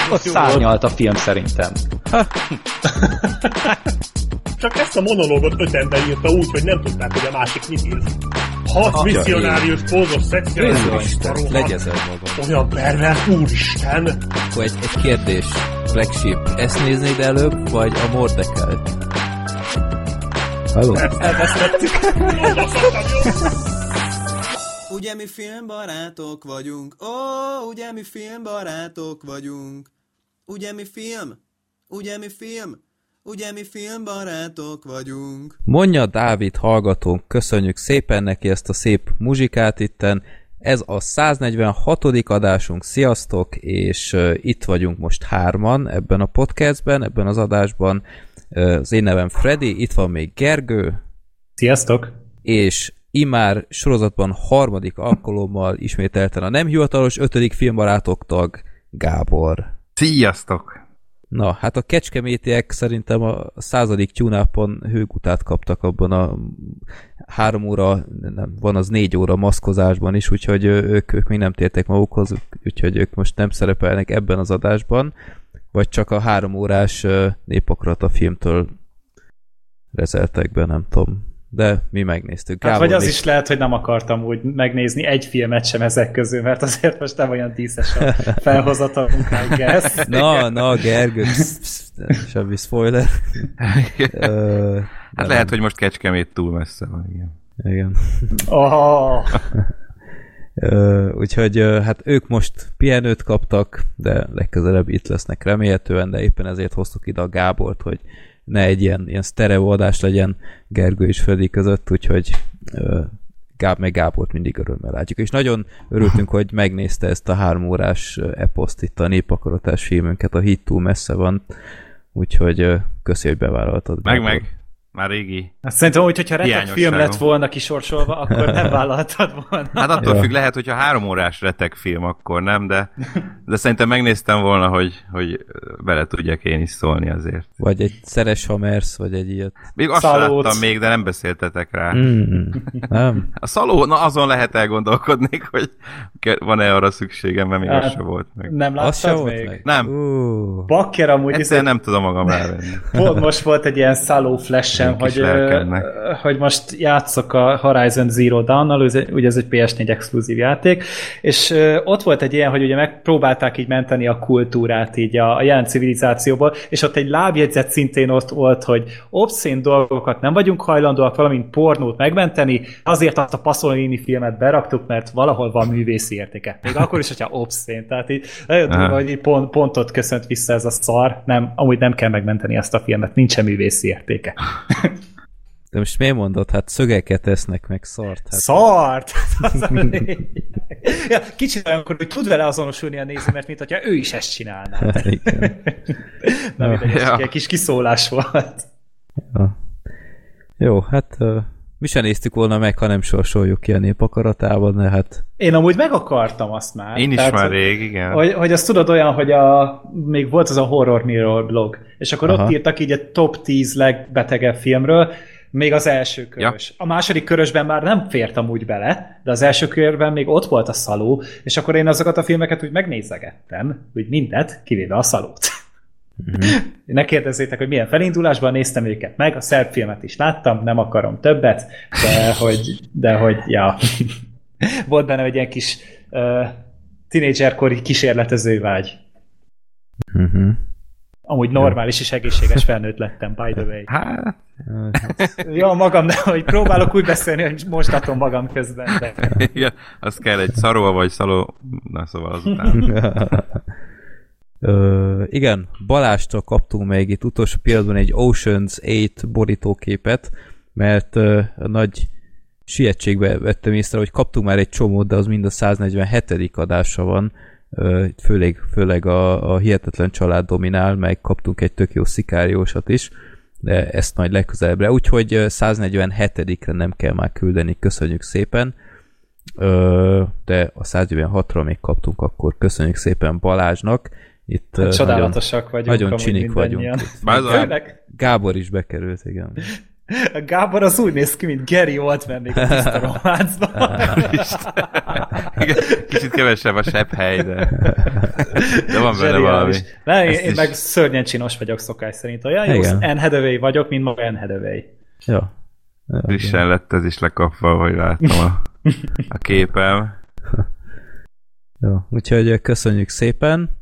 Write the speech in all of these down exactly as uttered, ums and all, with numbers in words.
ott szárnyalt a film szerintem. Csak ezt a monológot öt ember írta úgy, hogy nem tudták, hogy a másik mit ír. Hat misszionárius, pózos, szexuális, legyezel magam. Olyan pervers, úristen! Akkor egy, egy kérdés. Black Sheep, ezt néznéd előbb, vagy a Mordekelt? Halló? Elbeszéltük. Ugye mi filmbarátok vagyunk, ó, oh, ugye mi filmbarátok vagyunk. Ugye mi film? Ugye mi film? Ugye mi filmbarátok vagyunk. Mondja Dávid hallgatónk, köszönjük szépen neki ezt a szép muzsikát itten. Ez a száznegyvenhatodik adásunk, sziasztok, és uh, itt vagyunk most hárman ebben a podcastben, ebben az adásban. Uh, az én nevem Freddy, itt van még Gergő. Sziasztok! És immár sorozatban harmadik alkalommal ismételten a nem hivatalos ötödik filmbarátok tag Gábor. Sziasztok! Na, hát a kecskemétiek szerintem a századik tune-upon hőgutát kaptak abban a három óra, nem, van az négy óra maszkozásban is, úgyhogy ők, ők még nem tértek magukhoz, úgyhogy ők most nem szerepelnek ebben az adásban, vagy csak a három órás Népakarata filmtől rezeltek be, nem tudom. De mi megnéztük. Hát Gábor vagy az még... is lehet, hogy nem akartam úgy megnézni egy filmet sem ezek közül, mert azért most nem olyan díszes a felhozatalunk, I guess. Na, na, Gergő, psz, psz, semmi spoiler. uh, hát lehet, nem. Hogy most Kecskemét túl messze van, igen. Igen. Oh. uh, úgyhogy uh, hát ők most pihenőt kaptak, de legközelebb itt lesznek remélhetően, de éppen ezért hoztuk ide a Gábort, hogy ne egy ilyen, ilyen sztereó adás legyen Gergő és Freddy között, úgyhogy uh, Gáb meg Gábort mindig örömmel látjuk. És nagyon örültünk, hogy megnézte ezt a három órás eposzt itt a Népakaratás filmünket, a Hit túl messze van, úgyhogy uh, köszi, hogy bevállaltad. Meg, Gábor. meg. Már régi. Azt szerintem, hogy hogyha retek film lett volna kisorsolva, akkor nem vállaltad volna. Hát attól függ, lehet, hogyha három órás retek film, akkor nem, de, de szerintem megnéztem volna, hogy, hogy bele tudjak én is szólni azért. Vagy egy Szeres Hamersz, vagy egy ilyet. Még azt Szalót. láttam még, de nem beszéltetek rá. Mm, nem. A Szaló, na azon lehet elgondolkodni, hogy van-e arra szükségem, mert még az se volt meg. Nem láttad még? Meg? Nem. Uh. Bakker amúgy... Egyszerűen nem tudom magam rávenni. Most volt egy ilyen Szaló flash hogy, hogy most játszok a Horizon Zero Dawn-nal, ugye ez egy pé es négy exkluzív játék, és ott volt egy ilyen, hogy ugye megpróbálták így menteni a kultúrát így a, a jelen civilizációból, és ott egy lábjegyzet szintén ott volt, hogy obszén dolgokat nem vagyunk hajlandóak, valamint pornót megmenteni, azért azt a Pasolini filmet beraktuk, mert valahol van művészi értéke. Még akkor is, hogyha obszén. Tehát így nagyon durva, hogy így pont, pontot köszönt vissza ez a szar. Nem, amúgy nem kell megmenteni ezt a filmet, nincsen művészi értéke. De most miért mondod? Hát szögeket esznek, meg szart. Hát... Szart! Ja, kicsit olyankor, hogy tud vele azonosulni a néző, mert mint hogyha ő is ezt csinálná. Na, mindegy, ez ja. Egy kis kiszólás volt. Ja. Jó, hát uh, mi sem néztük volna meg, ha nem sorsoljuk ki a Népakaratában, de hát... Én amúgy meg akartam azt már. Én is tehát, már rég, igen. Hogy, hogy azt tudod olyan, hogy a, még volt az a Horror Mirror blog, és akkor Aha. ott írtak így a top tíz legbetegebb filmről, még az első körös. Ja. A második körösben már nem fértem úgy bele, de az első körben még ott volt a Szaló, és akkor én azokat a filmeket úgy megnézegettem, úgy mindet, kivéve a Szalót. Mm-hmm. Ne kérdezzétek, hogy milyen felindulásban néztem őket meg, a szerb filmet is láttam, nem akarom többet, de hogy, de hogy ja. Volt benne egy ilyen kis uh, tínédzserkori kísérletező vágy. Mhm. Amúgy normális és egészséges felnőtt lettem, by the way. Hát... Jó, magam, de hogy próbálok úgy beszélni, hogy mostatom magam közben. De... Igen, az kell egy szaró vagy szaló... Na, szóval azután. Ö, igen, Balástól kaptunk még itt utolsó pillanatban egy Ocean's eight borítóképet, mert ö, a nagy sietségbe vettem észre, hogy kaptunk már egy csomót, de az mind a száznegyvenhetedik adása van. Ö, főleg, főleg a, a Hihetetlen Család dominál, meg kaptunk egy tök jó szikáriósat is, de ezt majd legközelebbre. Úgyhogy száznegyvenhetedikre nem kell már küldeni, köszönjük szépen. Ö, de a száznegyvenhatra még kaptunk, akkor köszönjük szépen Balázsnak. Itt hát csodálatosak nagyon, vagyunk. Nagyon csinik vagyunk. Gá- Gábor is bekerült, igen. A Gábor az úgy néz ki, mint Gary Oldman még a Tiszta Románcban. Kicsit kevesebb a sebb hely, de, de van benne valami. Nem, én, én is... meg szörnyen csinos vagyok szokás szerint. Olyan jó, Anne Hathaway vagyok, mint maga Anne Hathaway. Ja. ja Frissen lett ez is lekapva, hogy láttam a, a képem. Jó, úgyhogy köszönjük szépen,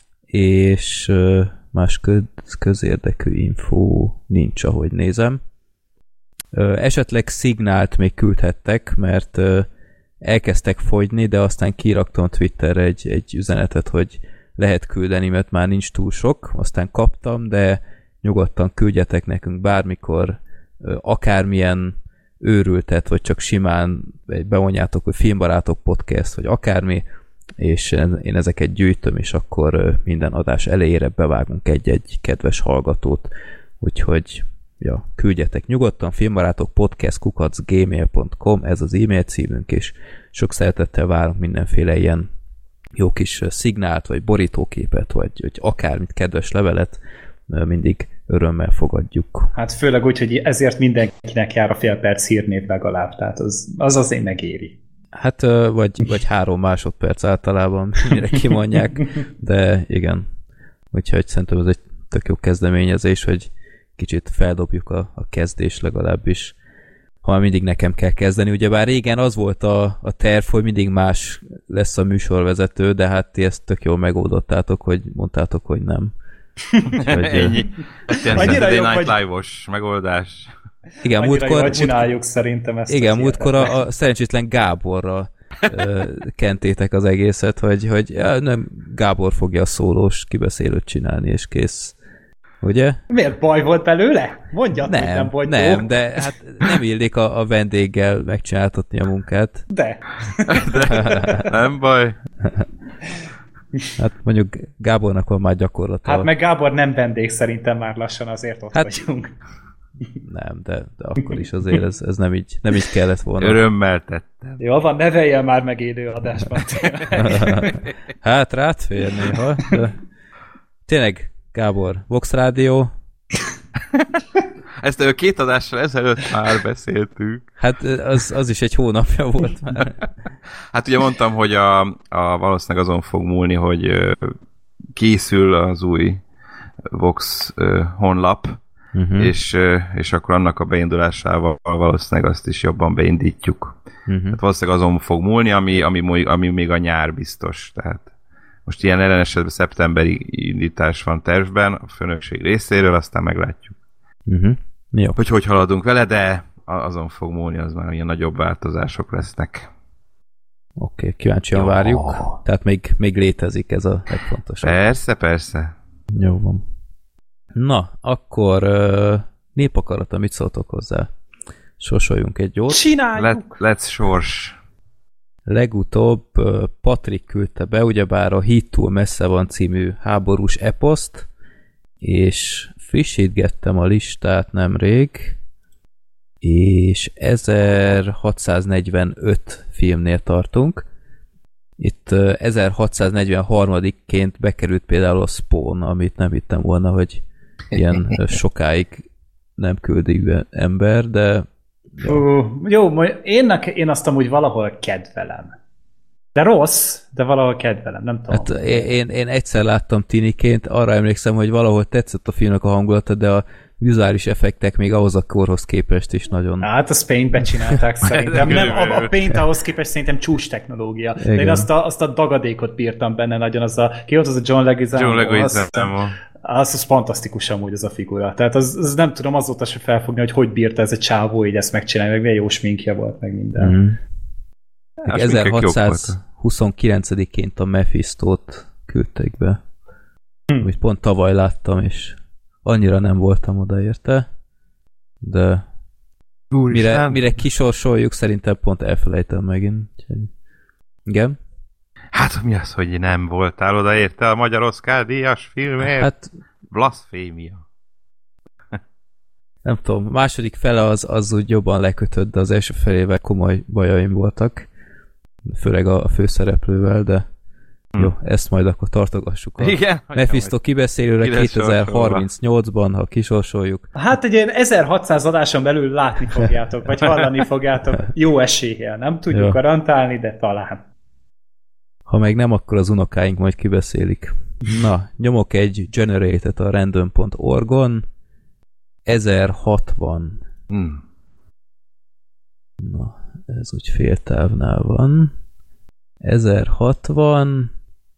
és más köz, közérdekű info nincs, ahogy nézem. Esetleg szignált még küldhettek, mert elkezdtek fogyni, de aztán kiraktam Twitterre egy, egy üzenetet, hogy lehet küldeni, mert már nincs túl sok, aztán kaptam, de nyugodtan küldjetek nekünk bármikor akármilyen őrültet, vagy csak simán bevonjátok, hogy Filmbarátok podcast, vagy akármi, és én ezeket gyűjtöm, és akkor minden adás elejére bevágunk egy-egy kedves hallgatót, úgyhogy ja, küldjetek nyugodtan, Filmbarátok podcast kukac gmail pont com, ez az e-mail címünk, és sok szeretettel várunk mindenféle ilyen jó kis szignált, vagy borítóképet, vagy, vagy akármit, kedves levelet, mindig örömmel fogadjuk. Hát főleg úgy, hogy ezért mindenkinek jár a fél perc hírnév legalább, tehát az, az azért megéri. Hát, vagy, vagy három másodperc általában, mire kimondják, de igen. Úgyhogy szerintem ez egy tök jó kezdeményezés, hogy kicsit feldobjuk a, a kezdés legalábbis. Ha mindig nekem kell kezdeni, ugyebár régen az volt a, a terv, hogy mindig más lesz a műsorvezető, de hát ti ezt tök jól megoldottátok, hogy mondtátok, hogy nem. Úgyhogy, ennyi. Ez ilyen Saturday Night Live-os megoldás. Igen, múltkor csináljuk szerintem ezt. Igen, múltkor a, a szerencsétlen Gáborra ö, kentétek az egészet, hogy, hogy ja, nem Gábor fogja a szólós kibeszélőt csinálni, és kész. Ugye? Miért baj volt belőle? Mondjad, nem, hogy nem volt nem, jó. de hát nem illik a, a vendéggel megcsináltatni a munkát. De. de. Nem baj. Hát mondjuk Gábornak van már gyakorlata. Hát meg Gábor nem vendég, szerintem már lassan azért ott hát, vagyunk. Nem, de, de akkor is azért ez, ez nem, így, nem így kellett volna. Örömmel tettem. Jó van, neveljél már meg élő adásban. Hát rád fér néha. De... Tényleg, Gábor, Vox Rádió. Ezt két adással ezelőtt már beszéltünk. Hát az, az is egy hónapja volt már. Hát ugye mondtam, hogy a, a valószínűleg azon fog múlni, hogy készül az új Vox honlap, uh-huh. és, és akkor annak a beindulásával valószínűleg azt is jobban beindítjuk. Uh-huh. Tehát valószínűleg azon fog múlni, ami, ami, ami még a nyár biztos. Tehát most ilyen ellenesetben szeptemberi indítás van tervben a főnökség részéről, aztán meglátjuk. Uh-huh. Jó. Hogy hogy haladunk vele, de azon fog múlni, az már ilyen nagyobb változások lesznek. Oké, okay, kíváncsian várjuk. Tehát még, még létezik ez a legfontosabb. Persze, persze. Jó van. Na, akkor uh, népakarata, mit szóltok hozzá? Sorsoljunk egy jót. Csináljuk! Let, let's sors. Legutóbb uh, Patrik küldte be, ugyebár a Híd túl messze van című háborús eposzt, és frissítgettem a listát nemrég, és ezerhatszáznegyvenöt filmnél tartunk. Itt uh, ezerhatszáznegyvenharmadikként bekerült például a Spawn, amit nem hittem volna, hogy ilyen sokáig nem küldi ember, de... Jó, uh, jó én, én azt amúgy valahol kedvelem. De rossz, de valahol kedvelem, nem tudom. Hát én, én egyszer láttam tiniként, arra emlékszem, hogy valahol tetszett a filmnek a hangulata, de a vizuális effektek még ahhoz a korhoz képest is nagyon... Hát a Paint-be csinálták szerintem. Nem, a, a Paint ahhoz képest szerintem csúcs technológia. De én azt a, azt a dagadékot bírtam benne nagyon, az a, ki volt az a John Leguizamo? John Leguizamo. Az, az fantasztikus amúgy az a figura. Tehát az, az nem tudom azóta se felfogni, hogy hogy bírta ez a csávó így ezt megcsinálni, meg milyen jó sminkje volt, meg minden. Mm. ezerhatszázhuszonkilencediként a Mephistót küldték be. Hm. Úgy pont tavaly láttam, és annyira nem voltam oda érte, de mire, mire kisorsoljuk, szerintem pont elfelejtem megint. Igen? Hát mi az, hogy nem voltál oda érte a magyar Oscar díjas filmért? Hát blaszfémia. Nem tudom, a második fele az, az úgy jobban lekötött, de az első felével komoly bajaim voltak. Főleg a főszereplővel, de Hm. Jó, ezt majd akkor tartogassuk. A Igen? Mephisto kibeszélőre kétezer-harmincnyolcban, ha kisorsoljuk. Hát egy ilyen ezerhatszáz adáson belül látni fogjátok, vagy hallani fogjátok jó eséllyel. Nem tudjuk jó. garantálni, de talán. Ha meg nem, akkor az unokáink majd kibeszélik. Na, nyomok egy generated a random pont org-on. ezerhatvan. Hmm. Na, ez úgy féltávnál van. ezerhatvan.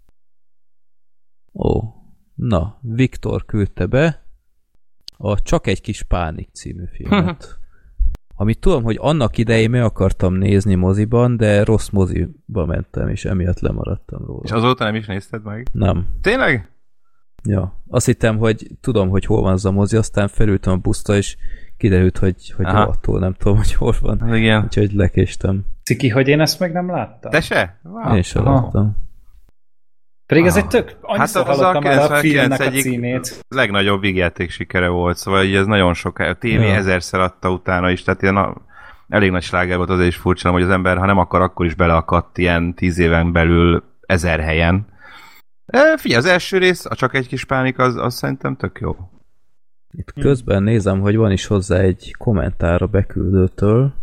Ó, na, Viktor küldte be a Csak egy kis pánik című filmet. Amit tudom, hogy annak idején meg akartam nézni moziban, de rossz moziba mentem, és emiatt lemaradtam róla. És azóta nem is nézted meg? Nem. Tényleg? Ja. Azt hittem, hogy tudom, hogy hol van az a mozi, aztán felültem a buszra, és kiderült, hogy, hogy attól nem tudom, hogy hol van. Igen. Úgyhogy lekéstem. Ciki, hogy én ezt meg nem láttam. Te se? Wow. Én sem láttam. Pedig ez egy tök, annyiszor hát hallottam már a filmnek a címét. Legnagyobb vígjáték sikere volt, szóval ez nagyon sok, a tévé ja. ezerszer adta utána is, tehát ilyen a, elég nagy sláger volt, azért is furcsa, hogy az ember, ha nem akar, akkor is beleakadt ilyen tíz éven belül ezer helyen. E, figyelj, az első rész, a Csak egy kis pánik, az, az szerintem tök jó. Itt közben nézem, hogy van is hozzá egy kommentár a beküldőtől.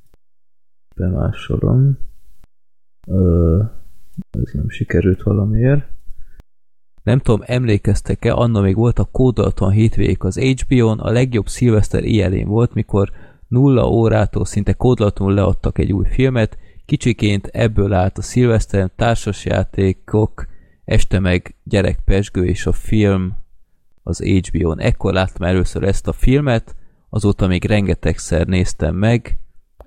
Bemásolom. Ö... Ez nem sikerült valamiért. Nem tudom, emlékeztek-e, anna még volt a kódolatlan hétvégék az há bé ó-n, a legjobb szilveszter éjjelén volt, mikor nulla órától szinte kódolatlanul leadtak egy új filmet, kicsiként ebből állt a szilveszteren, társasjátékok, este meg gyerekpezsgő és a film az há bé ó-n. Ekkor láttam először ezt a filmet, azóta még rengetegszer néztem meg,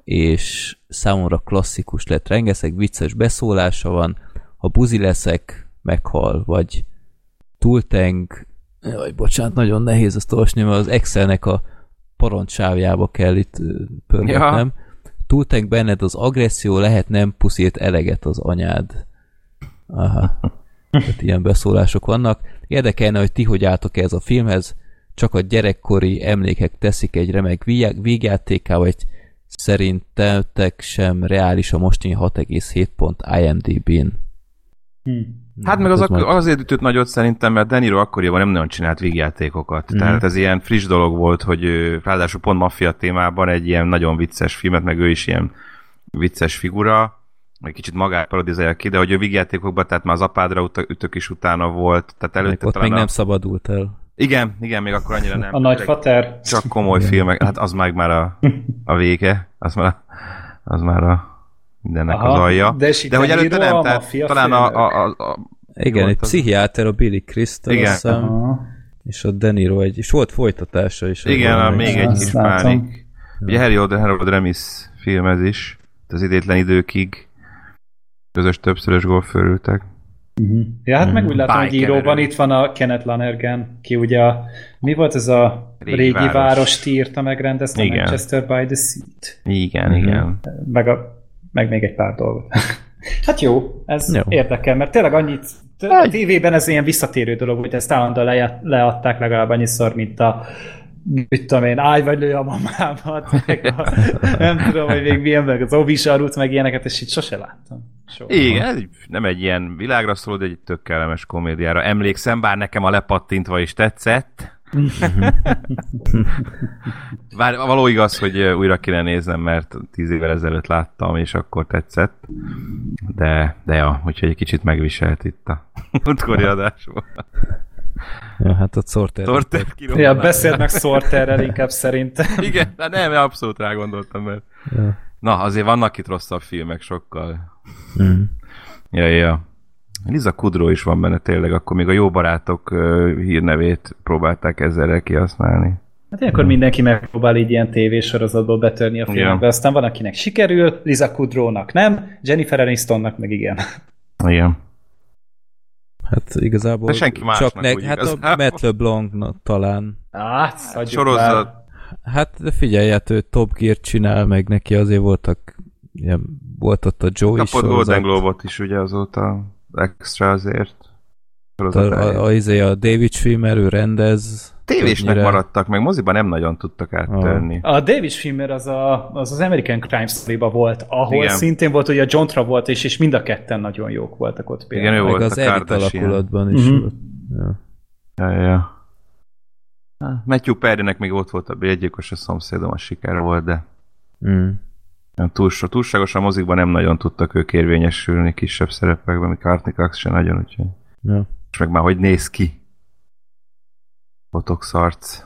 és számomra klasszikus lett. Rengeteg vicces beszólása van, ha buzi leszek, meghal, vagy túlteng, jaj, bocsánat, nagyon nehéz ezt olvasni, mert az Excelnek a parancsávjába kell itt pörgetnem. Ja. Túlteng benned az agresszió, lehet nem puszít eleget az anyád. Aha. Tehát ilyen beszólások vannak. Érdekelne, hogy ti hogy álltok ez a filmhez, csak a gyerekkori emlékek teszik egy remek vígjátéká, vagy szerintetek sem reális a mostani hat egész hét pont i em dé bén. Hmm. Hát meg az ak- azért ütött nagyot szerintem, mert De Niro akkoriban nem nagyon csinált vígjátékokat. Hmm. Tehát ez ilyen friss dolog volt, hogy ráadásul pont maffia témában egy ilyen nagyon vicces filmet, meg ő is ilyen vicces figura, egy kicsit magát parodizálja ki, de hogy ő vígjátékokban, tehát már az apádra ut- ütök is utána volt. Tehát előtte ott még a... nem szabadult el. Igen, igen, még akkor annyira nem. A nagyfater. Csak komoly igen. filmek, hát az meg már a, a vége, az már, az már a mindennek Aha, az alja. De, de hogy előtte nem, tehát talán a, a, a, a... Igen, egy pszichiáter, a Billy Crystal, igen. Szem, és a De Niro egy, és volt folytatása is. Igen, a még egy kis pánik. Ugye Harold, Harold Ramis film ez is, az idétlen időkig közös többszörös gólfőrültek. Uh-huh. Ja, hát mm. meg úgy látom, hogy íróban itt van a Kenneth Lonergan, ki ugye a, mi volt ez a régi, régi város. várost írta, megrendezte igen. Manchester by the Sea. Igen, mm-hmm. igen. Meg, a, meg még egy pár dolgot. Hát jó, ez jó. Érdekel, mert tényleg annyit, a tévében ez ilyen visszatérő dolog, hogy ezt állandóan le, leadták legalább annyiszor, mint a mit tudom én, állj vagy lő a mamámat, meg a, nem tudom, hogy még milyen, meg az Obi-sarut, meg ilyeneket, és itt sose láttam. Soha. Igen, ez nem egy ilyen világra szóló, de egy tök kellemes komédiára. Emlékszem, bár nekem a lepattintva is tetszett. Bár való igaz, hogy újra kéne néznem, mert tíz évvel ezelőtt láttam, és akkor tetszett. De, de ja, úgyhogy egy kicsit megviselt itt a utkori adásból. Ja, hát ott Sorter. Sorter ja, beszéld meg Sorterrel inkább szerintem. Igen, de nem, abszolút rágondoltam, mert ja. Na, azért vannak itt rosszabb filmek sokkal. Mm. Ja, ja. Liza Kudrow is van benne tényleg, akkor még a Jó barátok uh, hírnevét próbálták ezzel kihasználni. Hát ilyenkor mm. mindenki megpróbál így ilyen tévésorozatból betörni a filmekbe, ja. Aztán van, akinek sikerül, Liza Kudrownak nem, Jennifer Anistonnak meg igen. Igen. Hát igazából senki csak nek, hát igazából. A Matt LeBlanc talán. Hát, sorozat. Hát de figyelj, hát ő Top Gear csinál, meg neki azért voltak, ilyen, volt ott a Joey sorozat. Kapott Golden Globe-ot is ugye azóta extra azért. A, a, a, a David Schwimmer, ő rendez... Tévésnek többnyire... maradtak, meg moziban nem nagyon tudtak áttörni. A, a David Schwimmer az, a, az az American Crime Story-ba volt, ahol igen. szintén volt ugye a John Travolta is, és mind a ketten nagyon jók voltak ott például. Igen, ő meg volt az Edit alakulatban is uh-huh. volt. Ja. Ja, ja. Matthew Perrynek még ott volt a Bérgyilkos a szomszédom, a siker volt, de mm. túl, túlságosan mozikban nem nagyon tudtak ők érvényesülni kisebb szerepekben, még Courtney Cox sem nagyon, úgyhogy. Ja. És meg már hogy néz ki. Botox arc.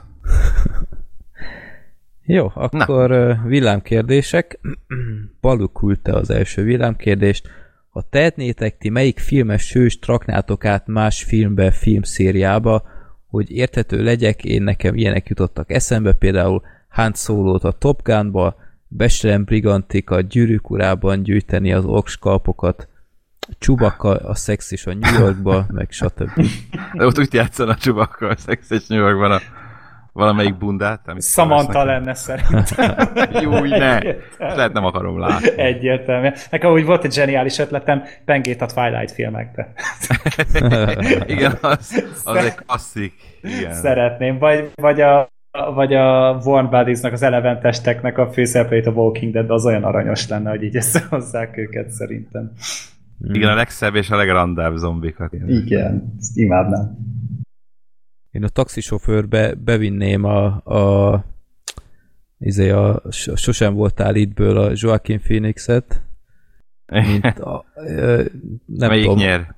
Jó, akkor Na. villámkérdések. Balú küldte az első villámkérdést. Ha tehetnétek ti, melyik filmes hőst raknátok át más filmbe, filmszériába, hogy érthető legyek, én nekem ilyenek jutottak eszembe, például Han Solo-t a Top Gunba, Bechelen Brigantik a Gyűrűk urában gyűjteni az okskalpokat, Chewbacca a Szex és a New Yorkba, meg stb. De ott úgy játszan a Chewbacca a Szex és New Yorkban a valamelyik bundát. Samantha lenne szerintem. Jó, ne! Lehet nem akarom látni. Egyértelmű. Nekem úgy volt egy zseniális ötletem, Pengét a Twilight filmekbe. Igen, az, az egy klasszik. Igen. Szeretném. Vagy, vagy a vagy a Warren Bodies-nak, az Eleven testeknek a főszereplőit a Walking Dead, az olyan aranyos lenne, hogy így összehozzák őket szerintem. Igen, a legszebb és a legrandább zombikat. Igen, ezt imádnám. Én a taxisofőrbe bevinném a, a, izé a, a Sosem voltál ittből a Joaquin Phoenixet. Mint a, nem Melyik tudom, nyer?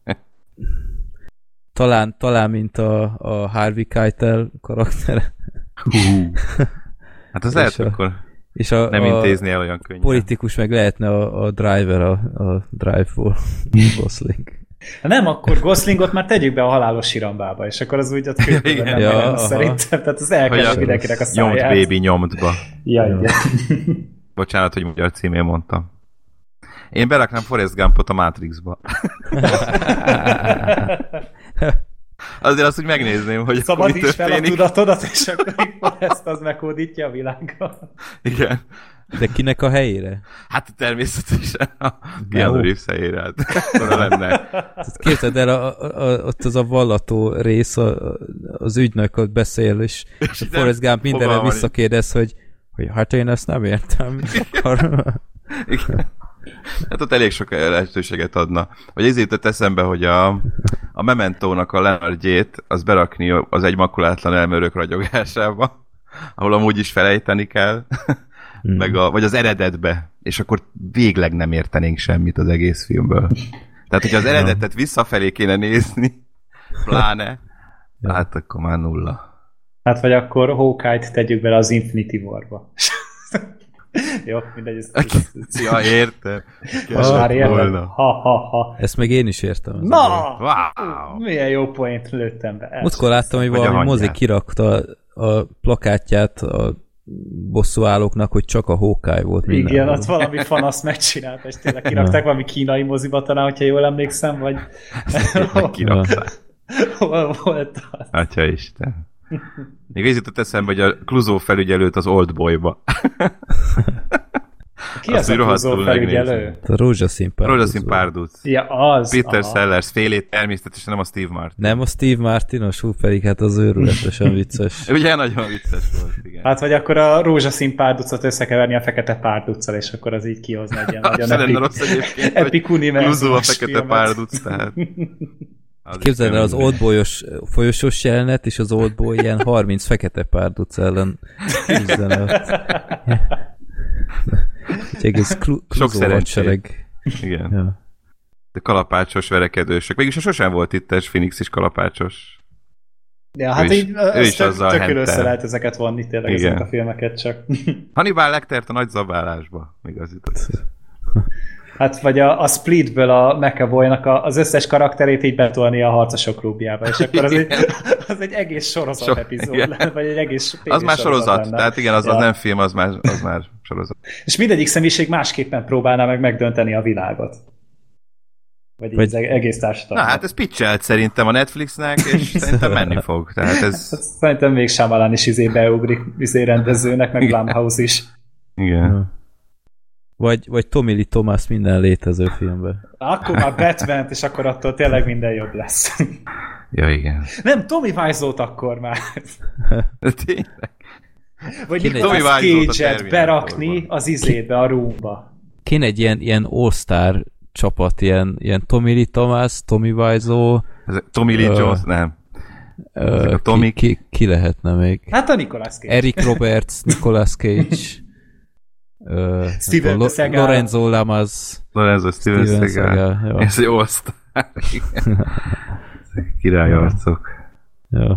Talán, talán mint a, a Harvey Keitel karakter. Hú. Hát az lehet, a, akkor és a, nem intézni el olyan könnyen. Politikus meg lehetne a, a driver, a, a Drive-ból. Gosling. Nem, akkor Goslingot már tegyük be a halálos irambába, és akkor az úgy ott könyvben nem ja, jön, szerintem. Tehát az elkerül mindenkinek a száját. Nyomt baby nyomtba. Ja, igen. Bocsánat, hogy magyar címén mondtam. Én beraknám Forrest Gumpot a Matrixba. Azért azt úgy megnézném, hogy szabad is fel a tudatodat, és akkor ezt az meghódítja a világgal. Igen. De kinek a helyére? Hát természetesen a Keanu Reeves helyére. Hát, lenne. Képzeld el, a, a, a, ott az a vallató rész, a, az ügynök ott beszél, és, és a Forrest Gump mindenre visszakérdez, hogy, hogy hát én ezt nem értem. Igen. Hát ott elég sok lehetőséget adna. Vagy ezért jutott eszembe, hogy a, a Mementónak a Leonardjét az berakni az egy makulátlan elmörök ragyogásába, ahol amúgy is felejteni kell, mm. meg a, vagy az eredetbe, és akkor végleg nem értenénk semmit az egész filmből. Tehát, hogyha az eredetet visszafelé kéne nézni, pláne, ja. hát akkor már nulla. Hát vagy akkor Hawkeye-t tegyük bele az Infinity War-ba. Jó, mindegy. Ez, ez, ez, ja, értem. Most már értem. Ha, ha, ha. Ezt meg én is értem. Na! Wow. Milyen jó point lőttem be. Múltkor láttam, hogy valami mozi kirakta a plakátját a bosszúállóknak, hogy csak a Hawkeye volt minden. Igen, ott valami fan azt megcsinálta, és tényleg kirakták valami kínai moziba talán, hogyha jól emlékszem, vagy... Kirakták. Hol volt az? Atya Isten. Még ez jutott eszembe, hogy a Clouseau felügyelőt az Oldboyba. Ki az a Clouseau felügyelő? A Rózsaszín Párduc. Rózsaszín Párduc. Ja, az. Peter aha. Sellers félét természetesen, nem a Steve Martin. Nem a Steve Martinos, hú, pedig hát az őrületesen vicces. Ugye nagyon vicces volt, igen. Hát vagy akkor a Rózsaszín Párducot összekeverni a Fekete Párduccal, és akkor az így kihozna egy ilyen nagyon epik, epic Clouseau a Fekete Párduc, tehát... Képzeld el az Oldboyos folyosós jelenet, és az Oldboy ilyen harminc fekete párduc ellen üzenet. Úgyhogy ez Clouseau hadsereg. Igen. Ja. De kalapácsos verekedősök. Mégis sosem volt itt, és Phoenix is kalapácsos. Ja, hát ő így ő is tök, azzal tökül össze lehet ezeket vonni tényleg ezeket a filmeket csak. Hannibal Lectert a nagy zabálásba. Igaz jutott. Hát vagy a, a Splitből a McAvoy-nak a, az összes karakterét így betolni a Harcosok klubjába, és akkor az egy, az egy egész sorozat so, epizód lenne, vagy egy egész az már sorozat, sorozat tehát igen, az, ja. az nem film, az már, az már sorozat. És mindegyik személyiség másképpen próbálná meg megdönteni a világot. Vagy, vagy... az egész társadalmat. Na hát ez pitchelt szerintem a Netflixnek, és szerintem menni fog. Tehát ez... Hát, szerintem még Shyamalan is izé beugrik izé rendezőnek, meg Blumhouse is. Igen. Vagy, vagy Tommy Lee Thomas minden létező filmben. Akkor már Batman, és akkor attól tényleg minden jobb lesz. Ja, igen. Nem, Tommy Wiseau-t akkor már. Tényleg. Vagy Nicolas Cage-et berakni az izébe, a Roomba. Kéne egy ilyen, ilyen all-star csapat, ilyen, ilyen Tommy Lee Thomas, Tommy Wiseau. Tommy Lee uh, Jones, nem. Uh, ki, ki, ki lehetne még? Hát a Nicolas Cage. Eric Roberts, Nicolas Cage. uh, Steven Lo- Seagal. Lorenzo Lamas. Lorenzo Steven, Steven Seagal. Seagal. Ez egy all-star. Királyarcok. Jó.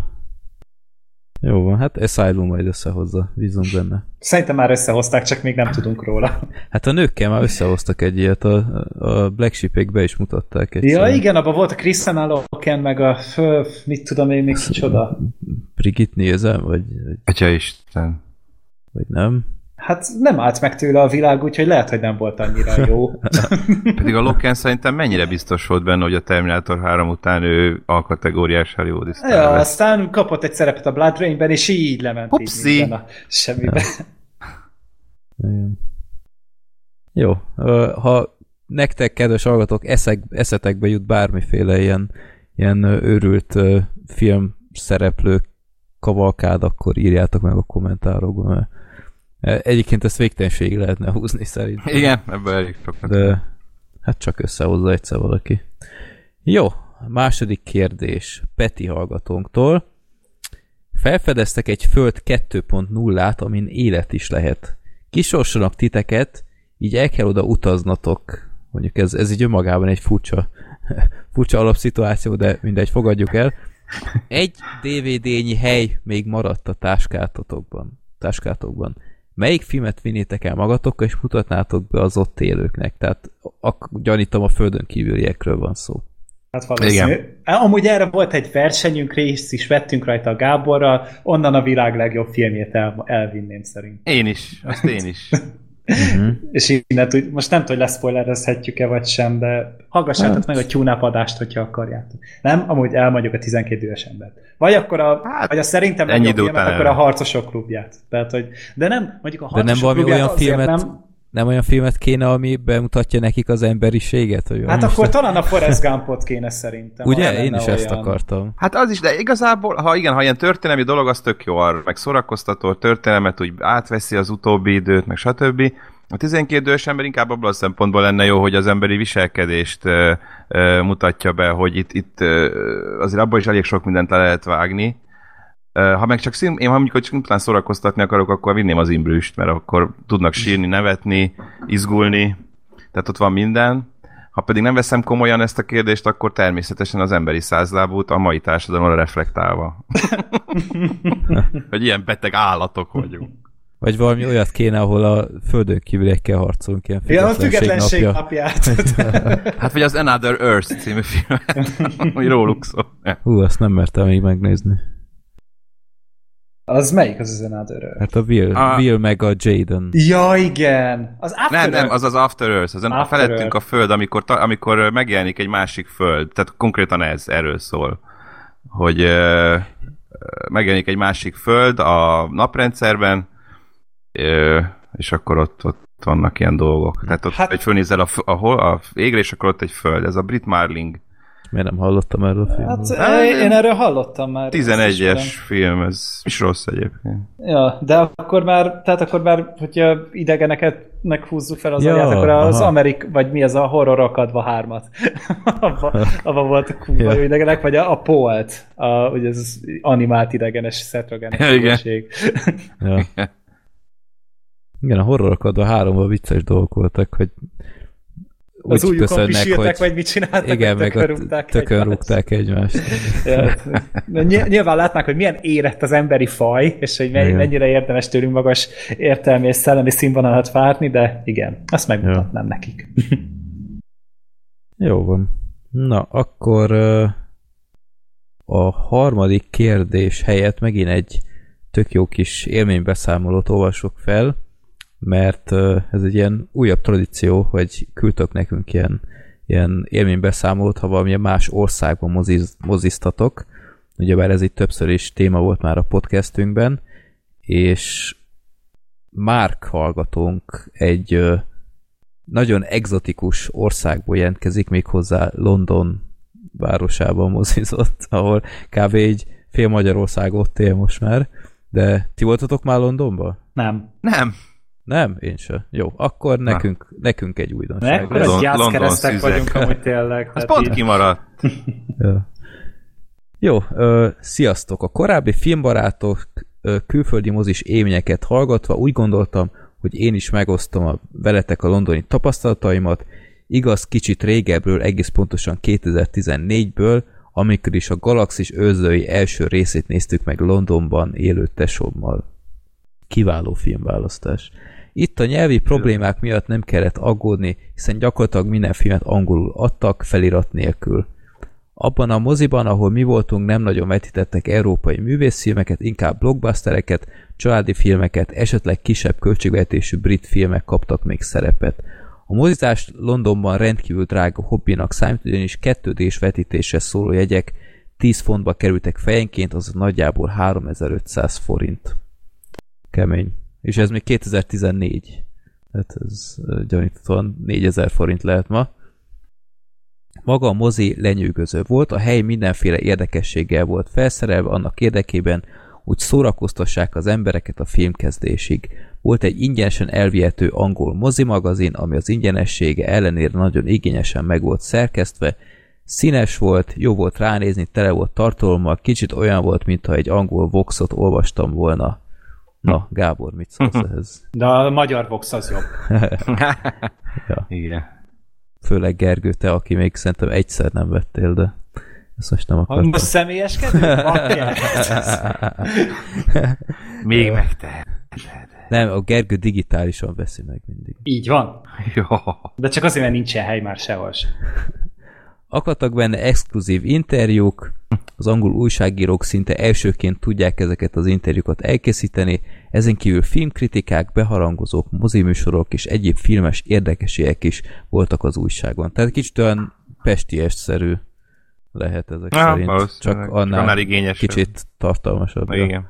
Jó van, hát Asylum majd összehozza, bízunk benne. Szerintem már összehozták, csak még nem tudunk róla. Hát a nőkkel már összehoztak egy ilyet, a, a Black Sheep-ék be is mutatták egy. Ja, igen, abban volt a Kristen Alloken, meg a mit tudom én, még kicsoda. Brigitte Nielsen, vagy... Atya Isten. Vagy nem? Hát nem állt meg tőle a világ, úgyhogy lehet, hogy nem volt annyira jó. Pedig a Loken szerintem mennyire biztos volt benne, hogy a Terminator három után ő alkategóriás Hollywoodi sztár Ja, lesz. aztán kapott egy szerepet a Blood Rainben, és így lement Hupszi. így minden a semmibe. Ja. Jó, ha nektek, kedves hallgatók, eszek, eszetekbe jut bármiféle ilyen, ilyen őrült film szereplő kavalkád, akkor írjátok meg a kommentárokban, mert egyébként ezt végtelenségig lehetne húzni szerintem. Igen, ebből elég sokat. De hát csak összehozza egyszer valaki. Jó, második kérdés Peti hallgatónktól. Felfedeztek egy Föld kettő pont nullát, amin élet is lehet. Kisorsolnak titeket, így el kell oda utaznatok. Mondjuk ez, ez így önmagában egy furcsa, furcsa alapszituáció, de mindegy, fogadjuk el. Egy dé vé dé-nyi hely még maradt a táskátokban. táskátokban. Melyik filmet vinnétek el magatokkal, és mutatnátok be az ott élőknek? Tehát ak- gyanítom, a földön kívüliekről van szó. Hát valószínű. Igen. Amúgy erre volt egy versenyünk, részt is vettünk rajta a Gáborral, onnan a világ legjobb filmjét el, elvinném szerint. Én is, azt én is. uh-huh. És innen, most nem tudom, hogy leszpoilerezhetjük-e vagy sem, de hallgassátok hát. meg a tune-up adást, hogyha akarjátok. Nem? Amúgy elmondjuk a tizenkét dühös embert. Vagy akkor a, hát, vagy a szerintem legjobb filmet, akkor a Harcosok klubját. Tehát, hogy, de nem, mondjuk a Harcosok de nem valami olyan filmet, nem, nem olyan filmet kéne, ami bemutatja nekik az emberiséget? Hogy hát akkor talán a Forrest Gumpot kéne szerintem. Ugye? Én is olyan. Ezt akartam. Hát az is, de igazából, ha igen, ha ilyen történelmi dolog, az tök jó, arra, meg szórakoztató történelmet úgy átveszi az utóbbi időt, meg stb. A tizenkét idős ember inkább abban a szempontból lenne jó, hogy az emberi viselkedést uh, uh, mutatja be, hogy itt, itt uh, azért abban is elég sok mindent le lehet vágni. Uh, ha meg csak szín, én ha mondjuk, hogy szimplán szórakoztatni akarok, akkor vinném az Imbrüst, mert akkor tudnak sírni, nevetni, izgulni, tehát ott van minden. Ha pedig nem veszem komolyan ezt a kérdést, akkor természetesen az emberi százlábút a mai társadalomra reflektálva. Hogy ilyen beteg állatok vagyunk. Vagy valami olyat kéne, ahol a földön kívüliekkel harcolunk, ilyen ja, a függetlenség napját. Hát vagy az Another Earth című filmet, hogy róluk szól. Hú, azt nem mertem még megnézni. Az melyik az az Another Earth? Hát a Will, a... Will meg a Jaden. Ja, igen. Az After Nem, nem, az az After Earth. Az After felettünk Earth. A föld, amikor, ta, amikor megjelenik egy másik föld. Tehát konkrétan ez erről szól. Hogy uh, megjelenik egy másik föld a naprendszerben, uh, és akkor ott, ott vannak ilyen dolgok. Tehát ott hát... egy fölnézel a, a, a égre, és akkor ott egy föld. Ez a Brit Marling. Miért nem hallottam erről a filmről? Hát, én, én erről hallottam már. tizenegyes film, ez is rossz egyébként. Ja, de akkor már, tehát akkor már, hogyha idegeneket meghúzzuk fel az ja, alját, akkor az aha. Amerik, vagy mi az a Horror Akadva hármat. Abban abba volt a kurva ja. idegenek, vagy a, a Polt, a, ugye ez az animált idegenes Seth Rogen-es ja, igen. Ja. Igen, a Horror Akadva háromban vicces dolgok voltak, hogy az újjukon pisírtek, vagy mit csináltak, igen, meg tökön rúgták egymást. Ja, nyilván látnák, hogy milyen érett az emberi faj, és hogy igen. mennyire érdemes tőlünk magas értelmi és szellemi színvonalat várni, de igen, azt megmutatnám ja. nekik. Jó van. Na, akkor a harmadik kérdés helyett megint egy tök jó kis élménybeszámolót olvasok fel, mert ez egy ilyen újabb tradíció, hogy küldtök nekünk ilyen, ilyen élménybeszámolót, ha valamilyen más országban moziz, moziztatok. Ugyebár ez itt többször is téma volt már a podcastünkben, és Márk hallgatónk egy nagyon egzotikus országból jelentkezik, méghozzá London városában mozizott, ahol kb. Egy fél Magyarország ott él most már. De ti voltatok már Londonban? Nem. Nem. Nem? Én sem. Jó, akkor nekünk, nekünk egy újdonság. Akkor az gyászkeresztek vagyunk amúgy tényleg. Az pont így... kimaradt. Ja. Jó, ö, sziasztok! A korábbi filmbarátok ö, külföldi mozis élményeket hallgatva úgy gondoltam, hogy én is megosztom a, veletek a londoni tapasztalataimat, igaz kicsit régebről, egész pontosan kétezer-tizennégyből, amikor is a Galaxis őrzői első részét néztük meg Londonban élő tesómmal. Kiváló filmválasztás. Itt a nyelvi problémák miatt nem kellett aggódni, hiszen gyakorlatilag minden filmet angolul adtak, felirat nélkül. Abban a moziban, ahol mi voltunk, nem nagyon vetítettek európai művészfilmeket, inkább blockbustereket, családi filmeket, esetleg kisebb költségvetésű brit filmek kaptak még szerepet. A mozizás Londonban rendkívül drága hobbinak számít, ugyanis kettő dés vetítésre szóló jegyek tíz fontba kerültek fejenként, az nagyjából háromezer-ötszáz forint. Kemény. És ez még kétezer-tizennégy. Hát ez gyaníthatóan négyezer forint lehet ma. Maga a mozi lenyűgöző volt, a hely mindenféle érdekességgel volt felszerelve annak érdekében, hogy szórakoztassák az embereket a filmkezdésig. Volt egy ingyenesen elvihető angol mozimagazin, ami az ingyenessége ellenére nagyon igényesen meg volt szerkesztve, színes volt, jó volt ránézni, tele volt tartalommal, kicsit olyan volt, mintha egy angol Voxot olvastam volna. Na, Gábor, mit szólsz ehhez? De a magyar Vox az jobb. Ja. Igen. Főleg Gergő, te, aki még szerintem egyszer nem vettél, de ezt most nem akartam. Most személyeskedünk? Még megtehet. Nem, a Gergő digitálisan veszi meg mindig. Így van. Jó. De csak azért, mert nincsen hely már sehol sem. Akadtak benne exkluzív interjúk, az angol újságírók szinte elsőként tudják ezeket az interjúkat elkészíteni, ezen kívül filmkritikák, beharangozók, moziműsorok és egyéb filmes érdekességek is voltak az újságon. Tehát kicsit olyan pesties-szerű lehet ezek Na, szerint, csak annál kicsit tartalmasabb. Igen.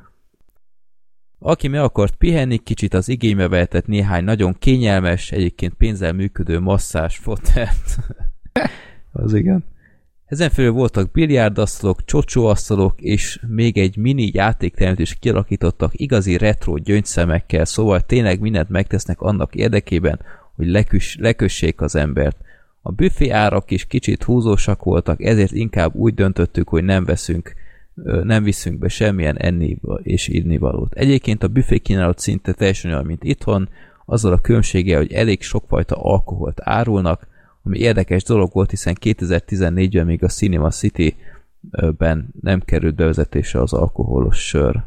Aki meg akart pihenni, kicsit az igénybe vehetett néhány nagyon kényelmes, egyébként pénzzel működő masszás fotelt. Az igen. Ezen felül voltak biliárdasztalok, csocsóasztalok, és még egy mini játéktermet is kialakítottak igazi retro gyöngyszemekkel, szóval tényleg mindent megtesznek annak érdekében, hogy leküss, lekössék az embert. A büfé árak is kicsit húzósak voltak, ezért inkább úgy döntöttük, hogy nem veszünk, nem viszünk be semmilyen enni és írnivalót. Egyébként a büfé kínálat szinte teljesen olyan, mint itthon, azzal a különbséggel, hogy elég sokfajta alkoholt árulnak, ami érdekes dolog volt, hiszen kétezer-tizennégyben még a Cinema City-ben nem került bevezetésre az alkoholos sör.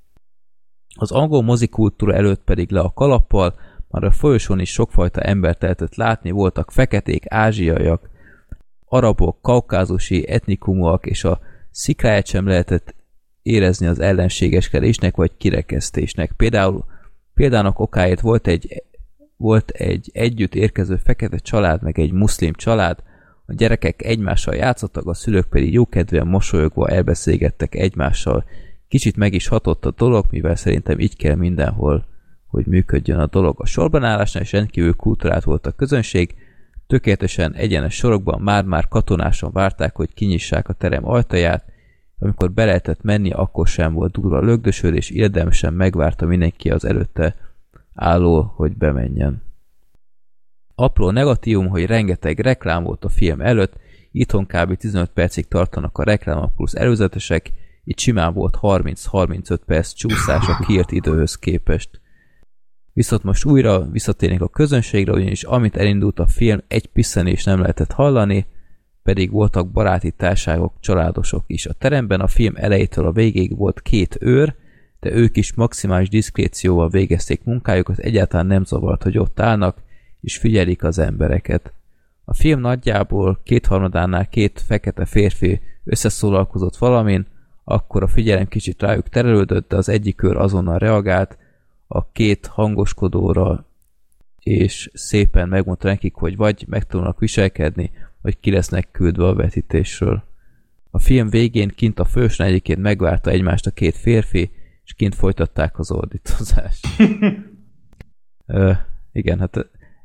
Az angol mozikultúra előtt pedig le a kalappal, már a folyosón is sokfajta embert lehetett látni, voltak feketék, ázsiaiak, arabok, kaukázusi, etnikumúak, és a szikráját sem lehetett érezni az ellenségeskedésnek vagy kirekesztésnek. Például példának okáért volt egy Volt egy együtt érkező fekete család, meg egy muszlim család, a gyerekek egymással játszottak, a szülők pedig jókedvűen mosolyogva elbeszélgettek egymással. Kicsit meg is hatott a dolog, mivel szerintem így kell mindenhol, hogy működjön a dolog. A sorbanállásnál is rendkívül kultúrált volt a közönség, tökéletesen egyenes sorokban már-már katonásan várták, hogy kinyissák a terem ajtaját, amikor be lehetett menni, akkor sem volt durva lögdösödés, érdemesen megvárta mindenki az előtte álló, hogy bemenjen. Apró negatívum, hogy rengeteg reklám volt a film előtt, itthon kb. tizenöt percig tartanak a reklámok plusz előzetesek, itt simán volt harminc-harmincöt perc csúszás a kiírt időhöz képest. Viszont most újra visszatérnék a közönségre, ugyanis amit elindult a film, egy pisszenés nem lehetett hallani, pedig voltak baráti társaságok, családosok is. A teremben a film elejétől a végéig volt két őr, de ők is maximális diszkrécióval végezték munkájukat, egyáltalán nem zavart, hogy ott állnak, és figyelik az embereket. A film nagyjából kétharmadánál két fekete férfi összeszólalkozott valamin, akkor a figyelem kicsit rájuk terelődött, de az egyik őr azonnal reagált a két hangoskodóra, és szépen megmondta nekik, hogy vagy megtanulnak viselkedni, vagy ki lesznek küldve a vetítésről. A film végén kint a fősön egyébként megvárta egymást a két férfi, és kint folytatták az ordítozást. Ö, igen, hát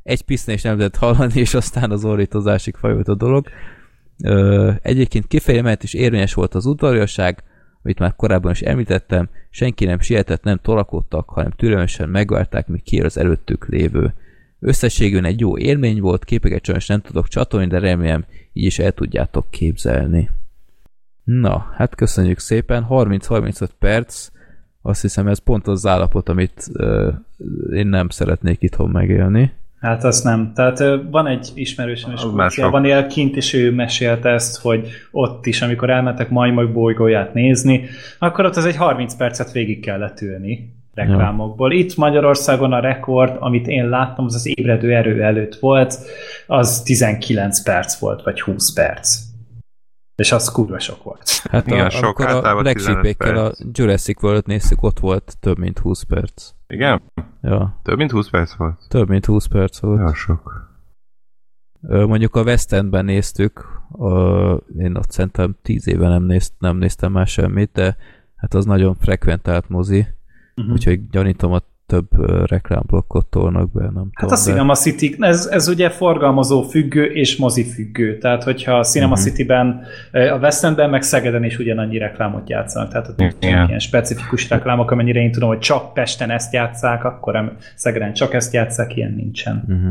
egy pisznés nem lehet hallani, és aztán az orrítozásig fajolt a dolog. Ö, egyébként kifejezetten is érvényes volt az udvariasság, amit már korábban is említettem, senki nem sietett, nem tolakodtak, hanem türelmesen megvárták, míg kiér az előttük lévő. Összességűen egy jó élmény volt, képeket sajnos nem tudok csatolni, de remélem így is el tudjátok képzelni. Na, hát köszönjük szépen, harminc-harmincöt perc, azt hiszem ez pont az állapot, amit uh, én nem szeretnék itthon megélni. Hát azt nem. Tehát van egy ismerősöm, és Skóciában él kint, és ő mesélte ezt, hogy ott is, amikor elmentek Majmok bolygóját nézni, akkor ott az egy harminc percet végig kellett ülni reklámokból. Ja. Itt Magyarországon a rekord, amit én láttam, az az ébredő erő előtt volt, az tizenkilenc perc volt, vagy húsz perc. És az kurva sok volt. Hát igen, a, sok, a Black Sheep-ékkel a Jurassic World-t néztük, ott volt több mint húsz perc. Igen? Ja. Több mint húsz perc volt? Több mint húsz perc volt. Ja, sok. Mondjuk a West Endben néztük, a, én ott szerintem tíz éve nem, nézt, nem néztem már semmit, de hát az nagyon frekventált mozi, uh-huh. úgyhogy gyanítom, a több reklámblokkot tolnak be, nem Hát tudom, a Cinema de... City, ez, ez ugye forgalmazó függő és mozi függő, tehát hogyha a Cinema uh-huh. Cityben, a West Endben meg Szegeden is ugyanannyi reklámot játszanak, tehát ott yeah. ilyen specifikus reklámok, amennyire én tudom, hogy csak Pesten ezt játsszák, akkor Szegeden csak ezt játsszák, ilyen nincsen. Uh-huh.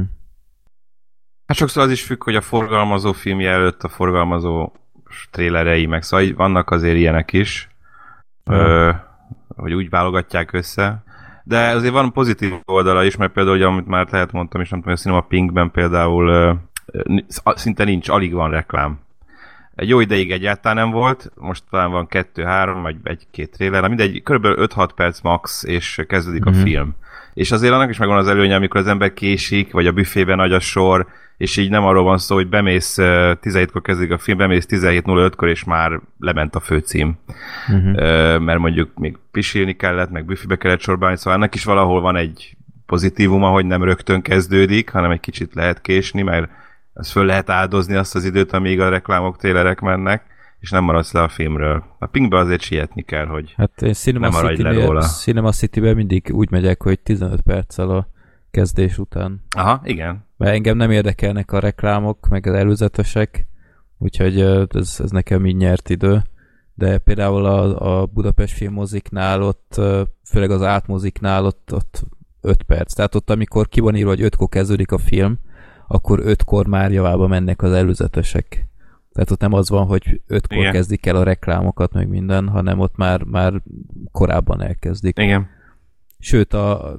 Hát sokszor az is függ, hogy a forgalmazó filmje előtt a forgalmazó trélerei, meg szóval vannak azért ilyenek is, uh-huh. ö, hogy úgy válogatják össze. De azért van pozitív oldala is, mert például, ugye, amit már lehet mondtam, és nem tudom, hogy a Cinema Pinkben például uh, szinte nincs, alig van reklám. Egy jó ideig egyáltalán nem volt, most talán van kettő-három, vagy egy-két trailer, mindegy, kb. öt-hat perc max, és kezdődik mm-hmm. a film. És azért annak is megvan az előnye, amikor az ember késik, vagy a büfében nagy a sor, és így nem arról van szó, hogy bemész tizenhétkor kezdődik a film, bemész tizenhét nulla ötkor, és már lement a főcím. Uh-huh. Mert mondjuk még pisilni kellett, meg büfébe kellett sorbálni, szóval ennek is valahol van egy pozitívuma, hogy nem rögtön kezdődik, hanem egy kicsit lehet késni, mert az föl lehet áldozni azt az időt, amíg a reklámok, trélerek mennek, és nem maradsz le a filmről. A Pinkbe azért sietni kell, hogy hát én Cinema nem maradj le róla. Cinema Cityben mindig úgy megyek, hogy tizenöt perccel a kezdés után. Aha, igen. Mert engem nem érdekelnek a reklámok, meg az előzetesek, úgyhogy ez, ez nekem így nyert idő. De például a, a Budapest filmmoziknál, ott, főleg az átmoziknál, ott, ott öt perc. Tehát ott, amikor ki van írva, hogy ötkor kezdődik a film, akkor ötkor már javába mennek az előzetesek. Tehát ott nem az van, hogy ötkor igen. kezdik el a reklámokat, meg minden, hanem ott már, már korábban elkezdik. Igen. Sőt, a,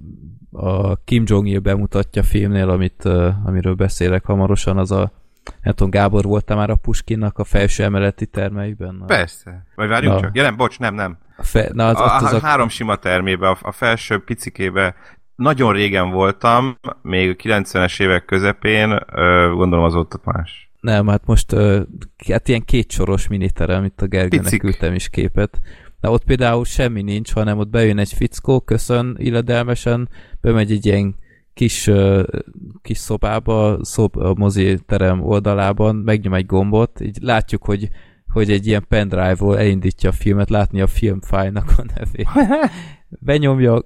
a Kim Jong-il bemutatja filmnél, amit, uh, amiről beszélek hamarosan, az a, nem tudom, Gábor, voltál már a Puskinnak a felső emeleti termeiben? Na. Persze. Vagy várjunk na. csak. Ja nem, bocs, nem, nem. A, fe, na, az, a, az a, a három sima termébe, a, a felső picikébe nagyon régen voltam, még a kilencvenes évek közepén, uh, gondolom az ott más. Nem, hát most uh, hát ilyen kétsoros miniterem, itt a Gergőnek küldtem is képet. De ott például semmi nincs, hanem ott bejön egy fickó, köszön illedelmesen, bemegy egy ilyen kis, uh, kis szobába, szob, a mozi terem oldalában, megnyom egy gombot, így látjuk, hogy, hogy egy ilyen pendrive-ról elindítja a filmet, látni a filmfájlnak a nevét. Benyomja,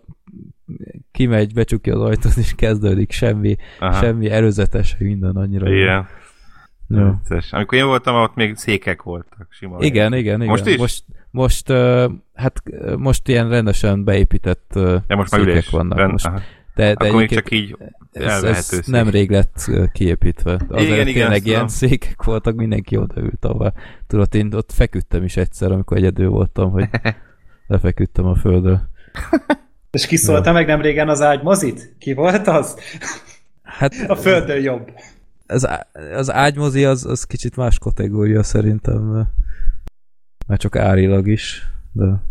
kimegy, becsukja az ajtót, és kezdődik semmi, aha. semmi előzetes, minden annyira. Igen. Ja. Amikor én voltam, ott még székek voltak. Sima igen, igen, igen. Most is? Most, most, uh, hát most ilyen rendesen beépített uh, de most székek ülés. vannak. Rend, most. De, de akkor még csak így ez, ez nemrég lett kiépítve. Az igen, igen, tényleg ilyen székek voltak, mindenki odaült avá. Tudod, én ott feküdtem is egyszer, amikor egyedül voltam, hogy lefeküdtem a földre. És ki szólta ja. meg nem régen az ágymozit? Ki volt az? Hát, a földön jobb. Az, az ágymozi az, az kicsit más kategória szerintem. Már csak árilag is. De...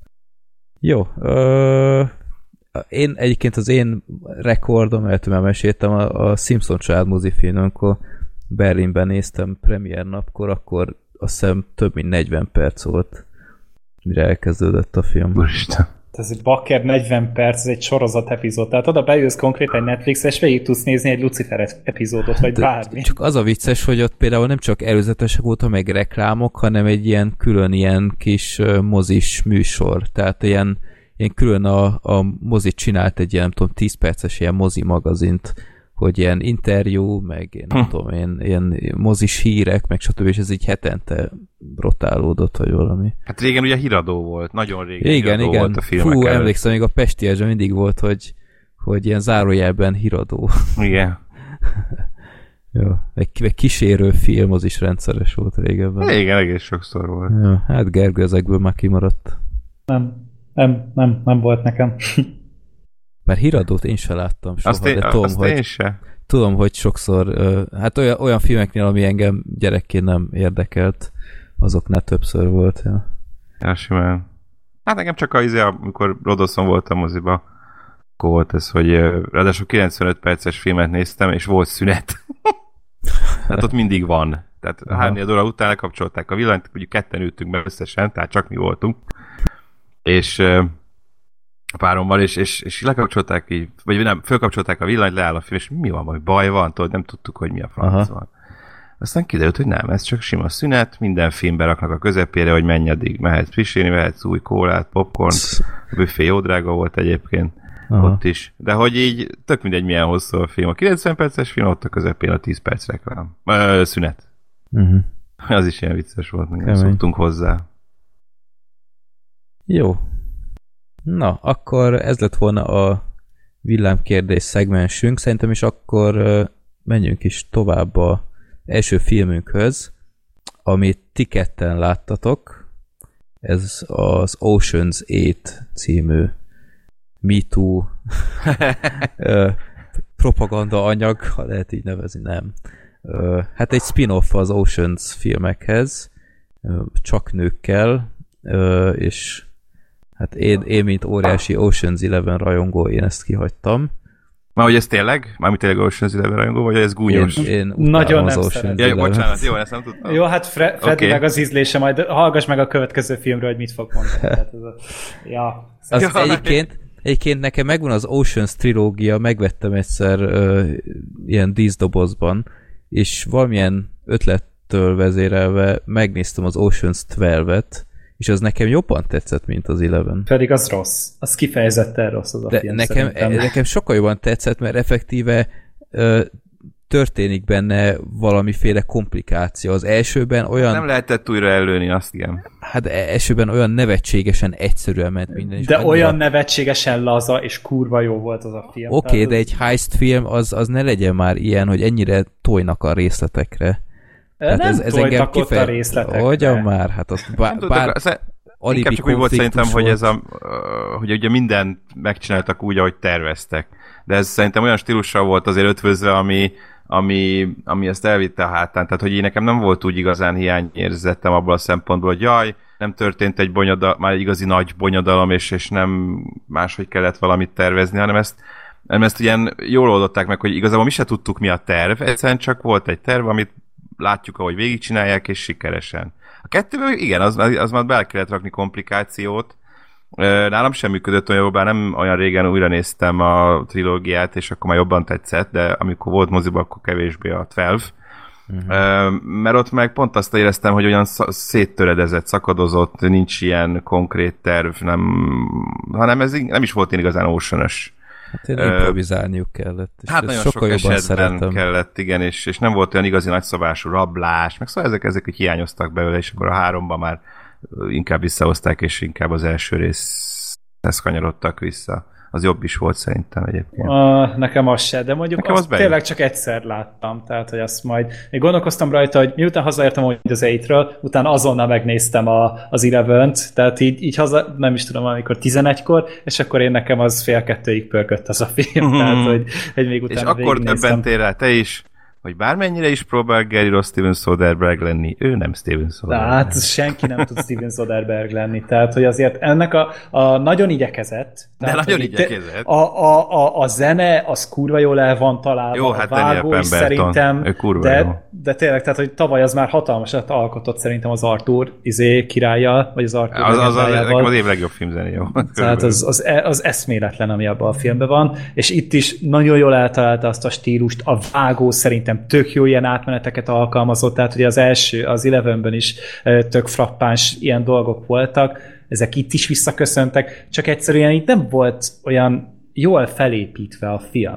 Jó. Ö... Én egyébként az én rekordom, el tudom, meséltem, a, a Simpson család mozifilm, amikor Berlinben néztem premier napkor, akkor azt hiszem több mint negyven perc volt, mire elkezdődött a film. Úristen. Ez egy bakker negyven perc, ez egy sorozat epizód. Tehát oda bejössz konkrétan Netflixre, és végig tudsz nézni egy Lucifer epizódot, vagy de bármi. Csak az a vicces, hogy ott például nem csak előzetesek voltak, meg reklámok, hanem egy ilyen külön ilyen kis uh, mozis műsor. Tehát ilyen, ilyen külön a, a mozi csinált egy ilyen, nem tudom, tíz perces ilyen mozi magazint, hogy ilyen interjú, meg én nem hm. tudom, ilyen, ilyen mozis hírek, meg stb. És ez így hetente rotálódott, vagy valami. Hát régen ugye híradó volt, nagyon régen igen, híradó igen. volt a filmek Fú, előtt. Emlékszem, még a Pestiesben mindig volt, hogy, hogy ilyen zárójelben híradó. Igen. Jó. Egy, egy kísérő film, az is rendszeres volt régebben. Igen, egész sokszor volt. Jó, hát Gergő ezekből már kimaradt. Nem, nem, nem, nem volt nekem. Mert híradót én sem láttam soha, azt én, de tudom, azt hogy, én se. tudom, hogy sokszor, hát olyan, olyan filmeknél, ami engem gyerekként nem érdekelt, azoknál többször volt. Ja. Ja, simán. Hát nekem csak az, amikor Rodoszon voltam moziba, akkor volt ez, hogy ráadásul kilencvenöt perces filmet néztem, és volt szünet. Tehát ott mindig van. Tehát három óra után lekapcsolták a villanyt, ugye ketten ültünk be összesen, tehát csak mi voltunk. És a párommal, és, és, és lekapcsolták így, vagy nem, fölkapcsolták a villanyt, leáll a film, és mi van, vagy baj van, tudod, nem tudtuk, hogy mi a franc van. Aztán kiderült, hogy nem, ez csak sima szünet, minden filmbe raknak a közepére, hogy menj addig, mehetsz pisélni, vehetsz új kólát, popcorn, a büfé jó drága volt egyébként. Aha. Ott is. De hogy így tök mindegy milyen hosszú a film. A kilencven perces film, ott a közepén a tíz perc reklám. Ö, szünet. Uh-huh. Az is ilyen vicces volt, még nem szoktunk hozzá. Jó. Na, akkor ez lett volna a villámkérdés szegmensünk. Szerintem is akkor menjünk is tovább az első filmünkhöz, amit ti ketten láttatok. Ez az Ocean's Eight című Me Too propaganda anyag, ha lehet így nevezni, nem. Hát egy spin-off az Oceans filmekhez, csak nőkkel, és hát én, én mint óriási Ocean's Eleven rajongó, én ezt kihagytam. Már hogy ez tényleg? Mármint tényleg Ocean's Eleven rajongó, vagy ez gúnyos? Én, én nagyon az nem Ocean's ja, bocsánat, jó, ezt nem tudtam. Jó, hát Fre- Freddy okay. meg az ízlése, majd hallgass meg a következő filmről, hogy mit fog mondani. Tehát ez a... Ja. Az ja, egyébként, egyébként nekem megvan az Oceans trilógia, megvettem egyszer uh, ilyen díszdobozban, és valamilyen ötlettől vezérelve megnéztem az Oceans tizenkettőt, és az nekem jobban tetszett, mint az Eleven. Pedig az rossz. Az kifejezetten rossz az a De film, nekem, nekem sokkal jobban tetszett, mert effektíve ö, történik benne valamiféle komplikáció. Az elsőben olyan... Nem lehetett újra előni, azt igen. Hát elsőben olyan nevetségesen egyszerűen ment minden. De annyira... olyan nevetségesen laza, és kurva jó volt az a film. Oké, okay, de az... egy heist film az, az ne legyen már ilyen, hogy ennyire tojnak a részletekre. Tehát nem ez, ez engem kifeje... a részletekre. Hogyan már? Hát azt bár... bár... Inkább csak úgy volt szerintem, volt. hogy ez a, hogy ugye mindent megcsináltak úgy, ahogy terveztek. De ez szerintem olyan stílussal volt azért ötvözve, ami, ami, ami ezt elvitte a hátán. Tehát, hogy én nekem nem volt úgy igazán hiányérzetem abból a szempontból, hogy jaj, nem történt egy bonyodal, már egy igazi nagy bonyodalom, és, és nem máshogy kellett valamit tervezni, hanem ezt, hanem ezt ilyen jól oldották meg, hogy igazából mi se tudtuk, mi a terv. Egyszerűen csak volt egy terv, amit látjuk, ahogy végigcsinálják, és sikeresen. A kettőben igen, az, az már bele kellett rakni komplikációt. Nálam sem működött olyan jól, bár nem olyan régen újra néztem a trilógiát, és akkor már jobban tetszett, de amikor volt moziba, akkor kevésbé a tizenkettő. Uh-huh. Mert ott meg pont azt éreztem, hogy olyan széttöredezett, szakadozott, nincs ilyen konkrét terv, nem, hanem ez nem is volt én igazán Ocean-ös. Hát én improvizálniuk kellett. És hát nagyon sok esetben szeretem. kellett, igen, és, és nem volt olyan igazi nagyszabású rablás, meg szóval ezek, ezek így hiányoztak belőle, és akkor a háromban már inkább visszahozták, és inkább az első részhez kanyarodtak vissza. Az jobb is volt szerintem egyébként. Uh, nekem az se, de mondjuk nekem azt az tényleg csak egyszer láttam, tehát hogy azt majd... Még gondolkoztam rajta, hogy miután hazaértem hogy az eightről, utána azonnal megnéztem a, az Elevent, tehát így, így haza, nem is tudom, amikor tizenegykor, és akkor én nekem az fél kettőig pörgött az a film, mm-hmm. tehát hogy, hogy még utána és akkor döbbentél rá te is, hogy bármennyire is próbál Gary Ross Steven Soderbergh lenni, ő nem Steven Soderbergh. Hát senki nem tud Steven Soderbergh lenni, tehát hogy azért ennek a, a nagyon igyekezett. De tehát, nagyon igyekezett. A, a, a, a zene, az kurva jól el van találva, jó, hát a vágó is szerintem, ő kurva de, jó. de tényleg, tehát hogy tavaly az már hatalmasat alkotott szerintem az Arthur izé királlyal, vagy az Arthur az, az, az, az év legjobb filmzené, jó. Tehát az, az, az eszméletlen, ami abban a filmben van, és itt is nagyon jól eltalálta azt a stílust, a vágó szerintem tök jó ilyen átmeneteket alkalmazott, tehát ugye az első, az Elevenben is tök frappáns ilyen dolgok voltak, ezek itt is visszaköszöntek, csak egyszerűen itt nem volt olyan jól felépítve a film.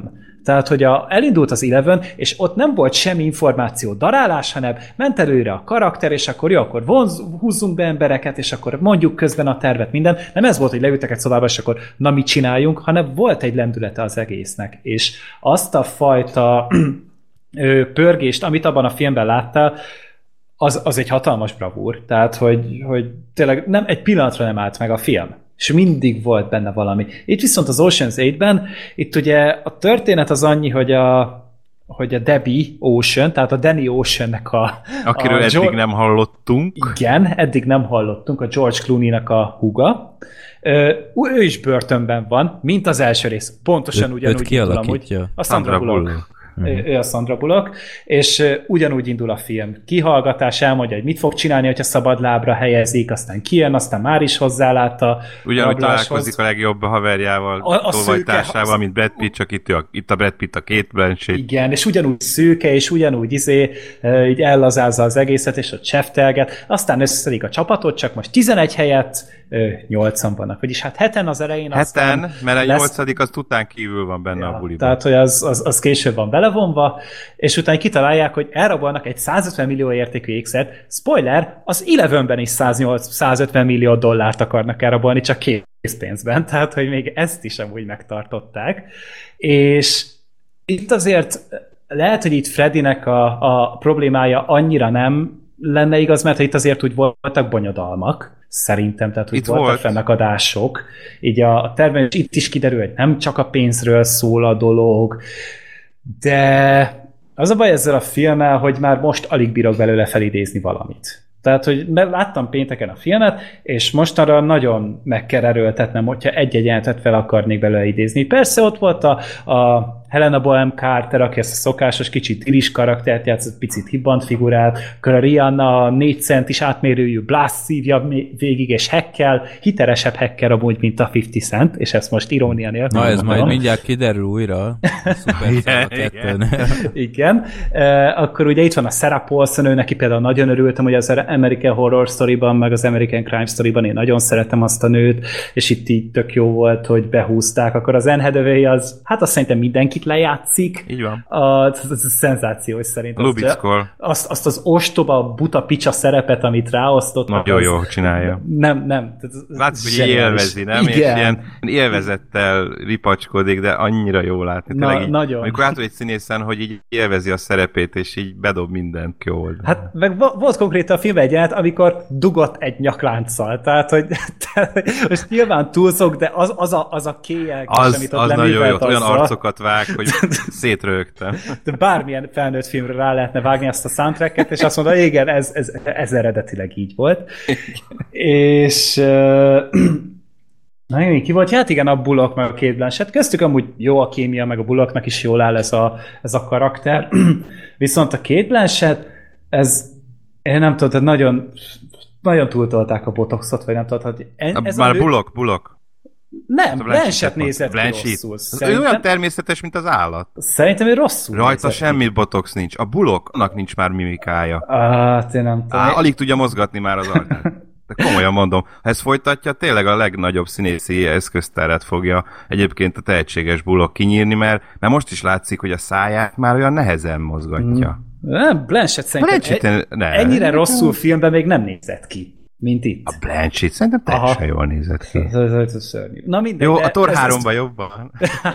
Tehát, hogy a, elindult az Eleven, és ott nem volt semmi információ darálás, hanem ment előre a karakter, és akkor jó, akkor vonz, húzzunk be embereket, és akkor mondjuk közben a tervet, minden. Nem ez volt, hogy leültek egy szobába, és akkor na mit csináljunk, hanem volt egy lendülete az egésznek. És azt a fajta pörgést, amit abban a filmben láttál, az, az egy hatalmas bravúr. Tehát, hogy, hogy tényleg nem, egy pillanatra nem állt meg a film. És mindig volt benne valami. Itt viszont az Ocean's Eight-ben, itt ugye a történet az annyi, hogy a, hogy a Debbie Ocean, tehát a Danny Oceannek a... Akiről a eddig George, nem hallottunk. Igen, eddig nem hallottunk, a George Clooney-nak a húga. Ő, ő is börtönben van, mint az első rész. Pontosan Ö, ugyanúgy indul amúgy. A Sandra Bullock. Uh-huh. Ő a Sandra Bullock, és uh, ugyanúgy indul a film. Kihallgatás, elmondja, hogy mit fog csinálni, hogyha szabad lábra helyezik, aztán kijön, aztán már is hozzálátta. Ugyanúgy találkozik a legjobb haverjával, a, a tolvajtársával, mint Brad Pitt, csak itt a, itt a Brad Pitt a két Blanchett. Igen, és ugyanúgy szőke, és ugyanúgy izé, uh, így ellazázza az egészet, és ott cseftelget. Aztán összeszedik a csapatot, csak most tizenegy helyett uh, nyolcan vannak. Vagyis hát heten az elején. Heten, mert a nyolcadik az tudán kívül van benne ja, a buliban. Tehát, hogy az, az, az később van belevonva, és utána kitalálják, hogy elrabolnak egy százötven millió értékű ékszert. Spoiler, az Elevenben is százötven millió dollárt akarnak elrabolni, csak készpénzben, tehát, hogy még ezt is amúgy megtartották. És itt azért lehet, hogy itt Freddynek a, a problémája annyira nem lenne igaz, mert itt azért úgy voltak bonyodalmak, szerintem, tehát hogy itt voltak volt. fennakadások. Így a, a terven itt is kiderül, hogy nem csak a pénzről szól a dolog, de az a baj ezzel a filmmel, hogy már most alig bírok belőle felidézni valamit. Tehát, hogy láttam pénteken a filmet, és mostanra nagyon meg kell erőltetnem, hogyha egy-egy jelentet fel akarnék belőle idézni. Persze ott volt a, a Helena Bonham Carter, aki ezt a szokásos kicsit iris karaktert játszott, picit hibbant figurát, akkor a Rihanna négy centis átmérőjű blast szívja végig, és hekkel, hitelesebb hekker amúgy, mint a ötven cent, és ezt most irónia nélkül. Na ez mondom. Majd mindjárt kiderül újra. igen, igen. igen. E, akkor ugye itt van a Sarah Paulson, ő neki például nagyon örültem, hogy az American Horror Story-ban, meg az American Crime Story-ban én nagyon szeretem azt a nőt, és itt így tök jó volt, hogy behúzták. Akkor az Anne Hathaway az, hát azt szerintem mindenkit lejátszik. Így van. A, ez a szenzációs szerint. Lubickol. Azt, azt az ostoba, buta picsa szerepet, amit ráosztott. Nagyon az, jó csinálja. Nem, nem. Látszik, hogy élvezi, nem? Igen. És ilyen élvezettel ripacskodik, de annyira jó látni. Na, így, nagyon. Amikor átol egy színészen, hogy így élvezi a szerepét, és így bedob mindent jól. Hát meg volt konkrétan a film egy jelenet, amikor dugott egy nyaklánccal. Tehát, hogy tehát, most nyilván túlzok, de az, az a, az a kélyelkés, az, amit ott az nagyon jó, olyan azzal. arcokat vág, hogy szétrögtem. De bármilyen felnőtt filmre rá lehetne vágni azt a soundtracket, és azt mondta, igen, ez, ez, ez eredetileg így volt. És uh, na jó, ki volt? Hát igen, a Bullock meg a Cate Blanchett. Köztük amúgy jó a kémia, meg a Bullocknak is jól áll ez a, ez a karakter. Viszont a Cate Blanchett, ez én nem tudom, tehát nagyon, nagyon túltolták a botoxot, vagy nem tudom, hogy ez Már a Bullock, Bullock. Nem, Blanchett nézett ki rosszul. Ő olyan természetes, mint az állat. Szerintem ő rosszul Rajta semmi botox nincs. A Bullocknak nincs már mimikája. Hát, én nem tudom. Á, alig tudja mozgatni már az arcát. De komolyan mondom, ha ezt folytatja, tényleg a legnagyobb színészi eszköztárat fogja egyébként a tehetséges Bullock kinyírni, mert, mert most is látszik, hogy a száját már olyan nehezen mozgatja. Nem, Blanchett szerintem Blanchett, egy, ne. ennyire rosszul filmben még nem nézett ki, mint itt. A Blanchett szerintem teljesen jól nézett ki. Na mindegy, jó, a Thor háromban jobban.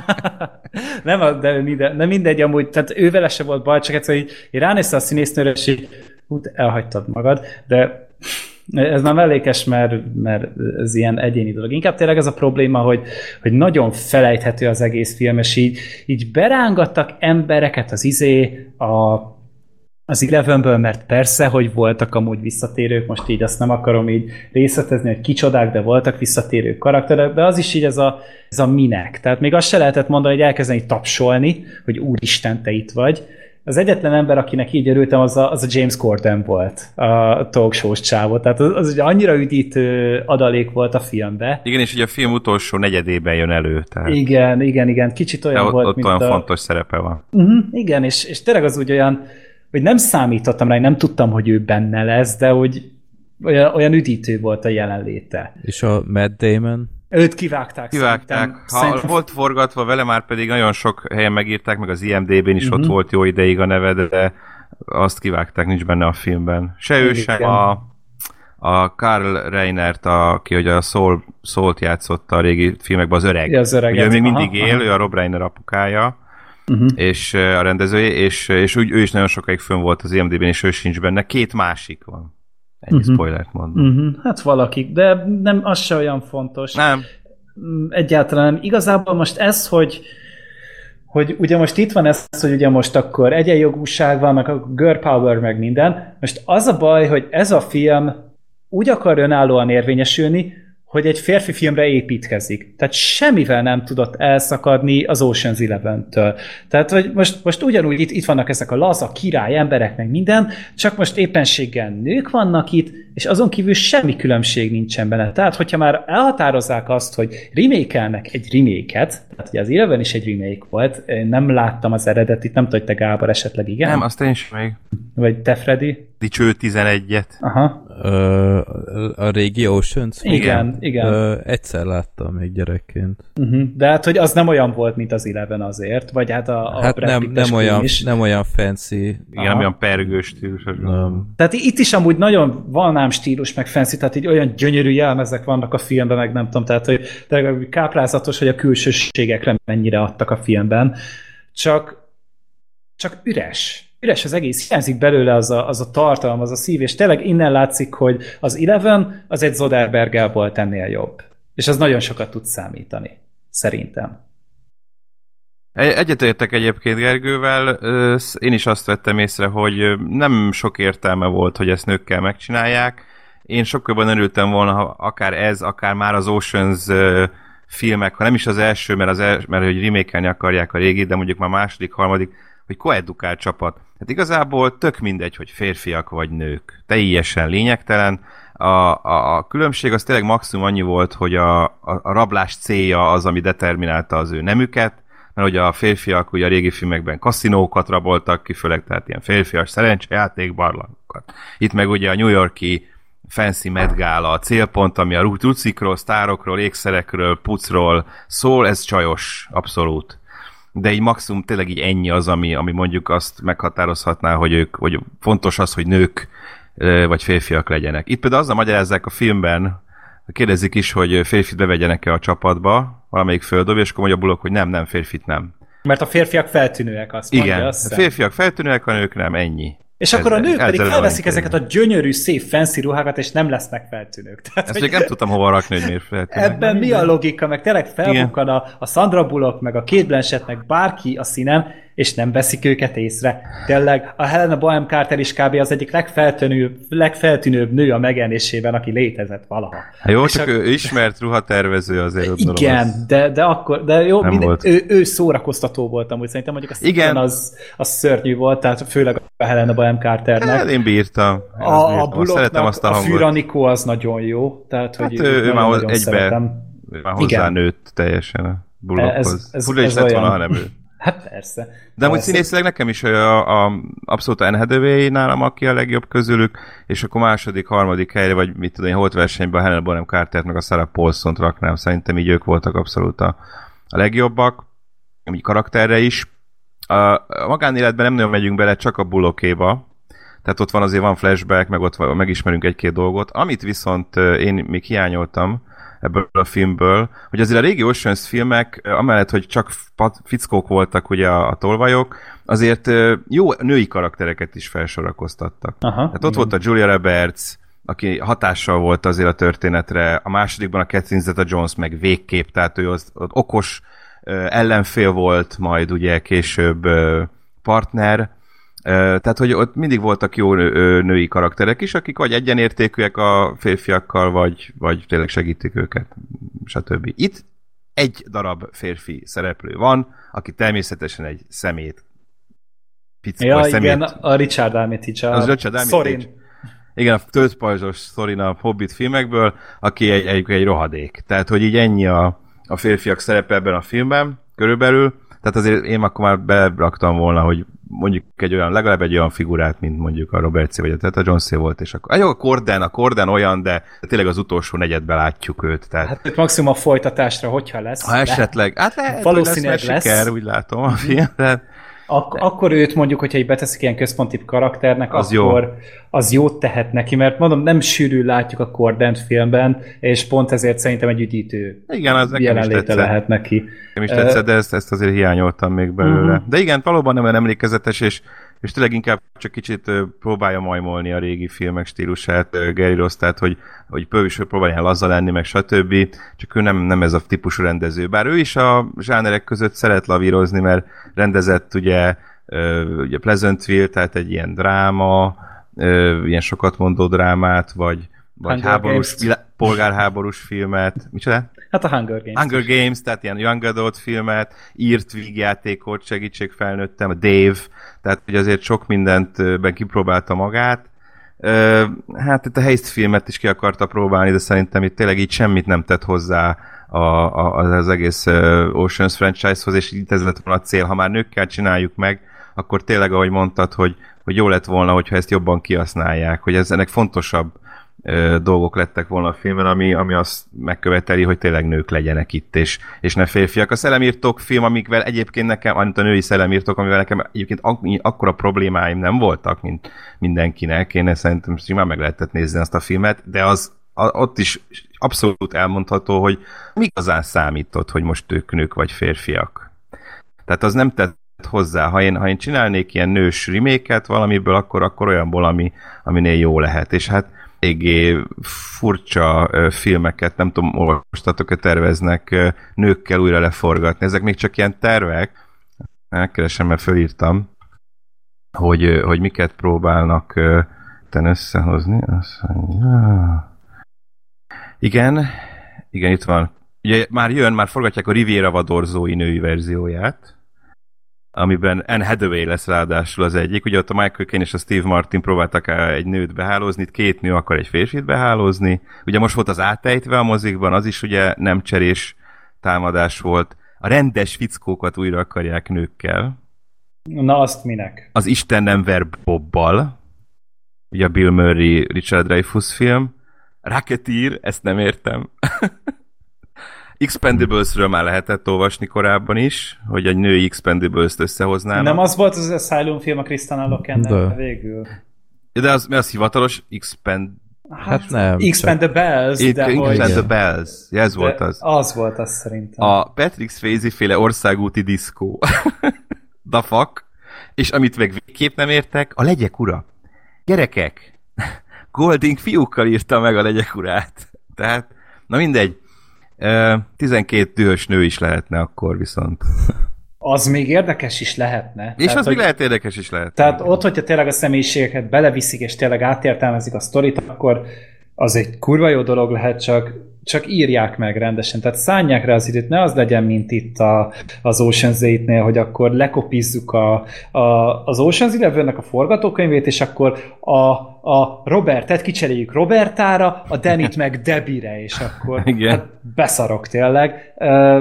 nem, de mindegy, nem mindegy amúgy, tehát ő vele se volt baj, csak egyszer, hogy én ránéztem a színésznőre, és így, hú, elhagytad magad, de ez már mellékes, mert, mert ez ilyen egyéni dolog. Inkább tényleg ez a probléma, hogy, hogy nagyon felejthető az egész film, és így, így berángattak embereket az izé a, az Elevenből, mert persze, hogy voltak amúgy visszatérők, most így azt nem akarom így részletezni, hogy kicsodák, de voltak visszatérő karakterek, de az is így ez a, ez a minek. Tehát még azt se lehetett mondani, hogy elkezdeni tapsolni, hogy úristen, te itt vagy. Az egyetlen ember, akinek így örültem, az a, az a James Corden volt, a talk show-s csávó. Tehát az, az ugye annyira üdítő adalék volt a filmbe. Igen, és ugye a film utolsó negyedében jön elő. Tehát... Igen, igen, igen. Kicsit olyan ott, volt, ott mint olyan a... fontos szerepe van. Uh-huh, igen, és, és tényleg az úgy olyan, hogy nem számítottam rá, nem tudtam, hogy ő benne lesz, de hogy olyan, olyan üdítő volt a jelenléte. És a Matt Damon? Őt kivágták. Kivágták. Ha szerintem... volt forgatva vele, már pedig nagyon sok helyen megírták, meg az I M D B-n is uh-huh. ott volt jó ideig a neve, de azt kivágták, nincs benne a filmben. Se ő, sem a, a Karl Reinert, aki ugye a Soul, Soul-t játszotta a régi filmekben, az öreg. Ja, az öreget. Ugye még mindig aha, él, aha. ő a Rob Reiner apukája, uh-huh. és a rendezője, és, és úgy, ő is nagyon sokáig fönn volt az I M D B-n, és ő sincs benne. Két másik van. Ennyi uh-huh. spoilert mondom. Uh-huh. Hát valaki, de nem, az se olyan fontos. Nem. Egyáltalán nem. Igazából most ez, hogy hogy ugye most itt van ez, hogy ugye most akkor egyenjogúság van, meg a girl power, meg minden. Most az a baj, hogy ez a film úgy akar önállóan érvényesülni, hogy egy férfi filmre építkezik. Tehát semmivel nem tudott elszakadni az Ocean's Eleven-től. Tehát, hogy most, most ugyanúgy itt, itt vannak ezek a laza király emberek, meg minden, csak most éppenséggel nők vannak itt, és azon kívül semmi különbség nincsen benne. Tehát, hogyha már elhatározzák azt, hogy remake-elnek egy remake-et, tehát ugye az Eleven is egy remake volt, én nem láttam az eredetit, nem tudom, hogy te Gábor esetleg igen? Nem, azt én sem még. Vagy te, Freddy? Dicső tizenegyet. Aha. Ö, a régi Oceans? Igen, igen. Ö, egyszer láttam még gyerekként. Uh-huh. De hát, hogy az nem olyan volt, mint az Eleven azért, vagy hát a, a hát nem, nem, olyan, is. nem olyan fancy. Igen, aha. olyan pergős stílus. Tehát itt is amúgy nagyon van ám stílus, meg fancy, tehát így olyan gyönyörű jelmezek vannak a filmben, meg nem tudom, tehát hogy de káprázatos, hogy a külsőségekre mennyire adtak a filmben. Csak, csak üres. Üres az egész, hiányzik belőle az a, az a tartalom, az a szív, és tényleg innen látszik, hogy az Eleven az egy Soderbergh volt ennél jobb. És az nagyon sokat tud számítani. Szerintem. Egyetértek egyébként Gergővel, én is azt vettem észre, hogy nem sok értelme volt, hogy ezt nőkkel megcsinálják. Én sokkal jobban örültem volna, ha akár ez, akár már az Oceans filmek, ha nem is az első, mert, az első, mert hogy remake-elni akarják a régit, de mondjuk már második, harmadik, hogy koedukált csapat. Hát igazából tök mindegy, hogy férfiak vagy nők. Teljesen lényegtelen. A, a, a különbség az tényleg maximum annyi volt, hogy a, a, a rablás célja az, ami determinálta az ő nemüket, mert ugye a férfiak ugye a régi filmekben kaszinókat raboltak ki, főleg tehát ilyen férfias szerencsejáték barlangokat. Itt meg ugye a New York-i fancy Met Gala, a célpont, ami a rucikról, sztárokról, ékszerekről, pucról szól, ez csajos, abszolút. De így maximum tényleg így ennyi az, ami, ami mondjuk azt meghatározhatná, hogy ők, hogy fontos az, hogy nők vagy férfiak legyenek. Itt például azzal magyarázzák a filmben, kérdezik is, hogy férfit bevegyenek-e a csapatba, valamelyik földobja, és akkor mondja a Bullock, hogy nem, nem, férfit nem. Mert a férfiak feltűnőek, azt igen, mondja. Igen, a férfiak feltűnőek, a nők nem, ennyi. És akkor a nők pedig felveszik ezeket a gyönyörű, szép, fancy ruhákat, és nem lesznek feltűnők. Tehát, ezt még nem tudtam hova rakni, hogy miért feltűnők. Ebben mi a logika? Meg tényleg felbukkan a, a Sandra Bullock, meg a Kate Blanchett, meg bárki a színen, és nem veszik őket észre. Tényleg a Helena Bonham Carter is kb. Az egyik legfeltűnőbb, legfeltűnőbb nő a megjelenésében, aki létezett valaha. Hát jó, és csak a... ő ismert ruhatervező azért. Igen, de, de akkor, de jó, minden, volt. ő, ő szórakoztató volt amúgy, szerintem mondjuk a igen. Az, az szörnyű volt, tehát főleg a Helena Bonham Carternek. Hát én bírtam. Én a, bírtam. a Bullocknak azt a, a Fűranikó az nagyon jó, tehát hogy hát ő, ő már egybe, szeretem. Ő már hozzáanőtt teljesen a Bullockhoz. Fura is lett volna, ha nem ő. Hát persze. De amúgy színészileg nekem is a, a, abszolút Anne Hathaway nálam, aki a legjobb közülük, és akkor második, harmadik helyre, vagy mit tudom én, holt versenyben a Helena Bonham Cartert, meg a Sarah Paulsont raknám. Szerintem így ők voltak abszolút a, a legjobbak, így karakterre is. A, a magánéletben nem nagyon megyünk bele, csak a Bullockéba. Tehát ott van azért van flashback, meg ott van, megismerünk egy-két dolgot. Amit viszont én még hiányoltam ebből a filmből, hogy azért a régi Oceans filmek, amellett, hogy csak fickók voltak ugye a, a tolvajok, azért jó női karaktereket is felsorakoztattak. Aha, tehát ott igen. volt a Julia Roberts, aki hatással volt azért a történetre, a másodikban a Catherine Zeta-Jones meg végképp, tehát ő az, az okos ellenfél volt, majd ugye később partner, tehát, hogy ott mindig voltak jó női karakterek is, akik vagy egyenértékűek a férfiakkal, vagy, vagy tényleg segítik őket, stb. Itt egy darab férfi szereplő van, aki természetesen egy szemét. Pickó, ja, szemét. Igen, a Richard Armitage. Az Richard Armitage. Igen, a töltpajzsos Thorin a Hobbit filmekből, aki egy, egy, egy rohadék. Tehát, hogy így ennyi a, a férfiak szerepe ebben a filmben, körülbelül. Tehát azért én akkor már beraktam volna, hogy mondjuk egy olyan, legalább egy olyan figurát, mint mondjuk a Robert C. vagy a Teta John C. volt, és akkor, jó, a Corden, a Corden olyan, de tényleg az utolsó negyedben látjuk őt. Tehát... Hát maximum a folytatásra, hogyha lesz. Ha esetleg, hát lehet, valószínűleg lesz, lesz. Siker, úgy látom a film, de... Ak- akkor őt mondjuk, hogyha így beteszik ilyen központi karakternek, az akkor jó. Az jót tehet neki, mert mondom, nem sűrű látjuk a Cordent filmben, és pont ezért szerintem egy üdítő igen, az jelenléte lehet neki. Nekem is tetszett, de ezt, ezt azért hiányoltam még belőle. Uh-huh. De igen, valóban nem olyan emlékezetes, és, és tényleg inkább csak kicsit próbálja majmolni a régi filmek stílusát Gary Ross, tehát hogy, hogy próbálja laza lenni, meg stb. Csak ő nem, nem ez a típusú rendező. Bár ő is a zsánerek között szeret lavírozni, mert rendezett ugye, ugye Pleasantville, tehát egy ilyen dráma, ilyen sokat mondó drámát, vagy, vagy háborús, polgárháborús filmet. Micsoda? Hát a Hunger Games. Hunger Games, tehát ilyen young adult filmet, írt vígjátékot, segítség felnőttem, a Dave, tehát hogy azért sok mindentben kipróbálta magát. Hát itt a Heist filmet is ki akarta próbálni, de szerintem itt tényleg így semmit nem tett hozzá a, a, az egész Oceans franchise-hoz, és itt ez lett volna a cél. Ha már nőkkel csináljuk meg, akkor tényleg, ahogy mondtad, hogy, hogy jó lett volna, hogyha ezt jobban kihasználják, hogy ez ennek fontosabb dolgok lettek volna a filmben, ami, ami azt megköveteli, hogy tényleg nők legyenek itt, és, és ne férfiak. A Szellemírtók film, amikvel egyébként nekem, amit a női Szellemírtók, amivel nekem egyébként ak- akkora problémáim nem voltak, mint mindenkinek. Én szerintem simán meg lehetett nézni azt a filmet, de az a, ott is abszolút elmondható, hogy mi igazán számított, hogy most ők nők vagy férfiak. Tehát az nem tett hozzá. Ha én, ha én csinálnék ilyen nős reméket valamiből, akkor, akkor olyanból, ami, aminél jó lehet. És hát eléggé furcsa uh, filmeket, nem tudom, olvastatok-e terveznek uh, nőkkel újra leforgatni. Ezek még csak ilyen tervek. Elkeresem, mert fölírtam, hogy, uh, hogy miket próbálnak uh, ten összehozni. Azt mondja... Igen, igen, itt van. Ugye már jön, már forgatják a Riviera Vadorzói női verzióját, amiben Anne Hathaway lesz ráadásul az egyik. Ugye ott a Michael Caine és a Steve Martin próbáltak egy nőt behálózni, itt két nő akar egy férfit behálózni. Ugye most volt az Átejtve a mozikban, az is ugye nem cserés támadás volt. A rendes fickókat újra akarják nőkkel. Na azt minek? Az Isten nem ver Bobbal. Ugye a Bill Murray, Richard Dreyfuss film. Racketeer, ezt nem értem. Expendables-ről már lehetett olvasni korábban is, hogy egy női Expendables-t összehoznának. Nem az volt az Asylum film a Krisztán Lokennel végül? De az, az hivatalos Expend... Hát nem. Expendables, de hogy... Expendables, ja, ez volt az. Az volt az szerintem. A Patrick Swayze féle országúti diszkó. The fuck. És amit meg végképp nem értek, a Legyek ura. Gyerekek, Golding fiúkkal írta meg a Legyek urát. Tehát, na mindegy. tizenkét dühös nő is lehetne akkor viszont. Az még érdekes is lehetne. És tehát, az hogy, még lehet érdekes is lehet. Tehát ott, hogyha tényleg a személyiségeket beleviszik, és tényleg átértelmezik a sztorit, akkor az egy kurva jó dolog lehet, csak, csak írják meg rendesen. Tehát szánják rá az időt, ne az legyen, mint itt a, az Ocean's Eight-nél, hogy akkor lekopizzuk a, a, az Ocean's Eleven-nek a forgatókönyvét, és akkor a, a Robertet kicseréljük Robertára, a Dannyt meg Debbie-re, és akkor hát beszarok tényleg.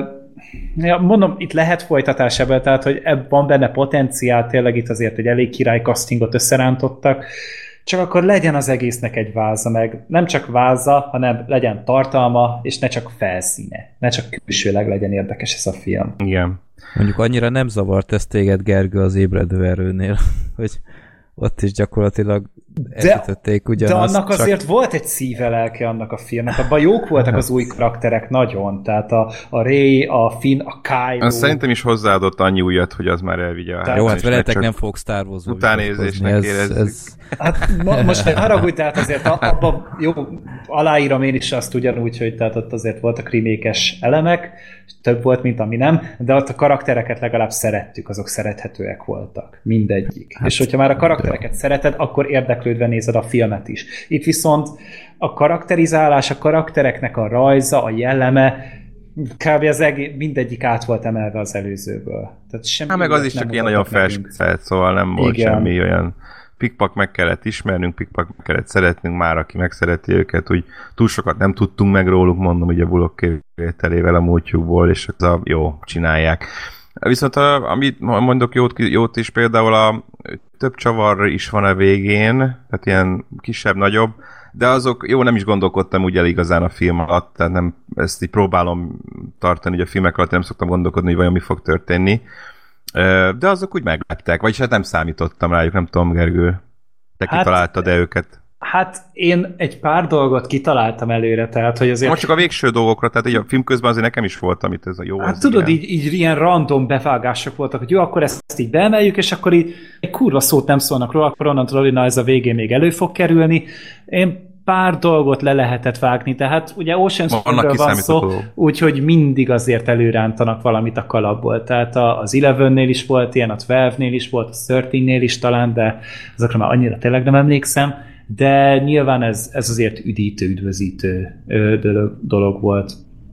Ja, mondom, itt lehet folytatás ebből, tehát, hogy van benne potenciál, tényleg itt azért egy elég király castingot összerántottak, csak akkor legyen az egésznek egy váza, meg nem csak váza, hanem legyen tartalma, és ne csak felszíne. Ne csak külsőleg legyen érdekes ez a film. Igen. Mondjuk annyira nem zavart ez téged, Gergő, az ébredő erőnél, hogy ott is gyakorlatilag elütötték ugyanazt. De annak csak... azért volt egy szíve lelke annak a filmnek. Abban jók voltak az új karakterek nagyon. Tehát a, a Ray, a Finn, a Kylo. Azt szerintem is hozzáadott annyi újat, hogy az már elvigye a hátra. Jó, hát veletek nem fog Star Wars-ból utánérzésnek érezzük. Ez... Hát ma, most ne haragudj, tehát azért abban jó, aláírom én is azt ugyanúgy, hogy tehát ott azért voltak remékes elemek, több volt, mint ami nem, de ott a karaktereket legalább szerettük, azok szerethetőek voltak. Mindegyik. Hát, és hogyha már a karaktereket de... szereted, akkor érdeklődve nézed a filmet is. Itt viszont a karakterizálás, a karaktereknek a rajza, a jelleme, kb. Az egész, mindegyik át volt emelve az előzőből. Tehát semmi hát meg az is csak ilyen nagyon felsküszelt, szóval nem volt igen. semmi olyan pikpak meg kellett ismernünk, pikpak meg kellett szeretnünk már, aki megszereti őket, úgy túl sokat nem tudtunk meg róluk, mondom, ugye Bullock kivételével a múltjukból, és az a jó, csinálják. Viszont a, amit mondok jót, jót is, például a több csavar is van a végén, tehát ilyen kisebb-nagyobb, de azok, jó, nem is gondolkodtam úgy el igazán a film alatt, tehát nem, ezt így próbálom tartani, hogy a filmek alatt nem szoktam gondolkodni, hogy vajon mi fog történni. De azok úgy megleptek, vagyis hát nem számítottam rájuk, nem tudom, Gergő, te hát, kitaláltad-e őket? Hát én egy pár dolgot kitaláltam előre, tehát hogy azért... Most csak a végső dolgokra, tehát így a film közben azért nekem is volt, amit ez a jó. Hát tudod, így, így ilyen random bevágások voltak, hogy jó, akkor ezt, ezt így beemeljük, és akkor így egy kurva szót nem szólnak róla, akkor onnantól, na ez a végén még elő fog kerülni. Én pár dolgot le lehetett vágni, tehát ugye Ocean's filmről van szó, úgyhogy mindig azért előrántanak valamit a kalapból. Tehát az Elevennél is volt ilyen, a Twelve-nél is volt, a Thirteen-nél is talán, de azokra már annyira tényleg nem emlékszem, de nyilván ez, ez azért üdítő, üdvözítő dolog, dolog volt.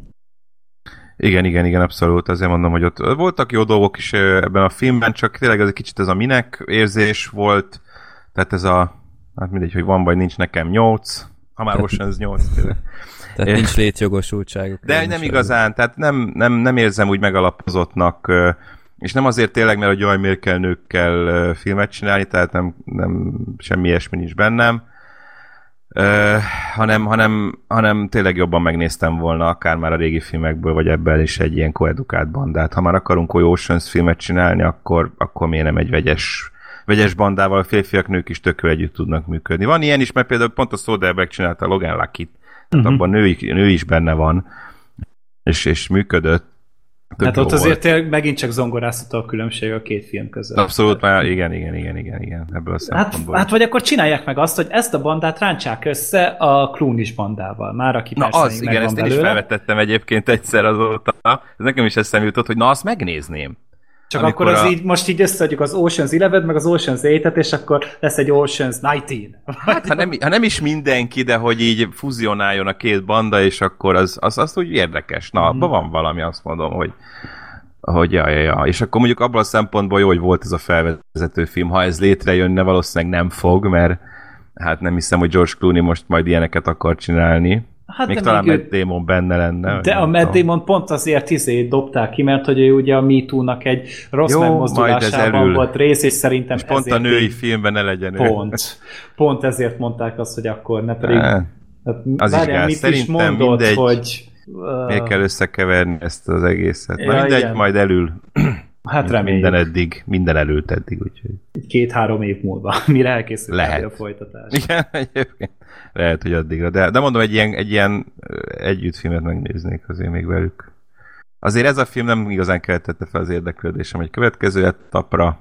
Igen, igen, igen, abszolút. Azért mondom, hogy ott voltak jó dolgok is ebben a filmben, csak tényleg ez egy kicsit ez a minek érzés volt, tehát ez a hát mindegy, hogy van vagy nincs, nekem nyolc, ha már Ocean's nyolc tényleg. Tehát nincs létjogosultságuk. De nem igazán, tehát nem, nem, nem érzem úgy megalapozottnak, és nem azért tényleg, mert a jaj, miért kell nőkkel filmet csinálni, tehát nem, nem semmi ilyesmi nincs bennem, uh, hanem, hanem, hanem tényleg jobban megnéztem volna, akár már a régi filmekből, vagy ebből is egy ilyen koedukált bandát. Ha már akarunk olyan Ocean's filmet csinálni, akkor, akkor miért nem egy vegyes vegyes bandával, a férfiak, nők is tökül együtt tudnak működni. Van ilyen is, mert például pont a Soderbergh csinálta a Logan Lucky-t, uh-huh. abban nő, nő is benne van, és, és működött. Hát ott azért tényleg megint csak zongorázható a különbség a két film között. Abszolút, már igen, igen, igen, igen, igen, ebből a szempontból. Hát, hát vagy akkor csinálják meg azt, hogy ezt a bandát rántsák össze a Clooney-s bandával. Már aki na az, igen, ezt én is felvetettem egyébként egyszer azóta. Ez nekem is eszembe jutott, hogy na azt megnézném. Csak amikor akkor az a... így, most így összeadjuk az Ocean's Eleven, meg az Ocean's Eight-et, és akkor lesz egy Ocean's Nineteen. Hát, ha nem, ha nem is mindenki, de hogy így fuzionáljon a két banda, és akkor az, az, az úgy érdekes. Na, abban van valami, azt mondom, hogy, hogy ja, ja, ja. És akkor mondjuk abban a szempontból jó, hogy volt ez a felvezető film. Ha ez létrejönne, valószínűleg nem fog, mert hát nem hiszem, hogy George Clooney most majd ilyeneket akar csinálni. Hát még talán Matt Damon benne lenne. De a Matt Damon pont azért izé dobták ki, mert hogy ő ugye a MeToo-nak egy rossz jó, megmozdulásában volt rész, és szerintem és pont a női filmben ne legyen ő. Pont. Pont ezért mondták azt, hogy akkor ne pedig... Hát, az várján, is gáz. Mit szerintem is mondod, mindegy, hogy... Uh... Miért kell összekeverni ezt az egészet? Ja, na mindegy, igen. Majd elül. Hát reméljük. Minden eddig, minden előtt eddig, úgyhogy... Két-három év múlva, mire elkészül a folytatás. Igen, egyébként. Lehet, hogy addigra. De, de mondom, egy ilyen, egy ilyen együttfilmet megnéznék azért még velük. Azért ez a film nem igazán keltette fel az érdeklődésem egy következő etapra.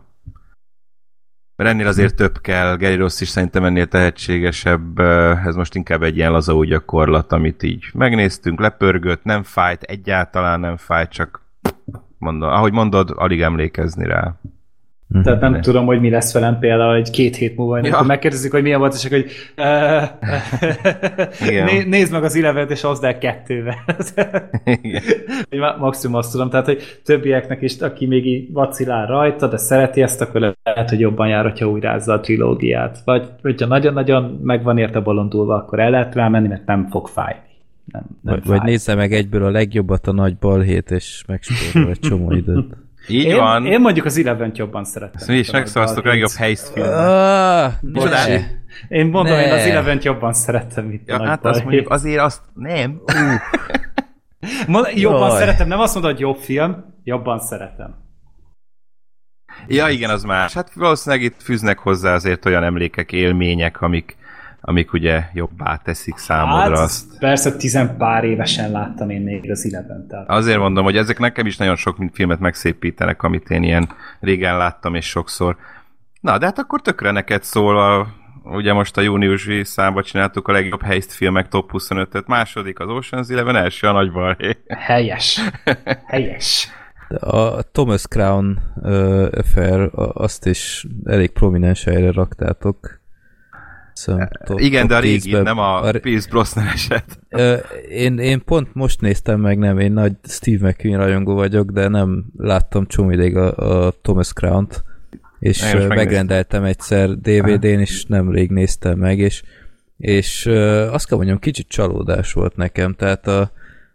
Mert ennél azért több kell. Gary Ross is szerintem ennél tehetségesebb. Ez most inkább egy ilyen laza új gyakorlat, amit így megnéztünk, lepörgött, nem fájt, egyáltalán nem fájt, csak mondom, ahogy mondod, alig emlékezni rá. Tehát nem ne. tudom, hogy mi lesz velem például egy két hét múlva, ja. akkor megkérdezik, hogy milyen volt, és akkor, hogy uh, né- nézd meg az Elevent, és hozd el kettővel. Maximum azt tudom, tehát, hogy többieknek is, aki még így vacilál rajta, de szereti ezt, akkor lehet, hogy jobban jár, hogyha újrázza a trilógiát. Vagy hogyha nagyon-nagyon meg van érte bolondulva, akkor el lehet rá menni, mert nem fog fájni. Nem, nem vagy, vagy nézze meg egyből a legjobbat, a nagy balhét, és megspórol egy csomó időt. Így én, van. Én mondjuk az Elevent jobban szeretem. Ezt mi is megszavaztuk a legjobb helyszfilmet. Uh, én mondom, ne. Én az Elevent jobban szeretem, mint ja, a hát azt mondjuk azért azt nem. Uh. jobban Jaj. szeretem, nem azt mondod, hogy jobb film, jobban szeretem. Ja, igen, az más. Hát valószínűleg itt fűznek hozzá azért olyan emlékek, élmények, amik amik ugye jobbá teszik számodra hát, azt. Persze tizen pár évesen láttam én még az Eleven. Tehát. Azért mondom, hogy ezek nekem is nagyon sok filmet megszépítenek, amit én ilyen régen láttam, és sokszor. Na, de hát akkor tökre neked szól, a, ugye most a júniusi számba csináltuk a legjobb helyzt filmek top huszonötöt, második az Ocean's Eleven, első a Nagy Balhé. Helyes. Helyes. A Thomas Crown uh, affair, azt is elég prominens helyre raktátok. Szóval top, igen, top de a régi, tízbe, nem a, a Pierce Brosnan eset. Én, én pont most néztem meg, nem, én nagy Steve McQueen rajongó vagyok, de nem láttam csomó ideig a, a Thomas Crown-t, és megrendeltem egyszer dé vé dén, és nemrég néztem meg, és, és azt kell mondjam, kicsit csalódás volt nekem, tehát a,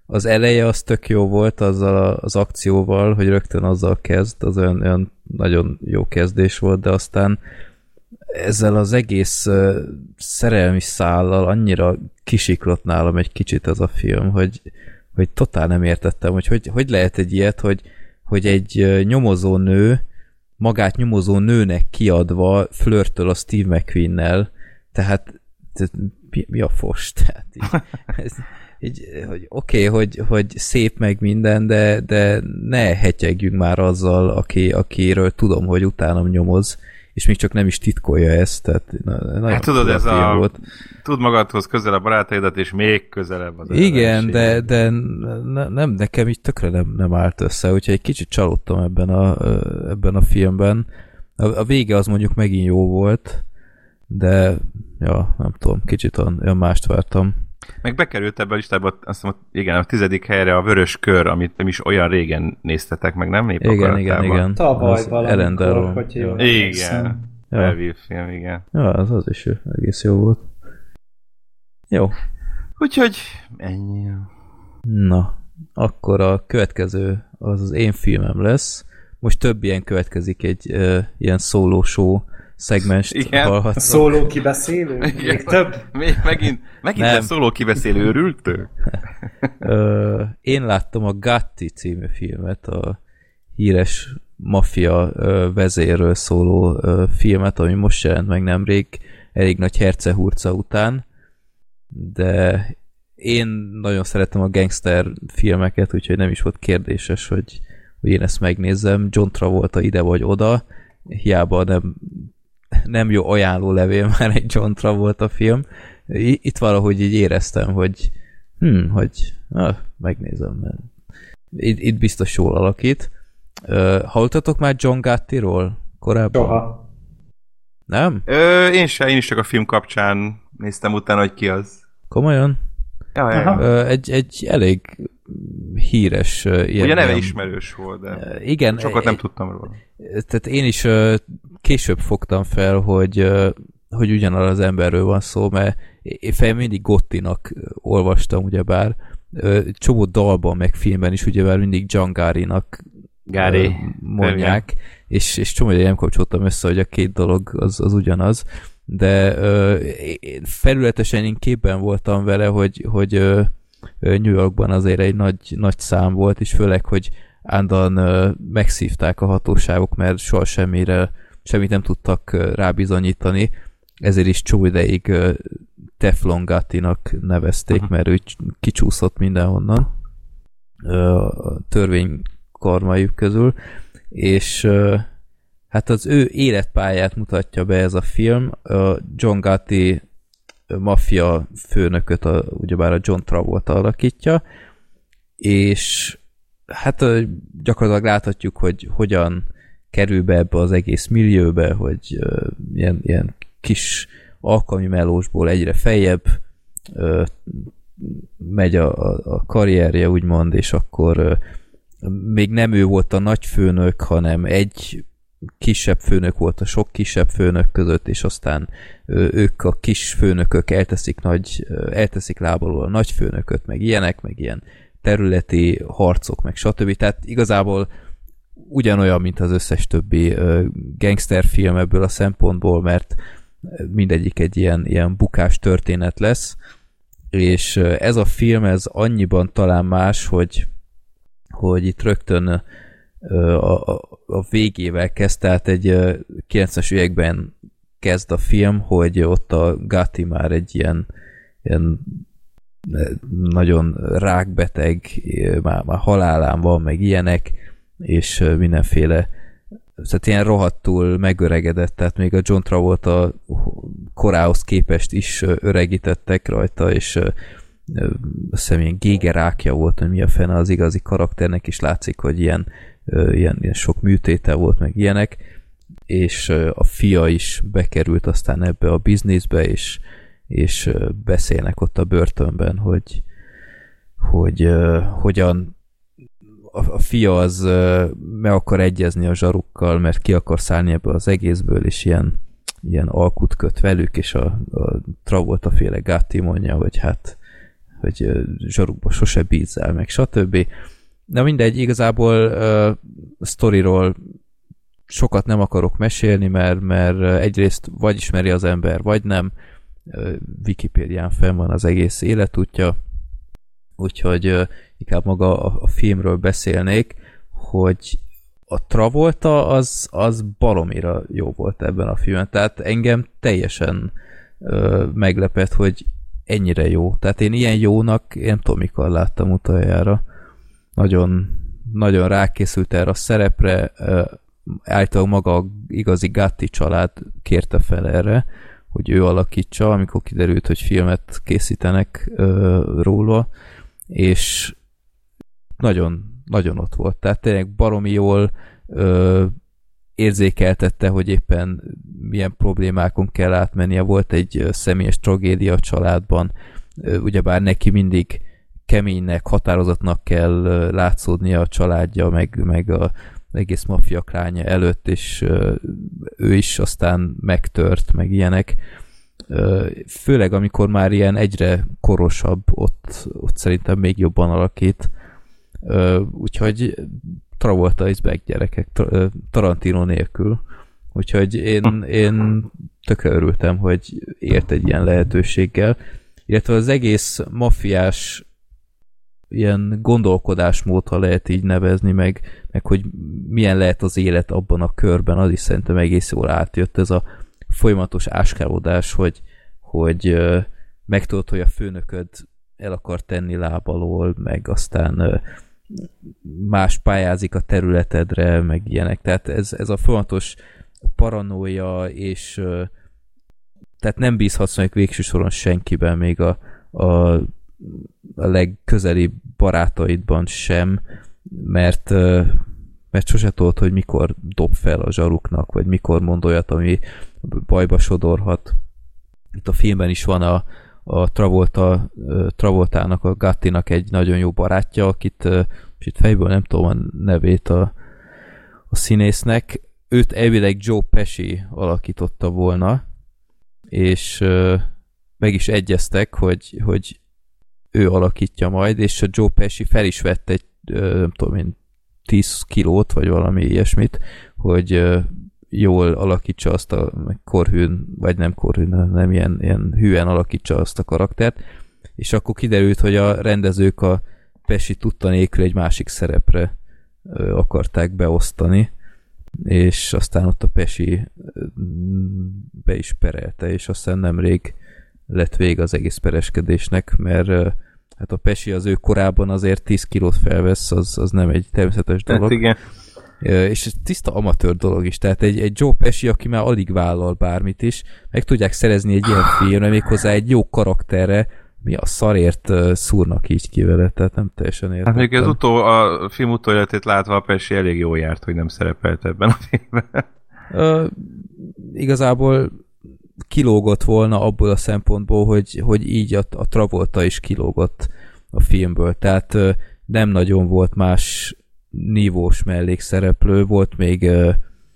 az eleje az tök jó volt azzal az akcióval, hogy rögtön azzal kezd, az olyan, olyan nagyon jó kezdés volt, de aztán ezzel az egész uh, szerelmi szállal annyira kisiklott nálam egy kicsit ez a film, hogy, hogy totál nem értettem, hogy, hogy hogy lehet egy ilyet, hogy, hogy egy uh, nyomozó nő magát nyomozó nőnek kiadva flörtöl a Steve McQueen-nel, tehát, tehát mi, mi a fos? Tehát így, ez, így, hogy oké, okay, hogy, hogy szép meg minden, de, de ne hetyegjünk már azzal, aki, akiről tudom, hogy utánam nyomoz, és még csak nem is titkolja ezt, tehát nagyon hát tudod, ez a volt. Tud magadhoz közelebb barátaidat, és még közelebb az igen, de, de ne, nem, nekem így tökre nem, nem állt össze, úgyhogy egy kicsit csalódtam ebben a, ebben a filmben. A, a vége az mondjuk megint jó volt, de ja, nem tudom, kicsit olyan, olyan mást vártam. Meg bekerült ebbe a listába, azt mondom, igen, a tizedik helyre a Vörös Kör, amit nem is olyan régen néztek meg, nem? Nép igen, igen, igen. Tavaly valamikor, hogy jó. Igen, Elville film, igen. Ja, az az is egész jó volt. Jó. Úgyhogy ennyi. Na, akkor a következő az az én filmem lesz. Most több ilyen következik, egy uh, ilyen szóló show szegmenst hallhatszok. Szóló kibeszélő? Még több? Még megint, megint lesz szóló kibeszélő, örültök? uh, én láttam a Gatti című filmet, a híres maffia uh, vezérről szóló uh, filmet, ami most jelent meg nemrég, elég nagy hercehurca után, de én nagyon szeretem a gangster filmeket, úgyhogy nem is volt kérdéses, hogy, hogy én ezt megnézzem. John Travolta ide vagy oda, hiába nem, nem jó ajánlólevél már egy John Travolta film. Itt valahogy így éreztem, hogy hm, hogy ah, megnézem, mert itt, itt biztos jól alakít. Uh, hallottatok már John Gattiról korábban? Soha. Nem? Ö, én se, én is csak a film kapcsán néztem utána, hogy ki az. Komolyan? Ja, ja, ja. Uh, egy, egy elég híres uh, ilyen... Ugye neve ismerős volt, de uh, igen, sokat nem tudtam róla. Tehát én is uh, később fogtam fel, hogy, uh, hogy ugyanarra az emberről van szó, mert én fel mindig Gottinak olvastam, ugyebár. Uh, csomó dalban, meg filmben is ugyebár mindig Giangárinak Gári. mondják, és, és csomó nem kapcsoltam össze, hogy a két dolog az, az ugyanaz, de ö, felületesen én képben voltam vele, hogy, hogy ö, New Yorkban azért egy nagy, nagy szám volt, és főleg, hogy állandóan ö, megszívták a hatóságok, mert soha semmire, semmit nem tudtak ö, rábizonyítani, ezért is csomó ideig ö, Teflon Gattinak nevezték, uh-huh. mert ő kicsúszott mindenhonnan ö, a törvény karmájuk közül, és uh, hát az ő életpályát mutatja be ez a film. A John Gotti maffia főnököt, a, ugyebár a John Travolta alakítja, és hát uh, gyakorlatilag láthatjuk, hogy hogyan kerül be ebbe az egész millióbe, hogy uh, ilyen, ilyen kis alkalmi melósból egyre feljebb uh, megy a, a, a karrierje, úgymond, és akkor uh, még nem ő volt a nagy főnök, hanem egy kisebb főnök volt a sok kisebb főnök között, és aztán ők a kis főnökök elteszik, nagy, elteszik lábalól a nagy főnököt, meg ilyenek, meg ilyen területi harcok, meg stb. Tehát igazából ugyanolyan, mint az összes többi gangsterfilm ebből a szempontból, mert mindegyik egy ilyen, ilyen bukás történet lesz, és ez a film, ez annyiban talán más, hogy hogy itt rögtön a, a, a végével kezd, tehát egy kilencvenes években kezd a film, hogy ott a Gotti már egy ilyen, ilyen nagyon rákbeteg, már, már halálán van, meg ilyenek, és mindenféle, tehát ilyen rohadtul megöregedett, tehát még a John Travolta korához képest is öregítettek rajta, és azt hiszem ilyen gégerákja volt, hogy mi a fene az igazi karakternek, is látszik, hogy ilyen, ilyen, ilyen sok műtéte volt, meg ilyenek, és a fia is bekerült aztán ebbe a bizniszbe, és, és beszélnek ott a börtönben, hogy, hogy uh, hogyan a, a fia az uh, meg akar egyezni a zsarukkal, mert ki akar szállni ebből az egészből, és ilyen, ilyen alkut köt velük, és a, a Travolta féle Gotti mondja, hogy hát hogy zsarukba sose bízzál, meg stb. Na mindegy, igazából uh, sztoriról sokat nem akarok mesélni, mert, mert egyrészt vagy ismeri az ember, vagy nem. Uh, Wikipédián fenn van az egész életútja, úgyhogy uh, inkább maga a, a filmről beszélnék, hogy a Travolta az, az baromira jó volt ebben a filmben, tehát engem teljesen uh, meglepett, hogy ennyire jó. Tehát én ilyen jónak, én nem tudom, mikor láttam utoljára. Nagyon, nagyon rákészült erre a szerepre, uh, általában maga a igazi Gatti család kérte fel erre, hogy ő alakítsa, amikor kiderült, hogy filmet készítenek uh, róla, és nagyon, nagyon ott volt. Tehát tényleg baromi jól uh, érzékeltette, hogy éppen milyen problémákon kell átmennie. Volt egy uh, személyes tragédia a családban, uh, ugyebár neki mindig keménynek, határozatnak kell uh, látszódnia a családja, meg, meg a egész maffia klánja előtt, és uh, ő is aztán megtört, meg ilyenek. Uh, főleg amikor már ilyen egyre korosabb, ott, ott szerintem még jobban alakít. Uh, úgyhogy Travolta is back, gyerekek, Tarantino nélkül. Úgyhogy én, én tökre örültem, hogy ért egy ilyen lehetőséggel. Illetve az egész maffiás ilyen gondolkodásmód, ha lehet így nevezni, meg, meg hogy milyen lehet az élet abban a körben, az is szerintem egész jól átjött, ez a folyamatos áskálódás, hogy, hogy uh, megtudod, hogy a főnököd el akar tenni lábalól, meg aztán uh, más pályázik a területedre, meg ilyenek. Tehát ez, ez a folyamatos paranoia, és uh, tehát nem bízhatsz meg végső soron senkiben, még a, a, a legközelibb barátaidban sem, mert uh, mert sose tudod, hogy mikor dob fel a zsaruknak, vagy mikor mond olyat, ami bajba sodorhat. Itt a filmben is van a, a Travolta, Travoltának, a Gattinak egy nagyon jó barátja, akit, és itt fejből nem tudom a nevét a, a színésznek, őt elvileg Joe Pesci alakította volna, és meg is egyeztek, hogy, hogy ő alakítja majd, és a Joe Pesci fel is vett egy, nem tudom én, tíz kilót, vagy valami ilyesmit, hogy jól alakítsa azt a korhűn, vagy nem korhűn, nem ilyen, ilyen hűen alakítsa azt a karaktert, és akkor kiderült, hogy a rendezők a Pesci tudta nélkül egy másik szerepre akarták beosztani, és aztán ott a Pesci be is perelte, és aztán nemrég lett vége az egész pereskedésnek, mert hát a Pesci az ő korában azért tíz kilót felvesz, az, az nem egy természetes dolog. Hát igen. És ez tiszta amatőr dolog is. Tehát egy, egy Joe Pesci, aki már alig vállal bármit is, meg tudják szerezni egy ilyen filmre, méghozzá egy jó karakterre, mi a szarért uh, szúrnak így ki vele, tehát nem teljesen értem. Hát még az utó, a film utóéletét látva a Pesci elég jól járt, hogy nem szerepelt ebben a filmben. Uh, igazából kilógott volna abból a szempontból, hogy, hogy így a, a Travolta is kilógott a filmből. Tehát uh, nem nagyon volt más nívós mellékszereplő. Volt még uh,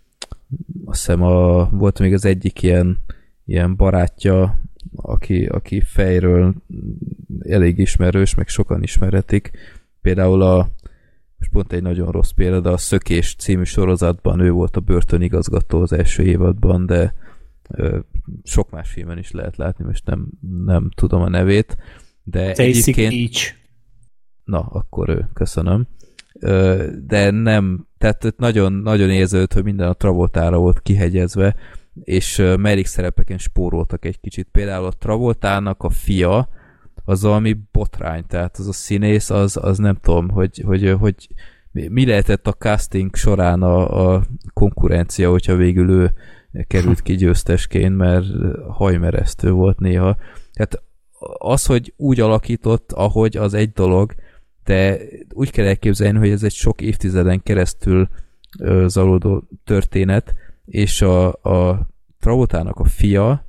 azt hiszem a, volt még az egyik ilyen, ilyen barátja, aki, aki fejről elég ismerős, meg sokan ismerhetik. Például a most pont egy nagyon rossz példa, de a Szökés című sorozatban ő volt a börtönigazgató az első évadban, de ö, sok más filmen is lehet látni, most nem, nem tudom a nevét, de Basic egyébként... Beach. Na, akkor ő, köszönöm. Ö, de nem, tehát nagyon, nagyon érződött, hogy minden a Travoltára volt kihegyezve, és uh, mellékszerepeken spóroltak egy kicsit. Például a Travoltának a fia, az valami botrány, tehát az a színész, az, az nem tudom, hogy, hogy, hogy mi lehetett a casting során a, a konkurencia, hogyha végül ő került ki győztesként, mert hajmeresztő volt néha. Tehát az, hogy úgy alakított, ahogy, az egy dolog, de úgy kell elképzelni, hogy ez egy sok évtizeden keresztül uh, zalódó történet, és a, a Travoltának a fia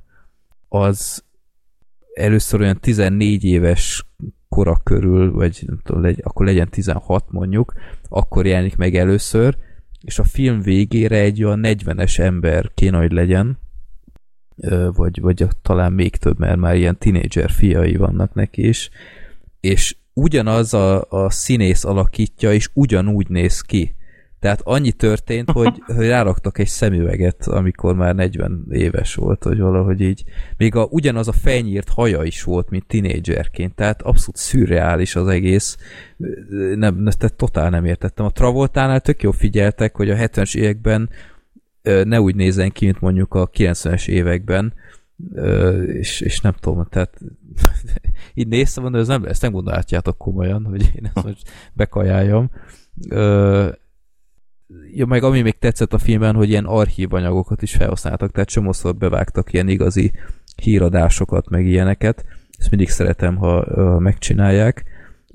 az először olyan tizennégy éves kora körül, vagy nem tudom, legy, akkor legyen tizenhat mondjuk, akkor jelenik meg először, és a film végére egy olyan negyvenes ember kéne, hogy legyen, vagy, vagy talán még több, mert már ilyen tinédzser fiai vannak neki is, és ugyanaz a, a színész alakítja, és ugyanúgy néz ki. Tehát annyi történt, hogy, hogy ráraktak egy szemüveget, amikor már negyven éves volt, hogy valahogy így. Még a, ugyanaz a felnyírt haja is volt, mint tinédzserként, tehát abszolút szürreális az egész. Nem, tehát totál nem értettem. A Travoltánál tök jó figyeltek, hogy a hetvenes években ne úgy nézzen ki, mint mondjuk a kilencvenes években, és, és nem tudom, tehát így néztem, mondom, ez nem, ezt nem gondolhatjátok komolyan, hogy én ezt most bekajáljam. Ja, meg ami még tetszett a filmben, hogy ilyen archív anyagokat is felhasználtak, tehát csomószor bevágtak ilyen igazi híradásokat, meg ilyeneket. Ezt mindig szeretem, ha, ha megcsinálják.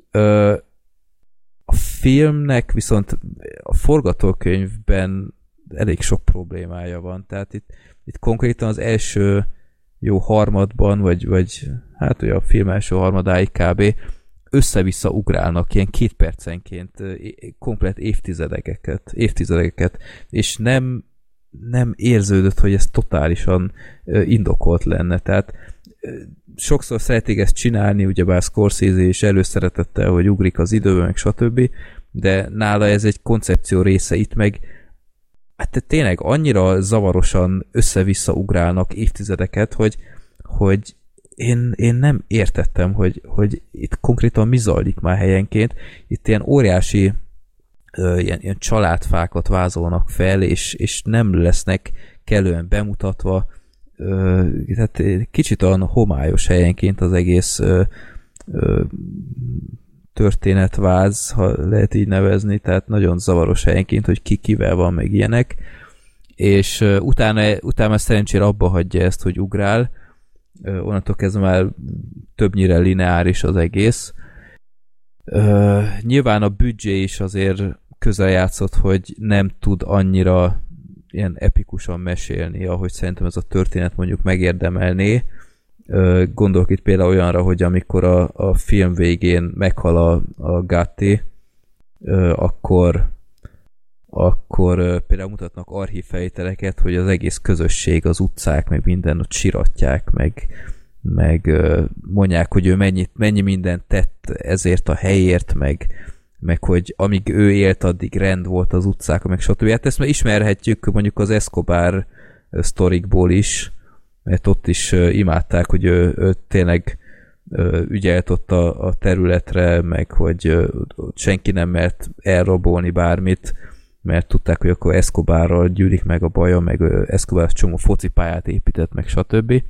A filmnek viszont a forgatókönyvben elég sok problémája van, tehát itt, itt konkrétan az első jó harmadban, vagy, vagy hát ugye a film első harmadáig kb. Össze-vissza ugrálnak ilyen két percenként komplet évtizedeket, évtizedeket, és nem, nem érződött, hogy ez totálisan indokolt lenne. Tehát sokszor szeretik ezt csinálni, ugyebár Scorsese is előszeretette, hogy ugrik az időben, meg stb., de nála ez egy koncepció része, itt meg hát tényleg annyira zavarosan össze-vissza ugrálnak évtizedeket, hogy, hogy én, én nem értettem, hogy, hogy itt konkrétan mi zajlik már helyenként. Itt ilyen óriási ö, ilyen, ilyen családfákat vázolnak fel, és, és nem lesznek kellően bemutatva. Ö, tehát kicsit olyan homályos helyenként az egész ö, ö, történetváz, ha lehet így nevezni, tehát nagyon zavaros helyenként, hogy ki kivel van, meg ilyenek, és uh, utána, utána szerencsére abba hagyja ezt, hogy ugrál, uh, onnantól kezdve már többnyire lineáris az egész. Uh, nyilván a büdzsé is azért közel játszott, hogy nem tud annyira ilyen epikusan mesélni, ahogy szerintem ez a történet mondjuk megérdemelné. Gondolok itt például olyanra, hogy amikor a, a film végén meghal a, a Gatti, akkor, akkor például mutatnak archív felvételeket, hogy az egész közösség, az utcák, meg minden ott siratják, meg, meg mondják, hogy ő mennyit, mennyi mindent tett ezért a helyért, meg, meg hogy amíg ő élt, addig rend volt az utcákon, meg stb. Hát ezt már ismerhetjük mondjuk az Escobar sztorikból is, mert ott is uh, imádták, hogy ő, ő tényleg uh, ügyelt ott a, a területre, meg hogy uh, senki nem mert elrabolni bármit, mert tudták, hogy akkor Escobarral gyűlik meg a baja, meg uh, Escobar csomó focipályát épített, meg stb.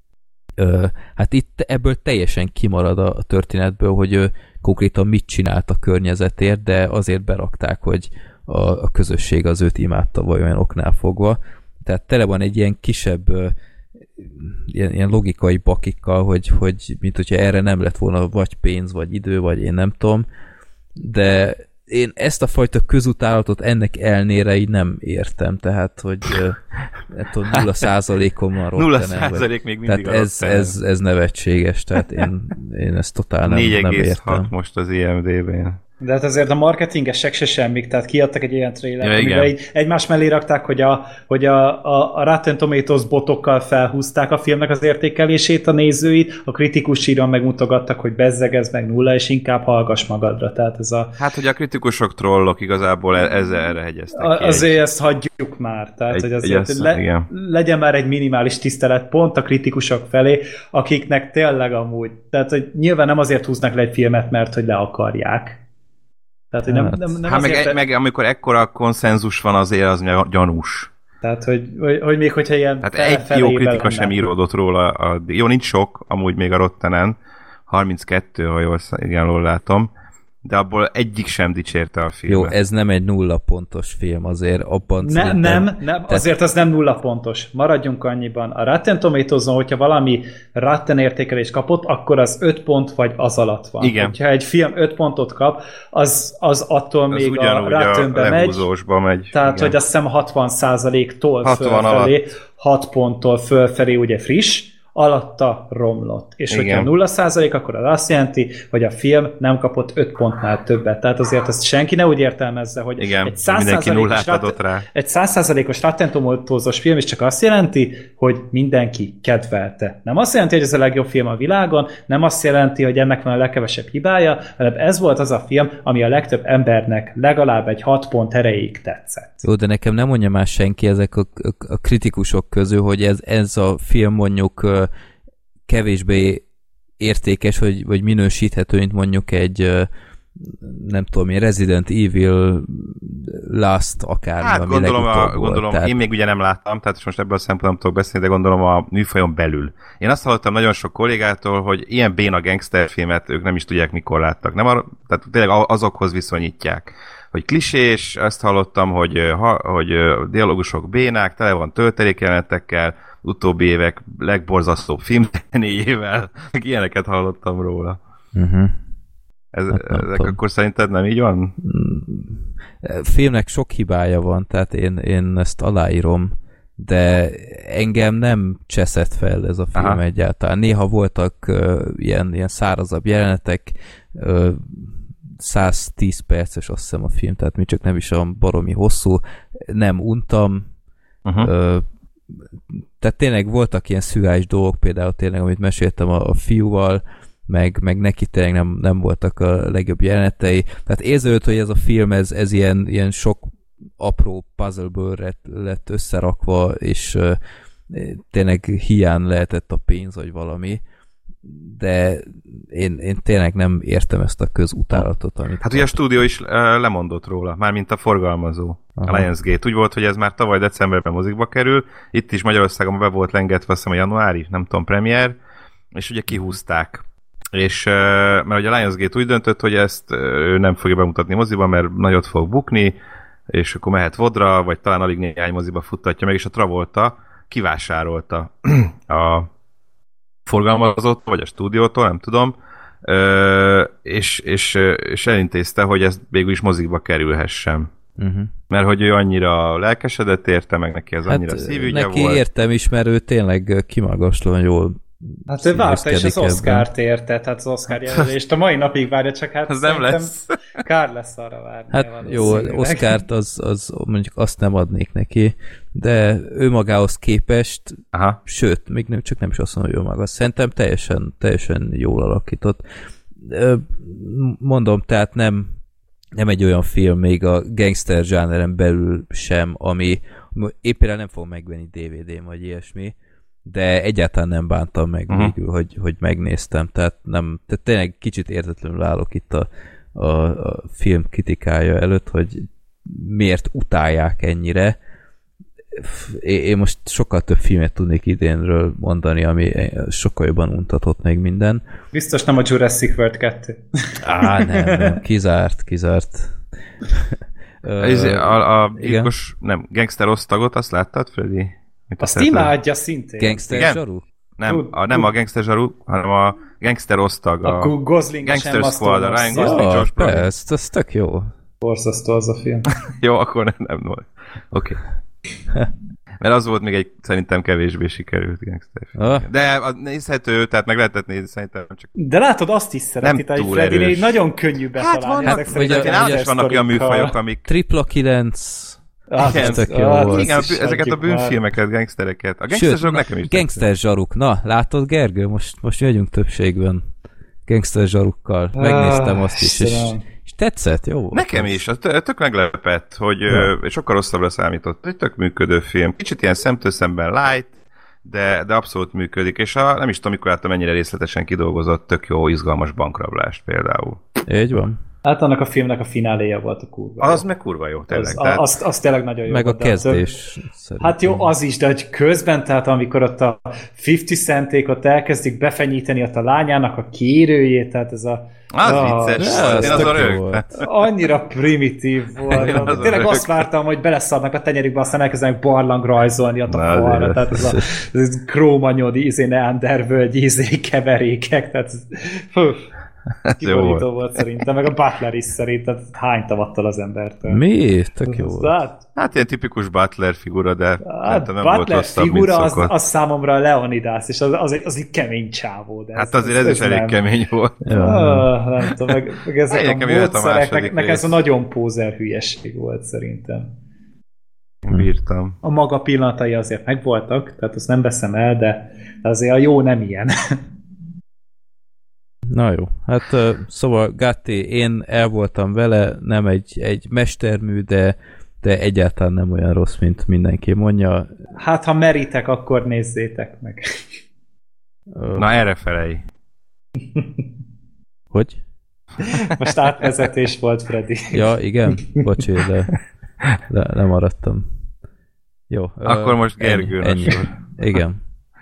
Uh, hát itt ebből teljesen kimarad a, a történetből, hogy ő konkrétan mit csinált a környezetért, de azért berakták, hogy a, a közösség az őt imádta, vagy olyan oknál fogva. Tehát tele van egy ilyen kisebb uh, Ilyen, ilyen logikai bakikkal, hogy, hogy mint hogyha erre nem lett volna vagy pénz, vagy idő, vagy én nem tudom, de én ezt a fajta közutálatot ennek elnére így nem értem, tehát, hogy nem tudom, nulla százalékon van Rottenen. Nulla százalék még mindig tehát ez, ez, ez nevetséges, tehát én, én ezt totál nem, nem értem. most az I M D B-n. De hát azért a marketingesek se semmik, tehát kiadtak egy ilyen trailert, ja, amivel így egymás mellé rakták, hogy a, hogy a, a, a Rotten Tomatoes botokkal felhúzták a filmnek az értékelését, a nézőit, a kritikus síron megmutogattak, hogy bezzeg, ez meg nulla, és inkább hallgass magadra. Tehát ez a... Hát, hogy a kritikusok trollok igazából ezzel erre hegyeztek a, Azért egy... ezt hagyjuk már. Tehát, egy, hogy azért egy le, legyen már egy minimális tisztelet pont a kritikusok felé, akiknek tényleg amúgy. Tehát, hogy nyilván nem azért húznak le egy filmet, mert hogy le akarják. Tehát, hogy nem, nem, nem hát meg, e, meg amikor ekkora konszenzus van, azért az gyanús. Tehát, hogy, hogy, hogy még hogyha ilyen hát egy jó kritika sem íródott róla. A, jó, nincs sok, amúgy még a Rottenen. harminckettő, ha jól, igen, jól látom. De abból egyik sem dicsérte a filmet. Jó, ez nem egy nulla pontos film, azért abban ne, szerintem... Nem, nem, tehát... azért az nem nulla pontos. Maradjunk annyiban. A Rotten Tomatoes-on, hogyha valami Rotten értékelést kapott, akkor az öt pont vagy az alatt van. Igen. Hogyha egy film öt pontot kap, az, az attól az még a Rottenbe megy. megy. Tehát, igen. Hogy azt hiszem hatvan százaléktól fölfelé, hat ponttól fölfelé ugye friss, alatta romlott. És Igen. hogyha nulla százalék, akkor az azt jelenti, hogy a film nem kapott öt pontnál többet. Tehát azért ezt senki ne úgy értelmezze, hogy Igen, egy száz mindenki nullát rat- adott rá. egy száz százalékos Rotten Tomatoes-os film is csak azt jelenti, hogy mindenki kedvelte. Nem azt jelenti, hogy ez a legjobb film a világon, nem azt jelenti, hogy ennek van a legkevesebb hibája, hanem ez volt az a film, ami a legtöbb embernek legalább egy hat pont erejéig tetszett. Jó, de nekem nem mondja már senki ezek a, a, a kritikusok közül, hogy ez, ez a film mondjuk kevésbé értékes, vagy, vagy minősíthető, mint mondjuk egy nem tudom én, Resident Evil Last akár. Hát gondolom, a, gondolom tehát... én még ugye nem láttam, tehát most ebből a szempontból nem tudok beszélni, de gondolom a műfajon belül. Én azt hallottam nagyon sok kollégától, hogy ilyen béna gangsterfilmet ők nem is tudják, mikor láttak. Nem arra, tehát tényleg azokhoz viszonyítják. Hogy klisés, azt hallottam, hogy, ha, hogy dialógusok bénák, tele van töltelékjelenetekkel, utóbbi évek legborzasztóbb filmzenéjével, ilyeneket hallottam róla. Uh-huh. Ez, hát ezek akkor szerinted nem így van? Filmnek sok hibája van, tehát én, én ezt aláírom, de engem nem cseszett fel ez a film Aha. egyáltalán. Néha voltak uh, ilyen, ilyen szárazabb jelenetek, uh, száz tíz perces azt hiszem a film, tehát mi csak nem is olyan baromi hosszú, nem untam, uh-huh. uh, tehát tényleg voltak ilyen szürális dolgok, például tényleg, amit meséltem a, a fiúval, meg, meg neki tényleg nem, nem voltak a legjobb jelenetei. Tehát érződött, hogy ez a film, ez, ez ilyen, ilyen sok apró puzzleből lett, lett összerakva, és uh, tényleg hiány lehetett a pénz, vagy valami. De én, én tényleg nem értem ezt a közutálatot. Amit hát ugye a stúdió is uh, lemondott róla, mármint a forgalmazó, Aha. a Lionsgate. Úgy volt, hogy ez már tavaly decemberben mozikba kerül, itt is Magyarországon be volt lengetve, azt hiszem a januári, nem tudom, premier, és ugye kihúzták. És uh, mert ugye a Lionsgate úgy döntött, hogy ezt uh, ő nem fogja bemutatni moziba, mert nagyot fog bukni, és akkor mehet vodra, vagy talán alig néhány moziba futtatja meg, és a Travolta kivásárolta a forgalmazott, vagy a stúdiótól, nem tudom, uh, és, és, és elintézte, hogy ez végül is mozikba kerülhessen. Uh-huh. Mert hogy ő annyira lelkesedett érte, meg neki ez hát annyira szívügye neki volt. Neki értem is, mert ő tényleg kimagaslóan jól hát ő várta is az Oscart érte, tehát az Oscar jelölést a mai napig várja, csak hát az nem lesz. Kár lesz arra várni. Hát jó, Oscart az, az mondjuk azt nem adnék neki, de ő magához képest, Aha. sőt, még nem, csak nem is azt mondom, hogy ő maga. Szerintem teljesen, teljesen jól alakított. Mondom, tehát nem, nem egy olyan film még a gangster zsáneren belül sem, ami éppen nem fog megvenni dé vé dén vagy ilyesmi, de egyáltalán nem bántam meg uh-huh. végül, hogy, hogy megnéztem, tehát, nem, tehát tényleg kicsit értetlenül állok itt a, a, a film kritikája előtt, hogy miért utálják ennyire. Én most sokkal több filmet tudnék idénről mondani, ami sokkal jobban untatott meg minden. Biztos nem a Jurassic World kettő. Á, nem, nem, kizárt, kizárt. Ez a, a gyilkos, nem, gangster osztagot, azt láttad, Freddy? Azt imádja szintén. Gangster zsaru? Nem, a, nem a gangster zsaru, hanem a gangster osztag. A, a Gosling Gangster Squad, a Ryan Gosling, Josh Brolin. Ez, ez tök jó. Borzasztó az a film. Jó, akkor nem, nem volt. Oké. Okay. Mert az volt még egy szerintem kevésbé sikerült gangster film. Ah. De nézhető, tehát meg lehetett nézni szerintem csak... De látod, azt is szereti, tehát Freddy nagyon könnyű betalálni. Hát van, ezek szerint hát, vannak olyan műfajok, amik... Tripla kilenc... Ah, igen, ah, igen, ezeket a bűnfilmeket, gangstereket. A gangster zsaruk nekem is. Gangster zsaruk. Na, látod, Gergő? Most, most jöjjünk többségben. Gangster zsarukkal. Megnéztem azt is, és, és tetszett, jó? Nekem is. Tök meglepett, hogy ja. sokkal rosszabbra számított. Egy tök működő film. Kicsit ilyen szemtől szemben light, de, de abszolút működik. És a, nem is tudom, mikor láttam, mennyire részletesen kidolgozott tök jó, izgalmas bankrablást például. Így van. Hát annak a filmnek a fináléja volt a kurva. Az meg kurva jó, tényleg. Az, tehát... az, az tényleg nagyon jó. Meg a kezdés. Hát jó, az is, de hogy közben, tehát amikor ott a ötven centék ott elkezdik befenyíteni ott a lányának a kérőjét, tehát ez a... Az ah, vicces, ja, én azon rögtem. Annyira primitív volt. Tényleg azt vártam, hogy beleszarnak a tenyerükbe, aztán elkezdenek barlang rajzolni ott a falra, tehát ez a, ez krómanyodi, izé neandervölgyi, izé keverékek, tehát ez, Kiborító volt szerintem, meg a Butler is szerintem hány tavattal az embertől. Mi? Tök jó. Hát, hát ilyen tipikus Butler figura, de hát, nem Butler volt rosszabb, figura az, az számomra a Leonidas, és az, az, egy, az egy kemény csávó. De hát ez, azért ez, ez is elég nem. kemény volt. Ja. Ah, nem tudom, meg, meg ezek a módszerek, meg, meg ez a nagyon pózer hülyeség volt szerintem. Bírtam. A maga pillanatai azért megvoltak, tehát azt nem veszem el, de azért a jó nem ilyen. Na jó, hát szóval Gatti, én el voltam vele, nem egy, egy mestermű, de, de egyáltalán nem olyan rossz, mint mindenki mondja. Hát ha meritek, akkor nézzétek meg. Na erre felej. Hogy? Most átvezetés volt, Freddy. Ja, igen, bocsi, de, de nem maradtam. Jó. Akkor uh, most Gergő. Ennyi, ennyi. Igen.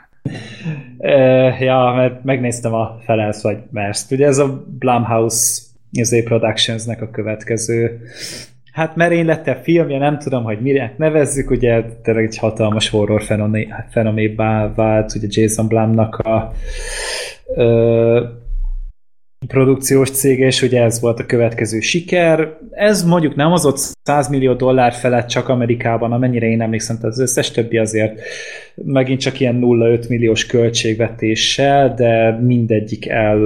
Uh, ja, mert megnéztem a Felelsz vagy Merst. Ugye ez a Blumhouse Productionsnek a következő. Hát merénylete filmje, nem tudom, hogy mire nevezzük, ugye tényleg egy hatalmas horror fenoménbá vált, ugye Jason Blumnak a uh, produkciós cége, és ugye ez volt a következő siker. Ez mondjuk nem hozott száz millió dollár felett csak Amerikában, amennyire én emlékszem, tehát az összes többi azért megint csak ilyen nulla egész öt milliós költségvetéssel, de mindegyik el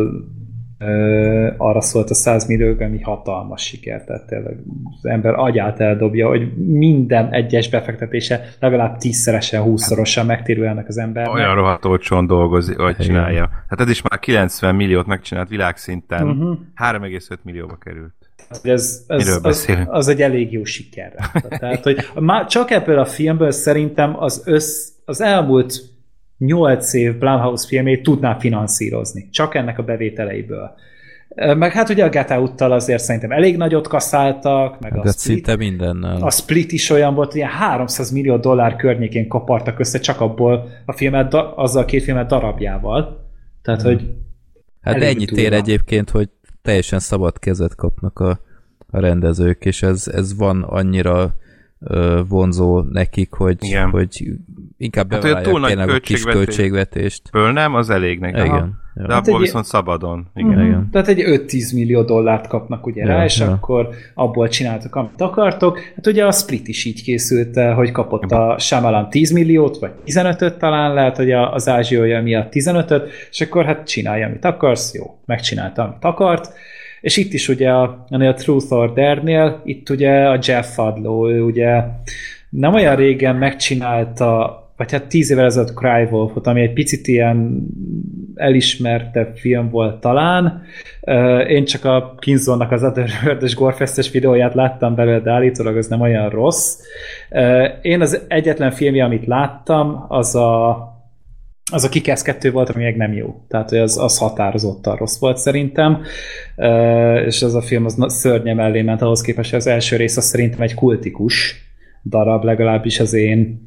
ö, arra szólt a száz millió, ami hatalmas siker, tehát tényleg az ember agyát eldobja, hogy minden egyes befektetése legalább tízszeresen, húszszorosan megtérül ennek az embernek. Olyan rohadt olcsón dolgozik, vagy csinálja. Hát ez is már kilencven milliót megcsinált világszinten, uh-huh. három egész öt millióba került. Ez, ez, az, az egy elég jó siker. Tehát, hogy már csak ebből a filmből szerintem az, össz, az elmúlt nyolc év Blumhouse filmét tudná finanszírozni. Csak ennek a bevételeiből. Meg hát ugye a Get Out-tal azért szerintem elég nagyot kasszáltak, meg hát a Split, mindennel. A Split is olyan volt, hogy ilyen háromszáz millió dollár környékén kapartak össze csak abból a filmet, azzal a két filmet darabjával. Tehát, hmm. hogy hát de ennyit ér egyébként, hogy teljesen szabad kezet kapnak a, a rendezők, és ez, ez van annyira ö, vonzó nekik, hogy, hogy inkább bevállalják hát, tényleg a kis költségvetést. Föl nem, az elég neki. Igen. Ja. De hát abból viszont egy, szabadon. Igen. Uh-huh. Igen. Tehát egy öt-tíz millió dollárt kapnak ugye ja, rá, és ja. akkor abból csináltak, amit akartok. Hát ugye a Split is így készült, hogy kapott a Shyamalan tíz milliót, vagy tizenötöt talán lehet, hogy az ázsiója miatt tizenötöt, és akkor hát csinálja, amit akarsz, jó, megcsinálta, amit akart. És itt is ugye a, a Truth or Dare-nél, itt ugye a Jeff Fadlow, ő ugye nem olyan régen megcsinálta, vagy hát tíz évvel ezelőtt Cry Wolf-ot, ami egy picit ilyen elismertebb film volt talán. Én csak a Kinzonnak az Otherworld-es Gorefest-es videóját láttam belőle, de állítólag az nem olyan rossz. Én az egyetlen filmje, amit láttam, az a az a Kick-Ass kettő volt, ami még nem jó. Tehát, hogy az, az határozottan rossz volt szerintem. És ez a film az szörnye mellé ment ahhoz képest, hogy az első rész az szerintem egy kultikus darab, legalábbis az én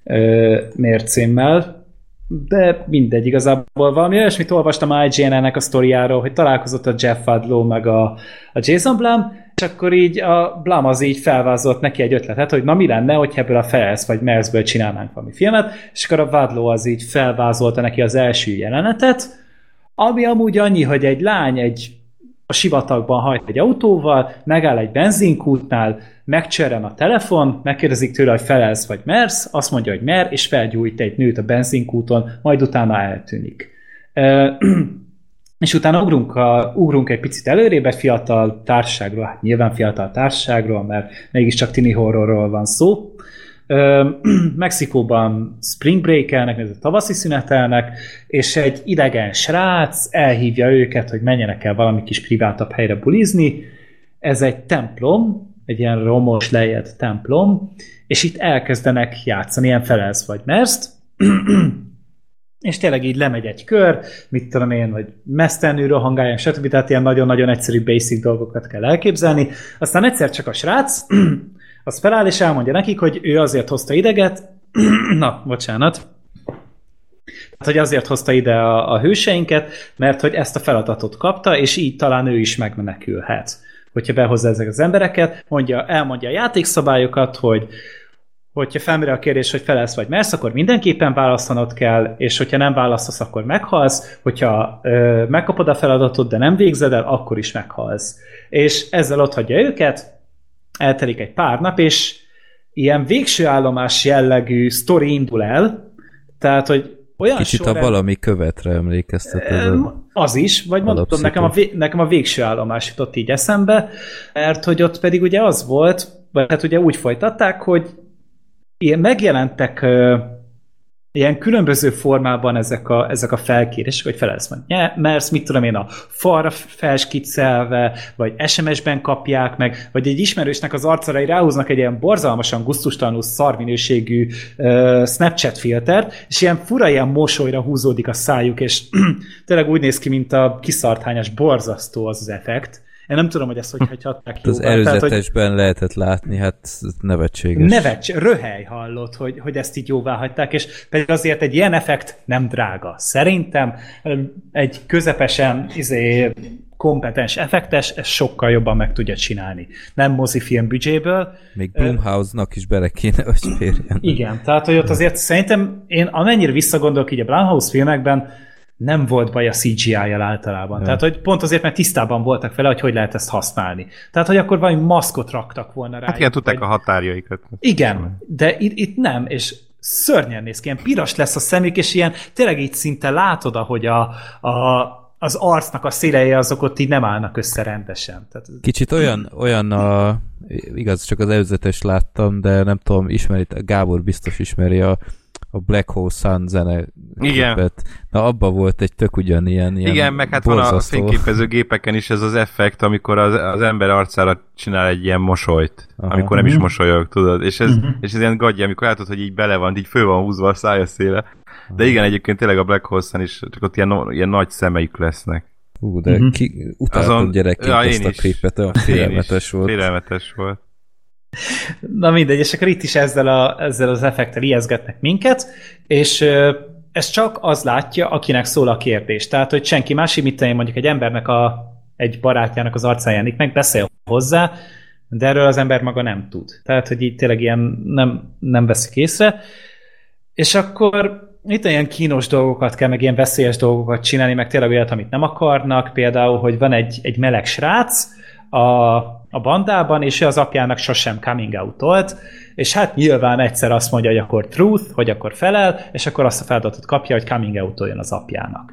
mércémmel, de mindegy, igazából valami olyasmit olvastam I G N N-nek a sztoriáról, hogy találkozott a Jeff Fadlow meg a, a Jason Blum, és akkor így a Blum az így felvázolt neki egy ötletet, hogy na mi lenne, hogy ebből a Felsz vagy Mersből csinálnánk valami filmet, és akkor a Fadlow az így felvázolta neki az első jelenetet, ami amúgy annyi, hogy egy lány egy a sivatagban hajt egy autóval, megáll egy benzinkútnál, megcserren a telefon, megkérdezik tőle, hogy felelsz vagy mersz, azt mondja, hogy mer, és felgyújt egy nőt a benzinkúton, majd utána eltűnik. E, és utána ugrunk, a, ugrunk egy picit előrébb egy fiatal társaságról, hát nyilván fiatal társaságról, mert mégiscsak tini horrorról van szó. E, Mexikóban spring breakelnek, ez a tavaszi szünetelnek, és egy idegen srác elhívja őket, hogy menjenek el valami kis privátabb helyre bulizni. Ez egy templom, egy ilyen romos lejjed templom, és itt elkezdenek játszani, ilyen felelsz vagy merzt, és tényleg így lemegy egy kör, mit tudom én, hogy mesztelenül rohangálják, stb. Tehát ilyen nagyon-nagyon egyszerű basic dolgokat kell elképzelni. Aztán egyszer csak a srác, az feláll és elmondja nekik, hogy ő azért hozta ideget, na, bocsánat, tehát, hogy azért hozta ide a, a hőseinket, mert hogy ezt a feladatot kapta, és így talán ő is megmenekülhet. Hogyha behozza ezek az embereket, mondja, elmondja a játékszabályokat, hogy, hogyha felmerül a kérdés, hogy felelsz vagy mersz, akkor mindenképpen választanod kell, és hogyha nem választasz, akkor meghalsz, hogyha ö, megkapod a feladatot, de nem végzed el, akkor is meghalsz. És ezzel ott hagyja őket, eltelik egy pár nap, és ilyen végső állomás jellegű sztori indul el, tehát, hogy olyan kicsit sorrend... a valami követre emlékeztet. Ez az is, vagy mondom, nekem a, vé... nekem a végső állomás jutott így eszembe, mert hogy ott pedig ugye az volt, vagy hát ugye úgy folytatták, hogy ilyen megjelentek uh, ilyen különböző formában ezek a, ezek a felkérések, hogy felelsz majd, mersz, mit tudom én, a falra felskiccelve, vagy es em es-ben kapják meg, vagy egy ismerősnek az arcára ráhúznak egy ilyen borzalmasan gusztustalanul szarminőségű uh, Snapchat filtert, és ilyen fura ilyen mosolyra húzódik a szájuk, és tényleg úgy néz ki, mint a kiszarthányás, borzasztó az az effekt. Én nem tudom, hogy ezt hogy hagyhatták jóvá. Az előzetesben tehát, hogy lehetett látni, hát nevetséges. Nevetséges, röhely hallott, hogy, hogy ezt így jóvá hagyták, és pedig azért egy ilyen effekt nem drága. Szerintem egy közepesen izé, kompetens effektes, ezt sokkal jobban meg tudja csinálni. Nem mozifilm büdzséből. Még Blumhouse-nak is bele kéne, hogy férjen. Igen, tehát hogy ott azért szerintem én amennyire visszagondolok így a Blumhouse filmekben, nem volt baj a cé gé í-jal általában. Ja. Tehát, hogy pont azért, mert tisztában voltak vele, hogy hogy lehet ezt használni. Tehát, hogy akkor valami maszkot raktak volna rá. Hát igen, tudták vagy... a határjaikat. Igen, de itt, itt nem, és szörnyen néz ki, ilyen piros lesz a szemük, és ilyen tényleg így szinte látod, ahogy a, a, az arcnak a szélei azok ott így nem állnak össze rendesen. Tehát... Kicsit olyan, olyan a, igaz, csak az előzetes láttam, de nem tudom, ismeri, Gábor biztos ismeri a a Black Hole Sun zene képet. Na, abban volt egy tök ugyanilyen ilyen igen, meg hát borzasztó. Van a fényképező gépeken is ez az effekt, amikor az, az ember arcára csinál egy ilyen mosolyt, aha, amikor nem is mosolyog, tudod, és ez, uh-huh. és ez ilyen gadja, amikor látod, hogy így bele van, így fő van húzva a szája széle. De igen, egyébként tényleg a Black Hole Sun is, csak ott ilyen, ilyen nagy szemeik lesznek. Ú, de uh-huh. ki, utáltam gyerekként ja, ezt a képet, olyan félelmetes volt. Félelmetes volt. Na mindegy, és akkor itt is ezzel, a, ezzel az effektel ijeszgetnek minket, és ez csak az látja, akinek szól a kérdés. Tehát, hogy senki más, mit tenni, mondjuk egy embernek, a, egy barátjának az arcán jelenik meg, beszél hozzá, de erről az ember maga nem tud. Tehát, hogy így tényleg ilyen nem, nem veszik észre. És akkor itt ilyen kínos dolgokat kell, meg ilyen veszélyes dolgokat csinálni, meg tényleg olyat, amit nem akarnak. Például, hogy van egy, egy meleg srác a, a bandában, és ő az apjának sosem coming out-olt, és hát nyilván egyszer azt mondja, hogy akkor truth, hogy akkor felel, és akkor azt a feladatot kapja, hogy coming out-oljon az apjának.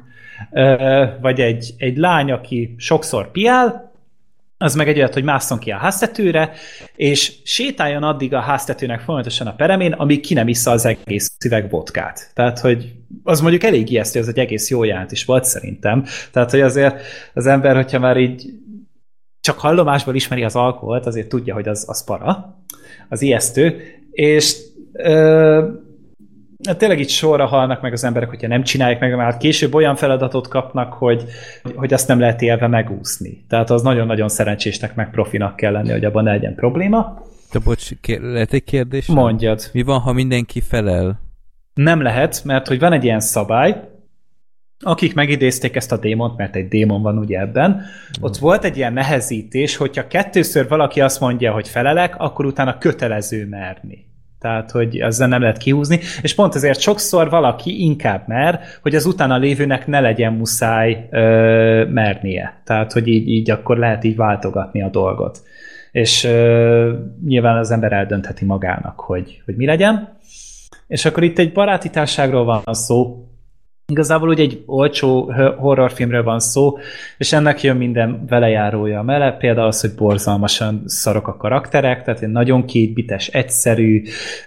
Vagy egy, egy lány, aki sokszor piál, az meg egy olyat, hogy másszon ki a háztetőre, és sétáljon addig a háztetőnek folyamatosan a peremén, amíg ki nem issza az egész szüveg vodkát. Tehát, hogy az mondjuk elég ijesztő, az egy egész jó jelent is volt szerintem. Tehát, hogy azért az ember, hogyha már így csak hallomásból ismeri az alkoholt, azért tudja, hogy az, az para, az ijesztő, és ö, tényleg itt sorra halnak meg az emberek, hogyha nem csinálják meg, mert később olyan feladatot kapnak, hogy, hogy azt nem lehet élve megúszni. Tehát az nagyon-nagyon szerencsésnek meg profinak kell lenni, hogy abban ne legyen probléma. De bocs, kér, lehet egy kérdés? Mondjad. Mi van, ha mindenki felel? Nem lehet, mert hogy van egy ilyen szabály, akik megidézték ezt a démont, mert egy démon van ugye ebben, ott volt egy ilyen nehezítés, hogyha kettőször valaki azt mondja, hogy felelek, akkor utána kötelező merni. Tehát, hogy ezzel nem lehet kihúzni, és pont ezért sokszor valaki inkább mer, hogy az utána lévőnek ne legyen muszáj ö, mernie. Tehát, hogy így, így akkor lehet így váltogatni a dolgot. És ö, nyilván az ember eldöntheti magának, hogy, hogy mi legyen. És akkor itt egy baráti társaságról van szó, igazából ugye egy olcsó horrorfilmről van szó, és ennek jön minden velejárója mellett, például az, hogy borzalmasan szarok a karakterek, tehát nagyon kétbites, egyszerű,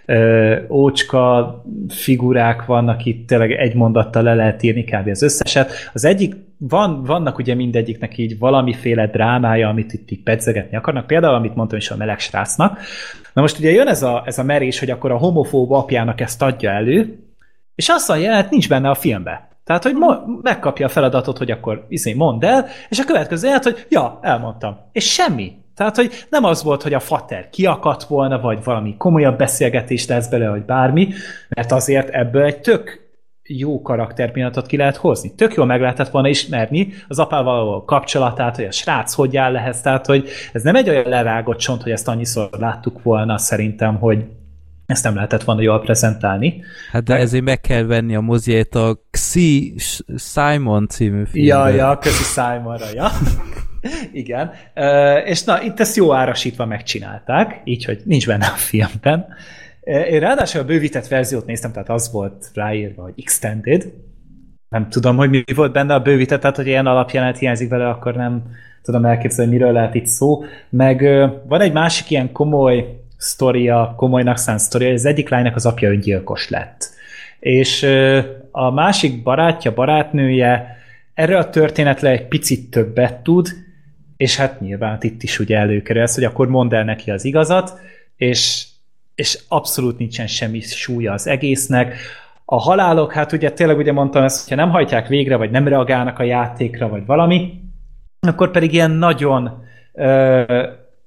ö, ócska figurák vannak itt, tényleg egy mondattal le lehet írni kb. Az összeset. Az egyik, van, vannak ugye mindegyiknek így valamiféle drámája, amit itt így pedzegetni akarnak, például amit mondtam is a meleg srácnak. Na most ugye jön ez a, ez a merés, hogy akkor a homofób apjának ezt adja elő, és azt a jelenet nincs benne a filmbe. Tehát, hogy mo- megkapja a feladatot, hogy akkor izé mondd el, és a következő jelenet, hogy ja, elmondtam. És semmi. Tehát, hogy nem az volt, hogy a fater kiakadt volna, vagy valami komolyabb beszélgetés lesz bele, vagy bármi, mert azért ebből egy tök jó karakterpillanatot ki lehet hozni. Tök jól meg lehetett volna ismerni az apával a kapcsolatát, hogy a srác hogy áll ehhez, tehát, hogy ez nem egy olyan levágott csont, hogy ezt annyiszor láttuk volna szerintem, hogy ezt nem lehetett volna jól prezentálni. Hát de meg... ezért meg kell venni a moziét a Xi Simon című filmbe. Ja, ja, köszi Simonra, ja. Igen. Uh, és na, itt ezt jó árasítva megcsinálták, így, hogy nincs benne a filmben. Uh, én ráadásul a bővített verziót néztem, tehát az volt ráírva, hogy Extended. Nem tudom, hogy mi volt benne a bővített, tehát hogy ilyen alapjelenet hiányzik vele, akkor nem tudom elképzelni, miről lehet itt szó. Meg uh, van egy másik ilyen komoly sztoria, komolynak szánt sztoria, az egyik lánynak az apja öngyilkos lett. És uh, a másik barátja, barátnője erről a történetre egy picit többet tud, és hát nyilván itt is ugye előkerül ez, hogy akkor mondd el neki az igazat, és, és abszolút nincsen semmi súlya az egésznek. A halálok, hát ugye tényleg ugye mondtam ezt, hogyha nem hajtják végre, vagy nem reagálnak a játékra, vagy valami, akkor pedig ilyen nagyon ö,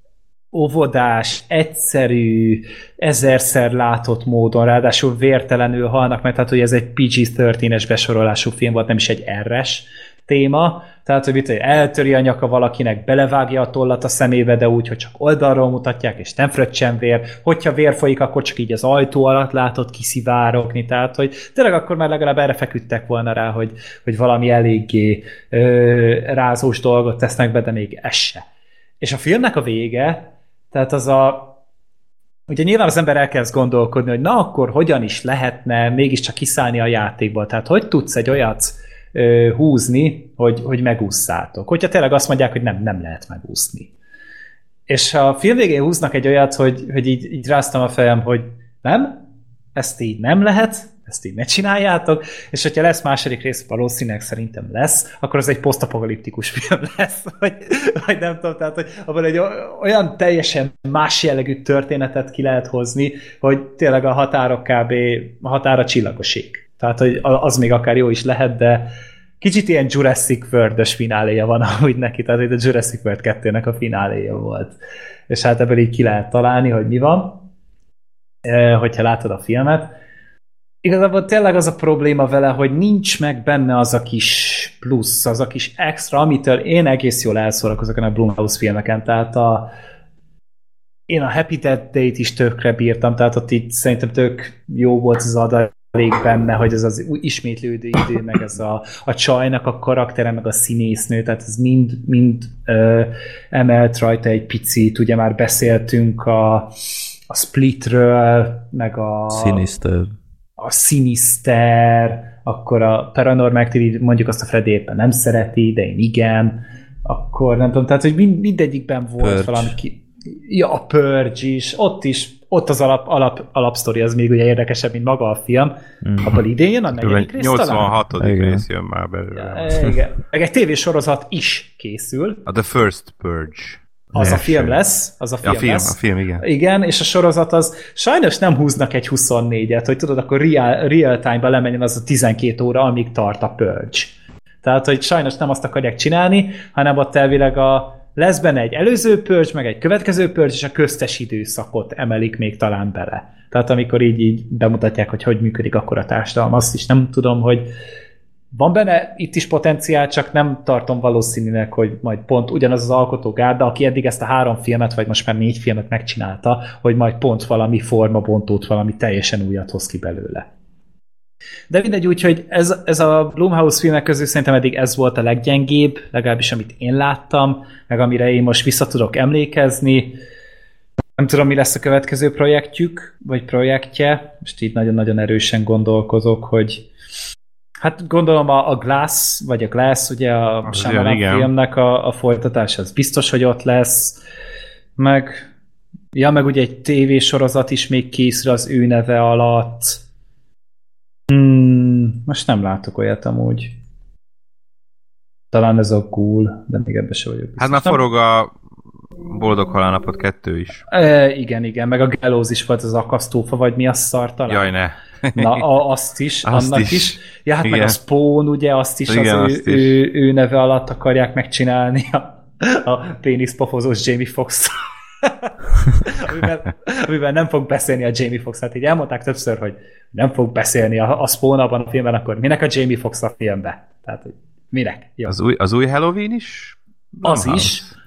óvodás, egyszerű, ezerszer látott módon, ráadásul vértelenül halnak, mert hát hogy ez egy pé gé tizenhárom-es besorolású film volt, nem is egy er-es téma, tehát hogy, hogy eltöri a nyaka valakinek, belevágja a tollat a szemébe, de úgy, hogy csak oldalról mutatják, és nem fröccsen vér. Hogyha vér folyik, akkor csak így az ajtó alatt látod kiszivárogni, tehát hogy tényleg akkor már legalább erre feküdtek volna rá, hogy, hogy valami eléggé ö, rázós dolgot tesznek be, de még ez se. És a filmnek a vége, tehát az a ugye nyilván az ember elkezd gondolkodni, hogy na akkor hogyan is lehetne mégiscsak kiszállni a játékból, tehát hogy tudsz egy olyat ö, húzni, hogy, hogy megússzátok. Hogyha tényleg azt mondják, hogy nem, nem lehet megúszni. És a film végén húznak egy olyat, hogy, hogy így, így ráztam a fejem, hogy nem, ezt így nem lehet, ezt így ne csináljátok, és hogyha lesz második rész, valószínűleg szerintem lesz, akkor az egy posztapokaliptikus film lesz, vagy, vagy nem tudom, tehát hogy abban egy olyan teljesen más jellegű történetet ki lehet hozni, hogy tényleg a határok kb. A határa csillagoség. Tehát, hogy az még akár jó is lehet, de kicsit ilyen Jurassic World-ös fináléja van amúgy neki, tehát a Jurassic World kettőnek a fináléja volt. És hát ebből így ki lehet találni, hogy mi van, hogyha látod a filmet. Igazából tényleg az a probléma vele, hogy nincs meg benne az a kis plusz, az a kis extra, amitől én egész jól elszórakozok a Blumhouse filmeken, tehát a, én a Happy Death Day-t is tökre bírtam, tehát ott itt szerintem tök jó volt az adalék benne, hogy ez az ismétlődő idő, meg ez a, a csajnak a karaktere, meg a színésznő, tehát ez mind, mind ö, emelt rajta egy picit, ugye már beszéltünk a, a Splitről, meg a Sinister. a Sinister, akkor a Paranormal Activity, mondjuk azt a Freddy éppen nem szereti, de én igen, akkor nem tudom, tehát, hogy mind, mindegyikben volt Purge. Valami ki... Ja, a Purge is, ott is, ott az alap, alap, alapsztori, az még ugye érdekesebb, mint maga a film. Mm. Abban idén jön a negyedik rész nyolcvanhatodik rész jön már belőle. Ja, igen. Meg egy tévésorozat is készül. A The First Purge. Az a film lesz, az a film, a film lesz. A film, igen. Igen, és a sorozat az sajnos nem húznak egy huszonnégyet, hogy tudod, akkor real, real time-ba lemenjen az a tizenkét óra, amíg tart a Purge. Tehát, hogy sajnos nem azt akarják csinálni, hanem ott elvileg a, lesz benne egy előző Purge, meg egy következő Purge, és a köztes időszakot emelik még talán bele. Tehát amikor így, így bemutatják, hogy hogy működik akkor a társadalom, azt is nem tudom, hogy van benne itt is potenciál, csak nem tartom valószínűleg, hogy majd pont ugyanaz az alkotógárda, aki eddig ezt a három filmet, vagy most már négy filmet megcsinálta, hogy majd pont valami formabontót, valami teljesen újat hoz ki belőle. De mindegy, úgyhogy ez, ez a Blumhouse filmek közül szerintem eddig ez volt a leggyengébb, legalábbis amit én láttam, meg amire én most vissza tudok emlékezni. Nem tudom, mi lesz a következő projektjük, vagy projektje. Most így nagyon-nagyon erősen gondolkozok, hogy hát gondolom a, a Glass, vagy a Glass, ugye a Shyamalan filmnek a, a folytatása, az biztos, hogy ott lesz. Meg, ja, meg ugye egy tévésorozat is még készül az ő neve alatt. Hmm, most nem látok olyat amúgy. Talán ez a Ghoul, de még ebbe sem vagyok biztos. Hát már forog a Boldog Halálnapot kettő is. E, igen, igen, meg a Gallows is volt az akasztófa, vagy mi a szar talán? Jaj, ne. Na, a, azt is, azt annak is. is. Ja, hát igen. meg a Spawn, ugye, azt is igen, az azt ő, is. ő, ő neve alatt akarják megcsinálni a, a péniszpofozós Jamie Foxx. amiben, amiben nem fog beszélni a Jamie Foxx. Hát így elmondták többször, hogy nem fog beszélni a, a Spawn abban a filmben, akkor minek a Jamie Foxx a filmbe? Tehát, hogy minek? Jó. Az új, az új Halloween is? Az is,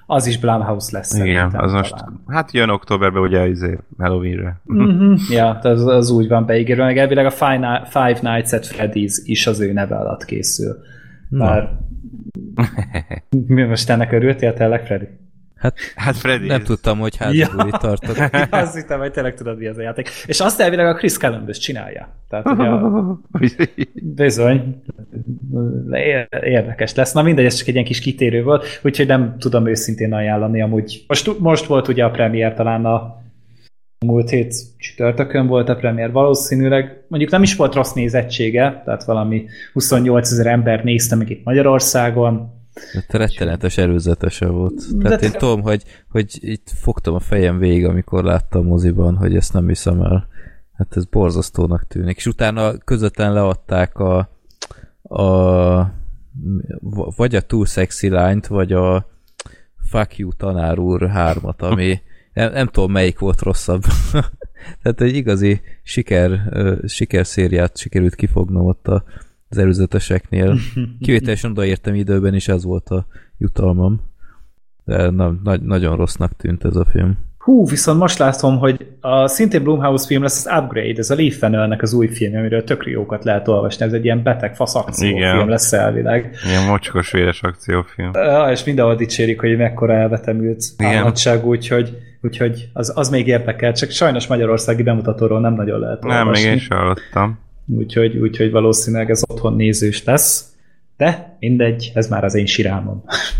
az is Blumhouse lesz. Igen, az most, talán. Hát jön októberben ugye izé, Halloweenre. Mm-hmm. Ja, az, az úgy van beígérve, meg elvileg a Five, Five Nights at Freddy's is az ő neve alatt készül. Bár... Mi most ennek örültél tényleg, Freddy? Hát, hát Freddy nem tudtam, hogy házibuli ja. tartok. Azt hittem, hogy tényleg tudod, mi az a játék. És azt elvileg a Chris Columbus csinálja. Tehát, ugye a... bizony. Érdekes lesz. Na mindegy, ez csak egy ilyen kis kitérő volt, úgyhogy nem tudom őszintén ajánlani amúgy. Most, most volt ugye a premier, talán a múlt hét csütörtökön volt a premier, valószínűleg mondjuk nem is volt rossz nézettsége, tehát valami huszonnyolcezer ember nézte meg itt Magyarországon. De rettenetes előzetese volt. Tehát te... én tudom, hogy, hogy itt fogtam a fejem végig, amikor láttam a moziban, hogy ezt nem hiszem el. Hát ez borzasztónak tűnik. És utána közvetlen leadták a, a vagy a Too Sexy Line-t, vagy a Fuck You Tanár úr hármat, ami nem, nem tudom, melyik volt rosszabb. Tehát egy igazi siker, sikerszériát sikerült kifognom ott a az előzeteseknél. Kivételesen odaértem időben, és ez volt a jutalmam. De na, na, nagyon rossznak tűnt ez a film. Hú, viszont most látom, hogy a szintén Blumhouse film lesz az Upgrade, ez a Leigh Whannellnek az új film, amiről tök jókat lehet olvasni. Ez egy ilyen beteg fasz akciófilm lesz elvileg. Ilyen mocskos, véres akciófilm. Ja, és mindenhol dicsérik, hogy mekkora elvetemült állatságú, úgyhogy, úgyhogy az, az még érdekel. Csak sajnos magyarországi bemutatóról nem nagyon lehet olvasni. Nem, még én sem hallottam. Úgyhogy, úgyhogy valószínűleg ez otthon nézős lesz. De mindegy, ez már az én sirálmom.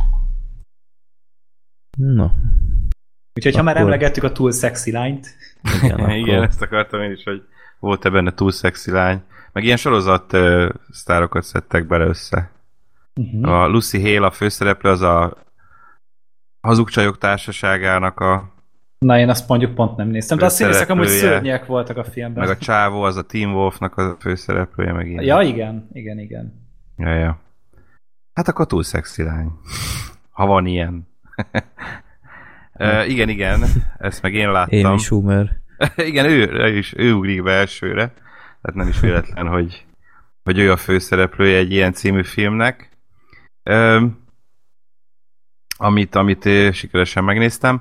No. Úgyhogy akkor... ha már emlegettük a Too Sexy Line-t. Igen, akkor... Igen, ezt akartam én is, hogy volt-e benne Too Sexy Line. Meg ilyen sorozat uh, sztárokat szedtek bele össze. Uh-huh. A Lucy Hale, a főszereplő, az a Hazugcsajok Társaságának a Na, én azt mondjuk pont nem néztem, de azt színészek amúgy szörnyek voltak a filmben. Meg a csávó, az a Teen Wolfnak a főszereplője, meg ilyen. Ja, igen, igen, igen. Ja, ja. Hát akkor Too Sexy Line. Ha van ilyen. uh, igen, igen, ezt meg én láttam. Amy Schumer. Igen, ő, ő is, ő ugrik be elsőre. Tehát nem is véletlen, hogy, hogy ő a főszereplője egy ilyen című filmnek. Uh, amit, amit sikeresen megnéztem.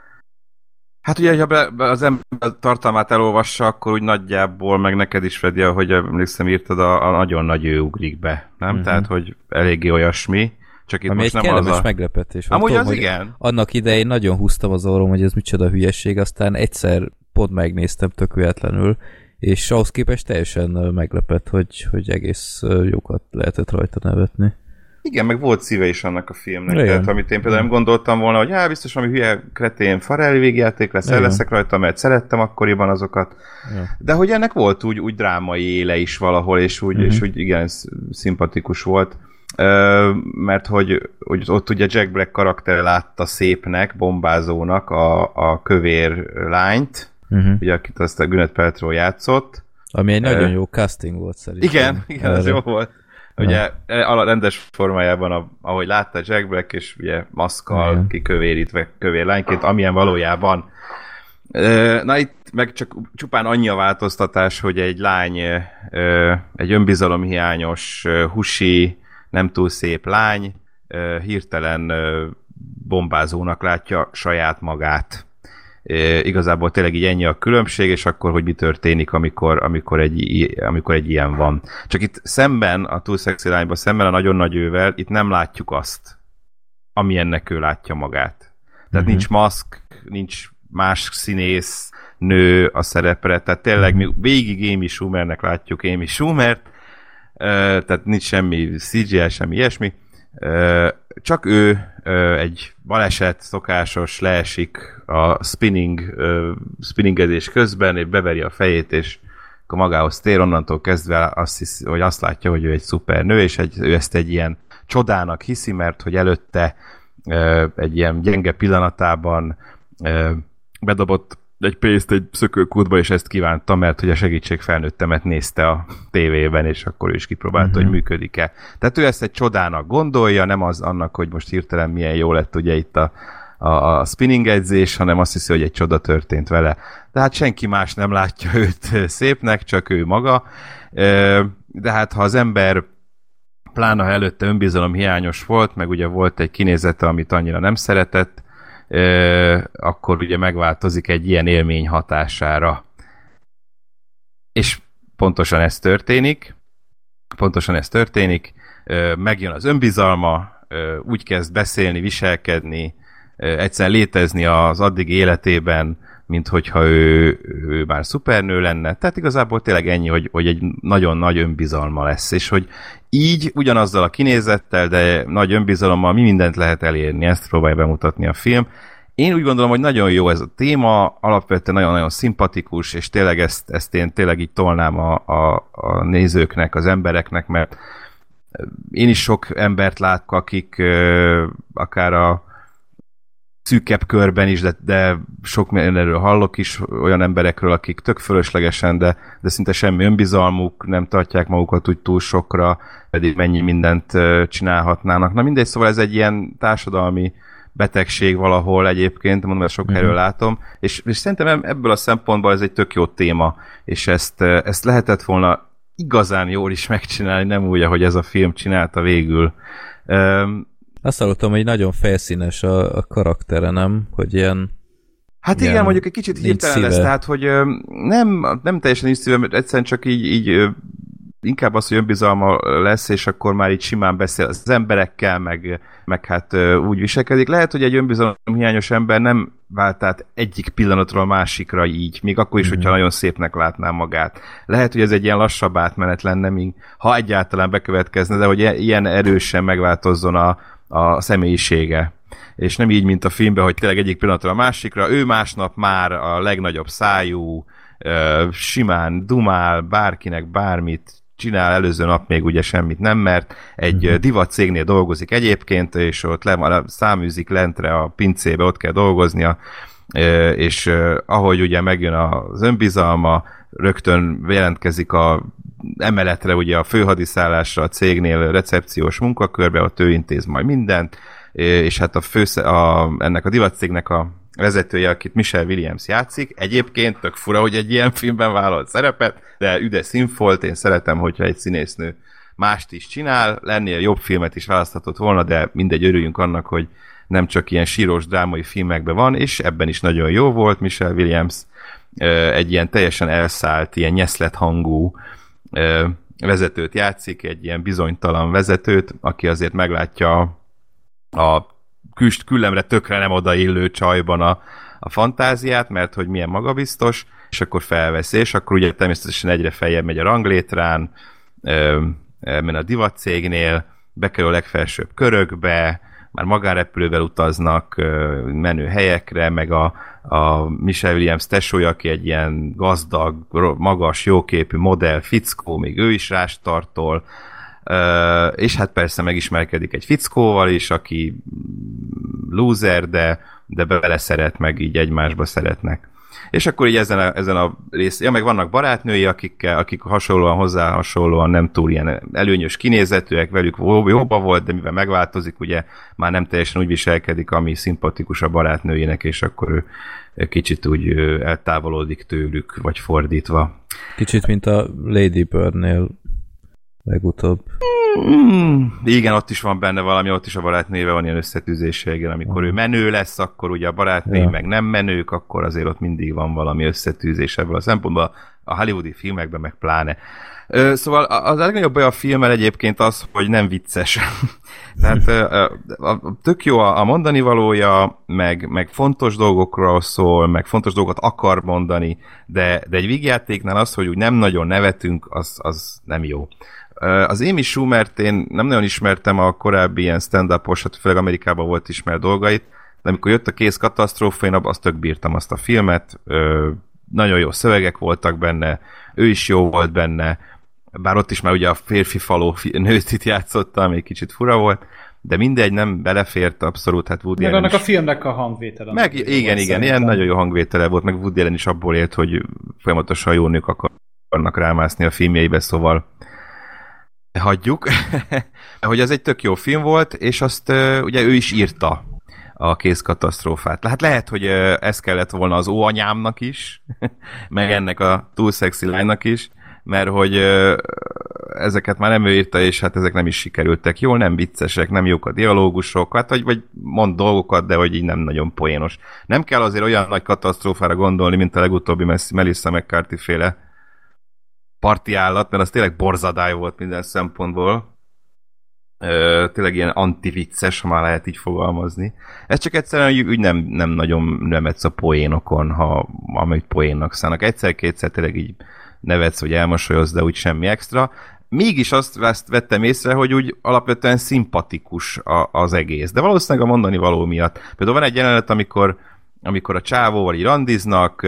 Hát ugye, ha az ember tartalmát elolvassa, akkor úgy nagyjából, meg neked is, Freddy, ahogy emlékszem, írtad, a, a nagyon nagy ő ugrik be, nem? Uh-huh. Tehát, hogy eléggé olyasmi. Csak itt ami most egy nem kellemes az a... meglepetés. Amúgy tudom, az igen. Annak idején nagyon húztam az orrom, hogy ez micsoda hülyesség, aztán egyszer pont megnéztem tök véletlenül, és ahhoz képest teljesen meglepett, hogy, hogy egész jókat lehetett rajta nevetni. Igen, meg volt szíve is annak a filmnek, igen. Tehát amit én például nem gondoltam volna, hogy hát biztos valami hülye kretén Farrelly végjáték lesz, el leszek rajta, mert szerettem akkoriban azokat. Igen. De hogy ennek volt úgy, úgy drámai éle is valahol, és úgy, uh-huh. és úgy igen, szimpatikus volt. Uh, mert hogy, hogy ott ugye Jack Black karaktere látta szépnek, bombázónak a, a kövér lányt, uh-huh. ugye akit azt a Gwyneth Paltrow játszott. Ami egy uh, nagyon jó casting volt szerintem. Igen, igen, az jó volt. Ugye a rendes formájában, ahogy látta Jack Black, és ugye maszkkal igen. kikövérítve kövér lányként, amilyen valójában. Na itt meg csak csupán annyi a változtatás, hogy egy lány, egy önbizalomhiányos, husi, nem túl szép lány hirtelen bombázónak látja saját magát. E, igazából tényleg így ennyi a különbség, és akkor, hogy mi történik, amikor, amikor, egy, amikor egy ilyen van. Csak itt szemben, a Too Sexy Line-ban, szemben a nagyon nagy ővel, itt nem látjuk azt, amilyennek ő látja magát. Tehát uh-huh. nincs maszk, nincs más színész, nő a szerepre, tehát tényleg mi végig Amy Schumernek látjuk Amy Schumert, e, tehát nincs semmi cé gé í, semmi ilyesmi. E, csak ő egy baleset, szokásos, leesik a spinning, spinningezés közben, és beveri a fejét, és akkor magához tér, onnantól kezdve azt hiszi, hogy azt látja, hogy ő egy szuper nő, és egy, ő ezt egy ilyen csodának hiszi, mert hogy előtte egy ilyen gyenge pillanatában bedobott egy pénzt egy szökőkútba, és ezt kívánta, mert hogy a segítség felnőttemet nézte a tévében, és akkor ő is kipróbálta, uh-huh. hogy működik-e. Tehát ő ezt egy csodának gondolja, nem az annak, hogy most hirtelen milyen jó lett ugye itt a, a, a spinning edzés, hanem azt hiszi, hogy egy csoda történt vele. Tehát senki más nem látja őt szépnek, csak ő maga. De hát ha az ember pláne ha előtte önbizalom hiányos volt, meg ugye volt egy kinézete, amit annyira nem szeretett, akkor ugye megváltozik egy ilyen élmény hatására. És pontosan ez történik, pontosan ez történik, megjön az önbizalma, úgy kezd beszélni, viselkedni, egyszerűen létezni az addigi életében, mint hogyha ő, ő már szupernő lenne. Tehát igazából tényleg ennyi, hogy, hogy egy nagyon nagy önbizalma lesz, és hogy így ugyanazzal a kinézettel, de nagy önbizalommal mi mindent lehet elérni, ezt próbálja bemutatni a film. Én úgy gondolom, hogy nagyon jó ez a téma, alapvetően nagyon-nagyon szimpatikus, és tényleg ezt, ezt én tényleg így tolnám a, a, a nézőknek, az embereknek, mert én is sok embert látok, akik akár a szűkebb körben is, de, de sok mindenről hallok is olyan emberekről, akik tök fölöslegesen, de, de szinte semmi önbizalmuk, nem tartják magukat úgy túl sokra, pedig mennyi mindent csinálhatnának. Na mindegy, szóval ez egy ilyen társadalmi betegség valahol egyébként, mondom, ezt sok helyről látom, és, és szerintem ebből a szempontból ez egy tök jó téma, és ezt, ezt lehetett volna igazán jól is megcsinálni, nem úgy, ahogy ez a film csinálta végül. Azt hallottam, hogy nagyon felszínes a, a karaktere, nem? Hogy ilyen... Hát igen, mondjuk egy kicsit hirtelen lesz, tehát, hogy nem, nem teljesen nincs szíve, mert egyszerűen csak így, így inkább az, hogy önbizalma lesz, és akkor már így simán beszél az emberekkel, meg, meg hát úgy viselkedik. Lehet, hogy egy önbizalom hiányos ember nem vált át egyik pillanatról a másikra így, még akkor is, mm-hmm. hogyha nagyon szépnek látná magát. Lehet, hogy ez egy ilyen lassabb átmenet lenne, míg ha egyáltalán bekövetkezne, de hogy ilyen erősen megváltozzon a, a személyisége. És nem így, mint a filmben, hogy tényleg egyik pillanatról a másikra, ő másnap már a legnagyobb szájú, simán dumál, bárkinek bármit csinál, előző nap még ugye semmit nem mert, egy uh-huh. divat cégnél dolgozik egyébként, és ott le, száműzik lentre a pincébe, ott kell dolgoznia, és ahogy ugye megjön az önbizalma, rögtön jelentkezik a emeletre, ugye a főhadiszállásra a cégnél recepciós munkakörbe, ott ő intéz majd mindent, és hát a fősze, a, ennek a divatcégnek a vezetője, akit Michelle Williams játszik. Egyébként tök fura, hogy egy ilyen filmben vállalt szerepet, de üde színfolt, én szeretem, hogyha egy színésznő mást is csinál, lennél jobb filmet is választhatott volna, de mindegy, örüljünk annak, hogy nem csak ilyen sírós drámai filmekben van, és ebben is nagyon jó volt Michelle Williams, egy ilyen teljesen elszállt, ilyen nyeszlet hangú vezetőt játszik, egy ilyen bizonytalan vezetőt, aki azért meglátja a küst küllemre tökre nem odaillő csajban a, a fantáziát, mert hogy milyen magabiztos, és akkor felveszi, és akkor ugye természetesen egyre feljebb megy a ranglétrán, mert a divatcégnél bekerül a legfelsőbb körökbe, már magánrepülővel utaznak menő helyekre, meg a, a Michelle Williams tesója, aki egy ilyen gazdag, magas, jóképű modell, fickó, még ő is rástartol, Uh, és hát persze megismerkedik egy fickóval is, aki loser, de, de beleszeret, meg így egymásba szeretnek. És akkor így ezen a, ezen a rész, ja, meg vannak barátnői, akikkel, akik hasonlóan hozzá hasonlóan nem túl ilyen előnyös kinézetűek, velük jóba volt, de mivel megváltozik, ugye már nem teljesen úgy viselkedik, ami szimpatikus a barátnőjének, és akkor ő kicsit úgy eltávolodik tőlük, vagy fordítva. Kicsit, mint a Lady Bird-nél legutóbb. Mm, igen, ott is van benne valami, ott is a barátnőjével van ilyen összetűzéssel, amikor ő menő lesz, akkor ugye a barátnői ja. meg nem menők, akkor azért ott mindig van valami összetűzés ebből a szempontból, a hollywoodi filmekben meg pláne. Ö, szóval az legnagyobb baj a filmmel egyébként az, hogy nem vicces. Tehát ö, ö, tök jó a, a mondani valója, meg, meg fontos dolgokról szól, meg fontos dolgokat akar mondani, de, de egy vígjátéknál az, hogy úgy nem nagyon nevetünk, az, az nem jó. Az Amy Schumert én nem nagyon ismertem a korábbi ilyen stand-upos, hát főleg Amerikában volt ismert dolgait, de amikor jött a Kész katasztrófa, én azt tök bírtam azt a filmet, ö, nagyon jó szövegek voltak benne, ő is jó volt benne, bár ott is már ugye a férfi faló nőt itt játszotta, ami kicsit fura volt, de mindegy, nem belefért abszolút, hát Woody meg Allen annak is. A filmnek a hangvétele. Meg igen, igen, igen, ilyen nagyon jó hangvétele volt, meg Woody Allen is abból élt, hogy folyamatosan jó nők akarnak rámászni a filmjeibe, szóval hagyjuk, hogy ez egy tök jó film volt, és azt uh, ugye ő is írta a Kész katasztrófát. Hát lehet, hogy uh, ez kellett volna az óanyámnak is, meg ennek a túl szexi lánynak is, mert hogy ö, ezeket már nem ő írta, és hát ezek nem is sikerültek jól, nem viccesek, nem jók a dialógusok, hát vagy, vagy mond dolgokat, de hogy így nem nagyon poénos. Nem kell azért olyan nagy katasztrófára gondolni, mint a legutóbbi Melissa McCarthy féle parti állat, mert az tényleg borzadály volt minden szempontból. Ö, tényleg ilyen antivicces, ha már lehet így fogalmazni. Ez csak egyszerűen úgy, úgy nem, nem nagyon nevetsz a poénokon, ha amit poénnak szállnak. Egyszer-kétszer tényleg így nevetsz, vagy elmosolyozz, de úgy semmi extra. Mégis azt, azt vettem észre, hogy úgy alapvetően szimpatikus a, az egész. De valószínűleg a mondani való miatt. Például van egy jelenet, amikor, amikor a csávóval így randiznak,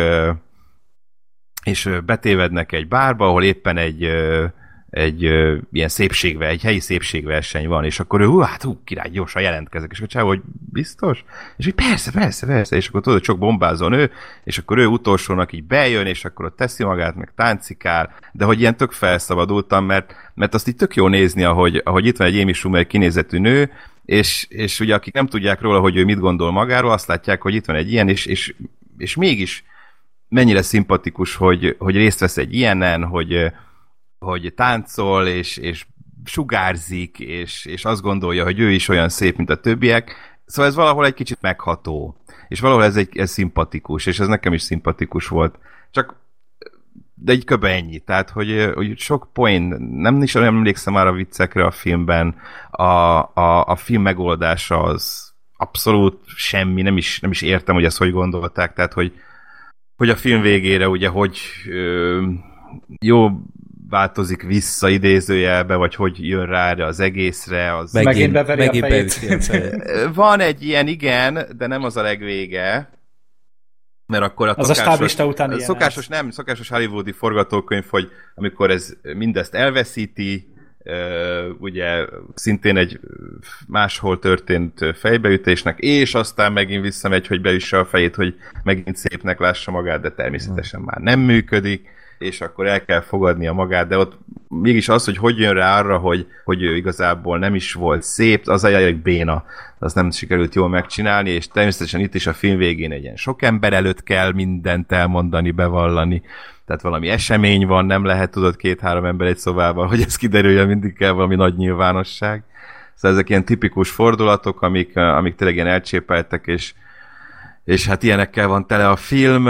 és betévednek egy bárba, ahol éppen egy egy ö, ilyen szépségve, egy helyi szépségverseny van, és akkor ő, hú, hát hú, király, gyorsan jelentkezek, és akkor csávó, hogy biztos? És így persze, persze, persze, és akkor tudod, csak bombázó nő, és akkor ő utolsónak így bejön, és akkor ott teszi magát, meg táncikál, de hogy ilyen tök felszabadultam, mert, mert azt így tök jó nézni, ahogy, ahogy itt van egy Amy Schumer kinézetű nő, és, és ugye akik nem tudják róla, hogy ő mit gondol magáról, azt látják, hogy itt van egy ilyen, és, és, és mégis mennyire szimpatikus, hogy, hogy részt vesz egy ilyenen, hogy hogy táncol, és, és sugárzik, és, és azt gondolja, hogy ő is olyan szép, mint a többiek. Szóval ez valahol egy kicsit megható. És valahol ez, egy, ez szimpatikus, és ez nekem is szimpatikus volt. Csak, de egy köbe ennyi. Tehát, hogy, hogy sok poén, nem is olyan emlékszem már a viccekre a filmben, a, a, a film megoldása az abszolút semmi, nem is, nem is értem, hogy ezt hogy gondolták. Tehát, hogy, hogy a film végére ugye, hogy ö, jó változik vissza idézőjelbe, vagy hogy jön rá erre az egészre. Az... Megint, megint beveri megint a fejét. fejét. Van egy ilyen, igen, de nem az a legvége, mert akkor a, az szokásos, a stáblista után ilyen szokásos, nem, szokásos hollywoodi forgatókönyv, hogy amikor ez mindezt elveszíti, ugye szintén egy máshol történt fejbeütésnek, és aztán megint visszamegy, hogy beüsse a fejét, hogy megint szépnek lássa magát, de természetesen már nem működik, és akkor el kell fogadnia magát, de ott mégis az, hogy hogy jön rá arra, hogy, hogy ő igazából nem is volt szép, az egy béna. Az nem sikerült jól megcsinálni, és természetesen itt is a film végén egy ilyen sok ember előtt kell mindent elmondani, bevallani. Tehát valami esemény van, nem lehet tudod két-három ember egy szobában, hogy ez kiderüljön, mindig kell valami nagy nyilvánosság. Szóval ezek ilyen tipikus fordulatok, amik, amik tényleg ilyen elcsépeltek, és, és hát ilyenekkel van tele a film,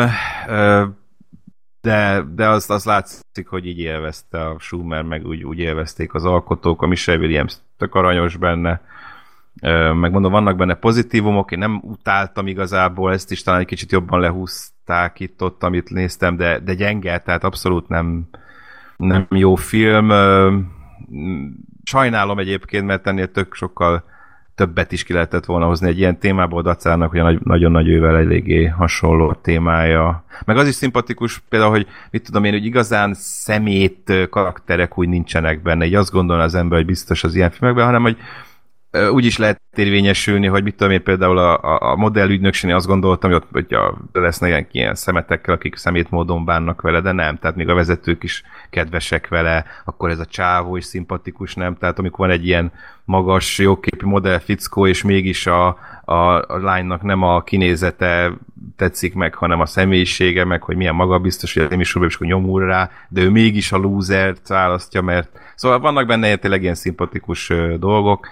de, de az, az látszik, hogy így élvezte a Schumer, meg úgy, úgy élvezték az alkotók, a Michelle Williams tök aranyos benne, megmondom, vannak benne pozitívumok, én nem utáltam igazából, ezt is talán egy kicsit jobban lehúzták itt ott, amit néztem, de, de gyenge, tehát abszolút nem, nem jó film. Sajnálom egyébként, mert ennél tök sokkal többet is ki lehetett volna hozni egy ilyen témából, dacának, hogy a nagyon nagy ővel eléggé hasonló témája. Meg az is szimpatikus például, hogy mit tudom én, hogy igazán szemét karakterek úgy nincsenek benne, így azt gondolna az ember, hogy biztos az ilyen filmekben, hanem hogy úgy is lehet érvényesülni, hogy mit tudom én, például a, a modellügynökségnél azt gondoltam, hogy ott hogy a, lesznek ilyen szemetekkel, akik szemét módon bánnak vele, de nem, tehát még a vezetők is kedvesek vele, akkor ez a csávó is szimpatikus, nem? Tehát amikor van egy ilyen magas, jóképű modell fickó, és mégis a, a, a lánynak nem a kinézete tetszik meg, hanem a személyisége, meg hogy milyen magabiztos, hogy nem is is nyomul rá, de ő mégis a lúzert választja, mert szóval vannak benne tényleg ilyen szimpatikus dolgok.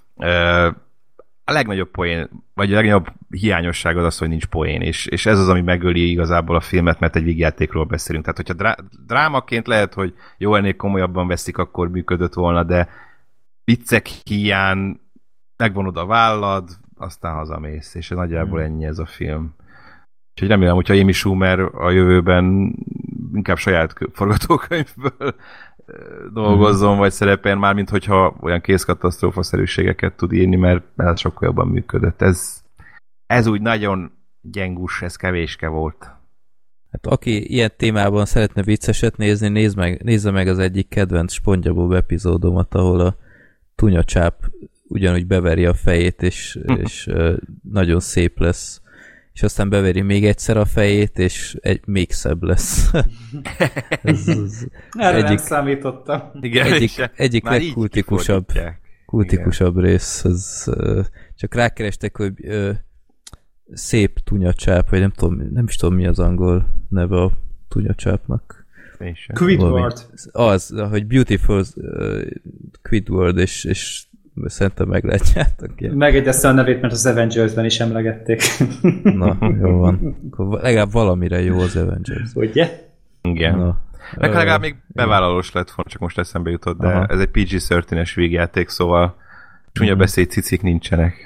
A legnagyobb poén, vagy a legnagyobb hiányosság az az, hogy nincs poén, és, és ez az, ami megöli igazából a filmet, mert egy vígjátékról beszélünk. Tehát, hogyha drá- drámaként lehet, hogy jó, ennél komolyabban veszik, akkor működött volna, de viccek hiány, megvonod a vállad, aztán hazamész, és nagyjából ennyi ez a film. Úgyhogy remélem, hogyha Amy Schumer a jövőben inkább saját forgatókönyvből dolgozzon, hmm. vagy szerepeljen már, mint hogyha olyan készkatasztrófa-szerűségeket tud írni, mert, mert sokkal jobban működött. Ez, ez úgy nagyon gyengus, ez kevéske volt. Hát aki ilyen témában szeretne vicceset nézni, nézd meg, nézze meg az egyik kedvenc SpongeBob epizódomat, ahol a tunyacsáp ugyanúgy beveri a fejét, és, és nagyon szép lesz. És aztán beveri még egyszer a fejét, és egy, még szebb lesz. ez, ez Erre egyik, nem számítottam. Igen, egyik egyik legkultikusabb kultikusabb rész. Ez, csak rákerestek, hogy szép tunyacsáp, vagy nem tudom, nem is tudom mi az angol neve a tunyacsápnak. Squidward. Az, hogy Beautiful uh, Squidward, és, és szerintem meglátjátok. Megegyezte a nevét, mert az Avengers-ben is emlegették. Na, jó van. Akkor legalább valamire jó az Avengers. Ugye? Igen. Na. Meg uh, legalább még bevállalós lett volna, csak most eszembe jutott, de aha. Ez egy pé gé tizenhárom-es végjáték, szóval csúnya beszéd cicik nincsenek.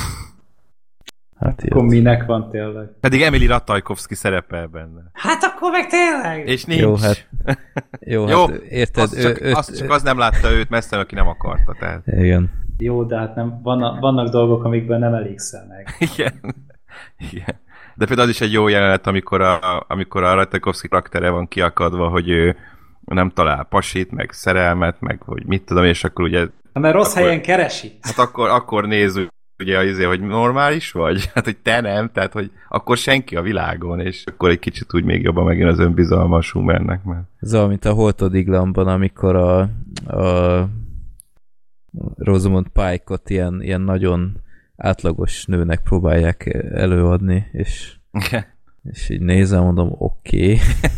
Hát akkor minek van tényleg? Pedig Emily Ratajkowski szerepel benne. Hát akkor meg tényleg! És nincs. Jó, hát, jó, jó hát érted. Az csak, ő, azt csak az nem látta őt messze, aki nem akarta. Tehát. Igen. Jó, de hát nem, vannak, vannak dolgok, amikben nem elégszel meg. Igen. Igen. De például az is egy jó jelenet, amikor a, amikor a Ratajkowski karaktere van kiakadva, hogy ő nem talál pasit, meg szerelmet, meg hogy mit tudom, és akkor ugye... Ha mert rossz akkor, helyen keresi. Hát akkor, akkor nézzük, ugye azért, hogy normális vagy? Hát, hogy te nem, tehát, hogy akkor senki a világon, és akkor egy kicsit úgy még jobban megjön az önbizalma a Schumernek, mert... Ez olyan, mint a Holtodiglamban, amikor a, a Rosamund Pike-ot ilyen, ilyen nagyon átlagos nőnek próbálják előadni, és, és így nézem, mondom, oké.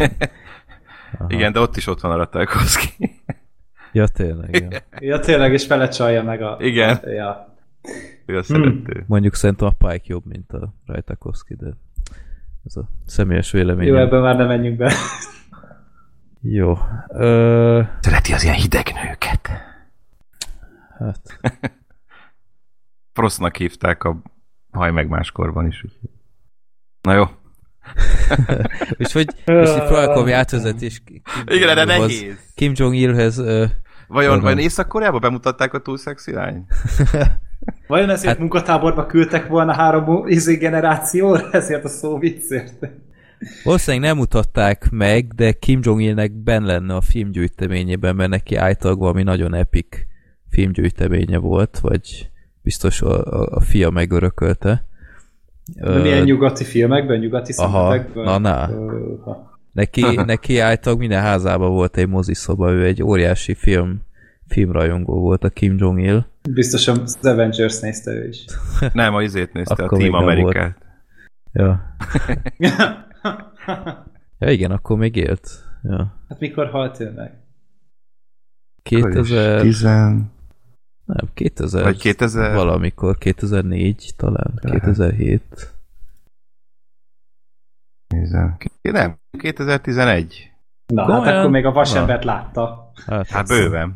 Okay. Igen, de ott is ott van a Ratajkowski. Ja, tényleg. Ja, ja tényleg, és fele csalja meg a... Igen. Ja. Ő a szerető. Hmm. Mondjuk szerintem a Pike jobb, mint a Ratajkowski, de ez a személyes vélemény. Jó, ebben már nem menjünk be. Jó. Ö... Szereti az ilyen hideg nőket. Hát... Frostnak hívták a Haj meg máskorban is. Na jó. és hogy és így próbálkom átvezetni, és igen, de nehéz. Kim Jong-ilhez... Uh, vajon, vajon Észak-Koreában bemutatták a túl szexi lány? Vajon ezért hát, munkatáborba küldtek volna három izé generációra, ezért a szó viccért? Valószínűleg nem mutatták meg, de Kim Jong-ilnek benn lenne a filmgyűjteményében, mert neki általában valami nagyon epic filmgyűjteménye volt, vagy biztos a, a, a fia megörökölte. De milyen uh, nyugati filmekben, nyugati szemetekben? Na, na. Uh, neki, neki általában minden házában volt egy moziszoba, ő egy óriási film, filmrajongó volt, a Kim Jong-il. Biztosan az Avengers nézte ő is. Nem, a izét nézte, a Team Amerikát. Ja. Ja igen, akkor még élt. Ja. Hát mikor halt ő meg? kétezer... Nem, kétezer... Vagy kétezer... Valamikor, kétezer-négy talán, kétezer-hét. Nézem. Nem, kétezer-tizenegy. Na, Komolyan? Hát akkor még a vasembert látta. Hát, hát bőven.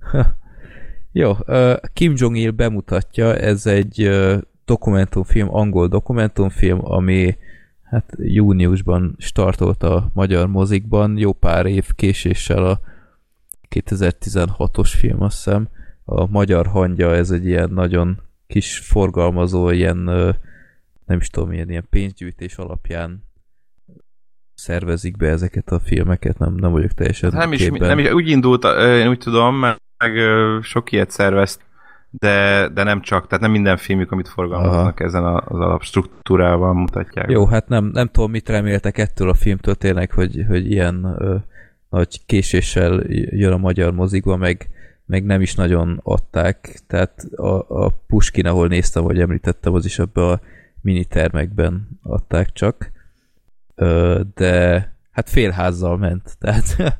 Jó, Kim Jong-il bemutatja, ez egy dokumentumfilm, angol dokumentumfilm, ami hát júniusban startolt a magyar mozikban, jó pár év késéssel a kétezer-tizenhatos film, azt hiszem. A Magyar Hangya, ez egy ilyen nagyon kis forgalmazó, ilyen nem is tudom, ilyen, ilyen pénzgyűjtés alapján szervezik be ezeket a filmeket, nem, nem vagyok teljesen nem is, nem is, úgy indult, én úgy tudom, meg sok ilyet szervezt, de, de nem csak, tehát nem minden filmük, amit forgalmaznak, aha, ezen az alapstruktúrával mutatják. Jó, hát nem, nem tudom, mit reméltek ettől a filmtől tényleg, hogy, hogy ilyen ö, nagy késéssel jön a magyar mozikba, meg, meg nem is nagyon adták, tehát a, a Puskin, ahol néztem, hogy említettem, az is ebbe a minitermekben adták csak, ö, de hát félházzal ment, tehát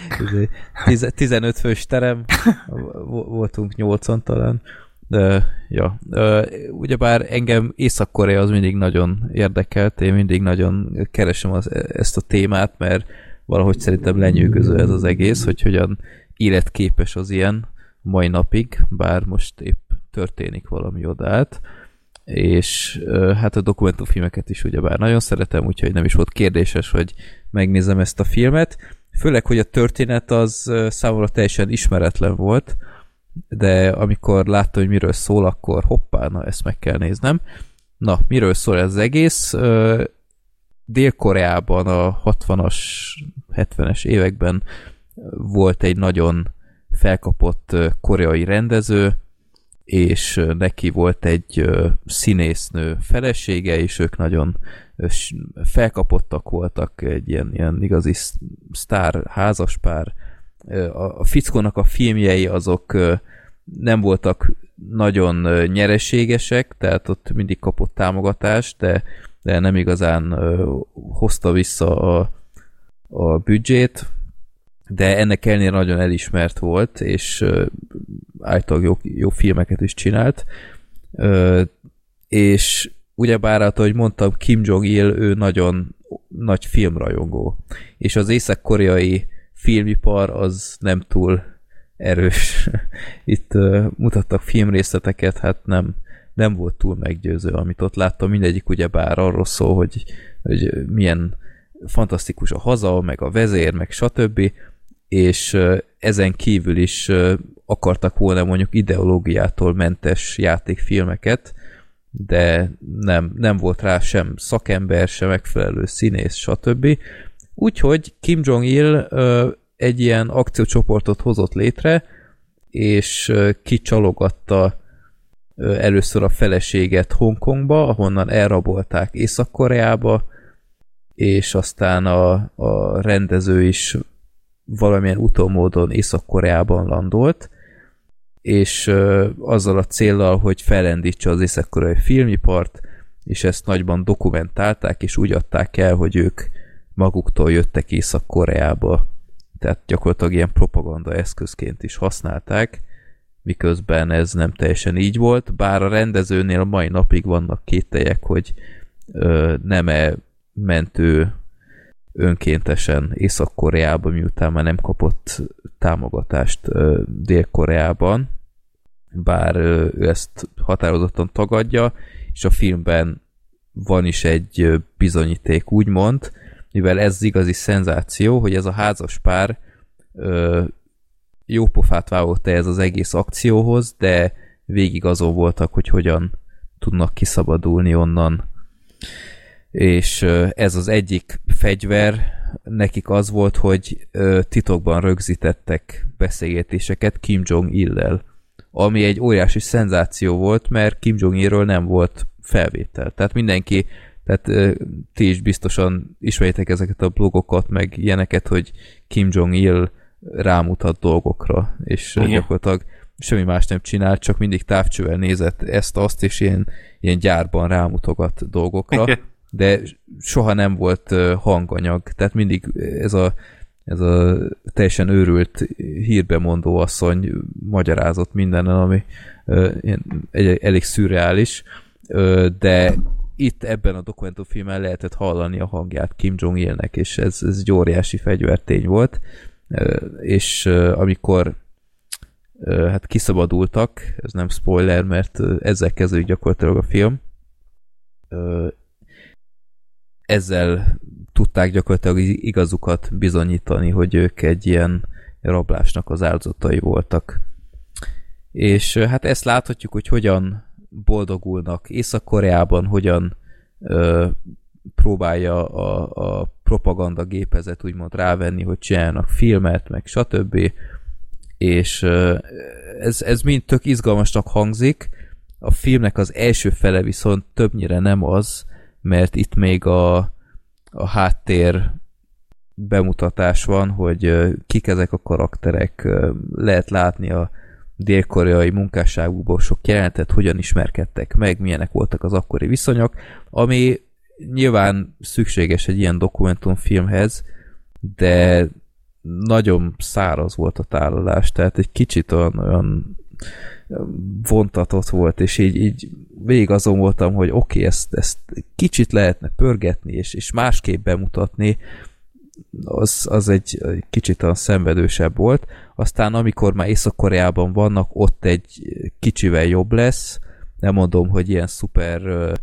tizenöt fős terem, voltunk nyolcan talán, de ja, ugyebár engem Észak-Korea az mindig nagyon érdekelt, én mindig nagyon keresem az, ezt a témát, mert valahogy szerintem lenyűgöző ez az egész, hogy hogyan életképes az ilyen mai napig, bár most épp történik valami odát, és hát a dokumentumfilmeket is ugyebár nagyon szeretem, úgyhogy nem is volt kérdéses, hogy megnézem ezt a filmet. Főleg, hogy a történet az számomra teljesen ismeretlen volt, de amikor láttam, hogy miről szól, akkor hoppá, na ezt meg kell néznem. Na, miről szól ez az egész? Dél-Koreában a hatvanas, hetvenes években volt egy nagyon felkapott koreai rendező, és neki volt egy színésznő felesége, és ők nagyon felkapottak voltak, egy ilyen, ilyen igazi sztár házaspár. A fickónak a filmjei azok nem voltak nagyon nyereségesek, tehát ott mindig kapott támogatást, de, de nem igazán hozta vissza a, a büdzsét, de ennek ellenére nagyon elismert volt, és uh, általában jó, jó filmeket is csinált. Uh, és ugyebár, ahogy mondtam, Kim Jong-il, ő nagyon nagy filmrajongó. És az észak-koreai filmipar az nem túl erős. Itt uh, mutattak filmrészleteket, hát nem, nem volt túl meggyőző, amit ott láttam. Mindegyik ugyebár arról szól, hogy, hogy milyen fantasztikus a haza, meg a vezér, meg stb. És uh, ezen kívül is uh, akartak volna mondjuk ideológiától mentes játékfilmeket, de nem, nem volt rá sem szakember, sem megfelelő színész, stb. Úgyhogy Kim Jong-il uh, egy ilyen akciócsoportot hozott létre, és uh, kicsalogatta uh, először a feleséget Hongkongba, ahonnan elrabolták Észak-Koreába, és aztán a, a rendező is valamilyen utómódon Észak-Koreában landolt, és uh, azzal a céllal, hogy fellendítse az észak-koreai filmipart, és ezt nagyban dokumentálták, és úgy adták el, hogy ők maguktól jöttek Észak-Koreába. Tehát gyakorlatilag ilyen propaganda eszközként is használták, miközben ez nem teljesen így volt, bár a rendezőnél mai napig vannak kételyek, hogy uh, nem-e ment ő önkéntesen Észak-Koreába, miután már nem kapott támogatást uh, Dél-Koreában, bár uh, ő ezt határozottan tagadja, és a filmben van is egy uh, bizonyíték, úgymond, mivel ez igazi szenzáció, hogy ez a házas pár uh, jó pofát vágott ez az egész akcióhoz, de végig azon voltak, hogy hogyan tudnak kiszabadulni onnan. És ez az egyik fegyver nekik az volt, hogy titokban rögzítettek beszélgetéseket Kim Jong-il-lel, ami egy óriási szenzáció volt, mert Kim Jong-ilről nem volt felvétel. Tehát mindenki, tehát ti is biztosan ismeritek ezeket a blogokat, meg ilyeneket, hogy Kim Jong-il rámutat dolgokra, és igen, gyakorlatilag semmi más nem csinált, csak mindig távcsővel nézett ezt-azt, és ilyen, ilyen gyárban rámutogat dolgokra. Igen. De soha nem volt hanganyag, tehát mindig ez a, ez a teljesen őrült hírbemondó asszony magyarázott mindenen, ami elég szürreális, de itt ebben a dokumentumfilmen lehetett hallani a hangját Kim Jong-ilnek, és ez, ez egy óriási fegyvertény volt, és amikor hát kiszabadultak, ez nem spoiler, mert ezzel kezdődik gyakorlatilag a film, ezzel tudták gyakorlatilag igazukat bizonyítani, hogy ők egy ilyen rablásnak az áldozatai voltak. És hát ezt láthatjuk, hogy hogyan boldogulnak Észak-Koreában, hogyan ö, próbálja a, a propaganda gépezet úgymond rávenni, hogy csináljanak filmet, meg stb. És ö, ez, ez mind tök izgalmasnak hangzik. A filmnek az első fele viszont többnyire nem az, mert itt még a, a háttér bemutatás van, hogy kik ezek a karakterek, lehet látni a dél-koreai munkásságukból sok jelenetet, hogyan ismerkedtek meg, milyenek voltak az akkori viszonyok, ami nyilván szükséges egy ilyen dokumentumfilmhez, de nagyon száraz volt a tálalás, tehát egy kicsit olyan, olyan vontatott volt, és így, így végig azon voltam, hogy oké, okay, ezt, ezt kicsit lehetne pörgetni, és, és másképp bemutatni, az, az egy kicsit olyan szenvedősebb volt. Aztán amikor már Észak-Koreában vannak, ott egy kicsivel jobb lesz, nem mondom, hogy ilyen szuper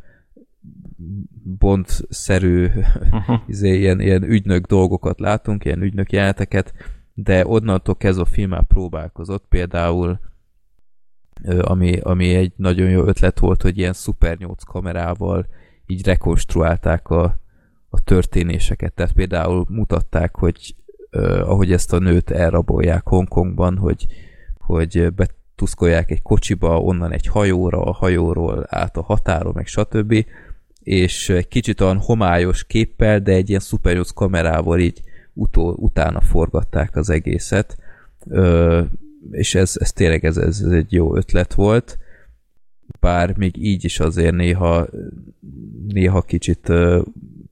Bond-szerű uh-huh. izé, ilyen, ilyen ügynök dolgokat látunk, ilyen ügynök jeleneteket, de onnantól kezdve a film már próbálkozott, például ami, ami egy nagyon jó ötlet volt, hogy ilyen szuper nyolc kamerával így rekonstruálták a, a történéseket. Tehát például mutatták, hogy uh, ahogy ezt a nőt elrabolják Hongkongban, hogy, hogy betuszkolják egy kocsiba, onnan egy hajóra, a hajóról át a határon, meg stb. És egy kicsit olyan homályos képpel, de egy ilyen szuper nyolc kamerával így utó, utána forgatták az egészet. Uh, és ez, ez tényleg ez, ez egy jó ötlet volt, bár még így is azért néha néha kicsit uh,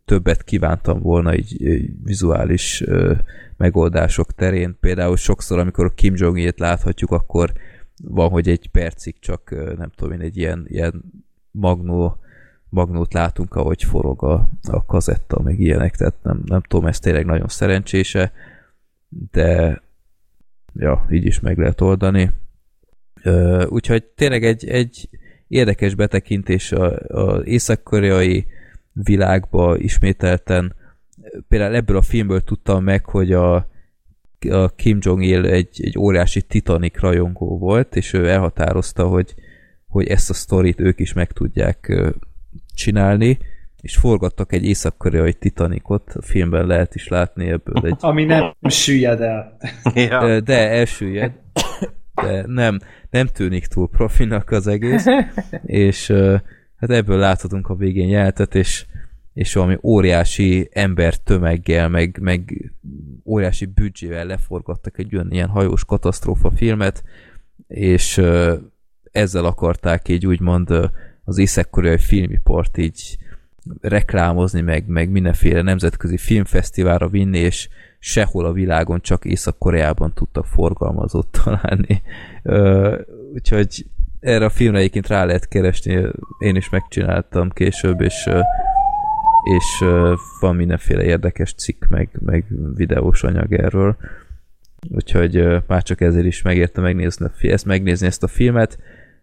többet kívántam volna így, így vizuális ö, megoldások terén. Például sokszor, amikor a Kim Jong-il-t láthatjuk, akkor van, hogy egy percig csak, nem tudom én, egy ilyen, ilyen magnó, magnót látunk, ahogy forog a, a kazetta, meg ilyenek, tehát nem, nem tudom, ez tényleg nagyon szerencsése, de ja, így is meg lehet oldani. Ö, úgyhogy tényleg egy, egy érdekes betekintés az észak-koreai világba ismételten. Például ebből a filmből tudtam meg, hogy a, a Kim Jong-il egy, egy óriási Titanic rajongó volt, és ő elhatározta, hogy, hogy ezt a sztorit ők is meg tudják csinálni, és forgattak egy észak-koreai Titanicot, a filmben lehet is látni ebből egy... Ami nem süllyed el. De, de elsüllyed. De nem, nem tűnik túl profinak az egész, és hát ebből láthatunk a végén jelentet, és, és valami óriási ember tömeggel, meg, meg óriási büdzsével leforgattak egy olyan ilyen hajós katasztrófa filmet, és ezzel akarták így úgymond az észak-koreai filmipart így reklámozni, meg, meg mindenféle nemzetközi filmfesztiválra vinni, és sehol a világon, csak Észak-Koreában tudtak forgalmazót találni. Úgyhogy erre a filmre egyébként rá lehet keresni, én is megcsináltam később, és, és van mindenféle érdekes cikk, meg, meg videós anyag erről. Úgyhogy már csak ezért is megérte megnézni, ezt megnézni ezt a filmet.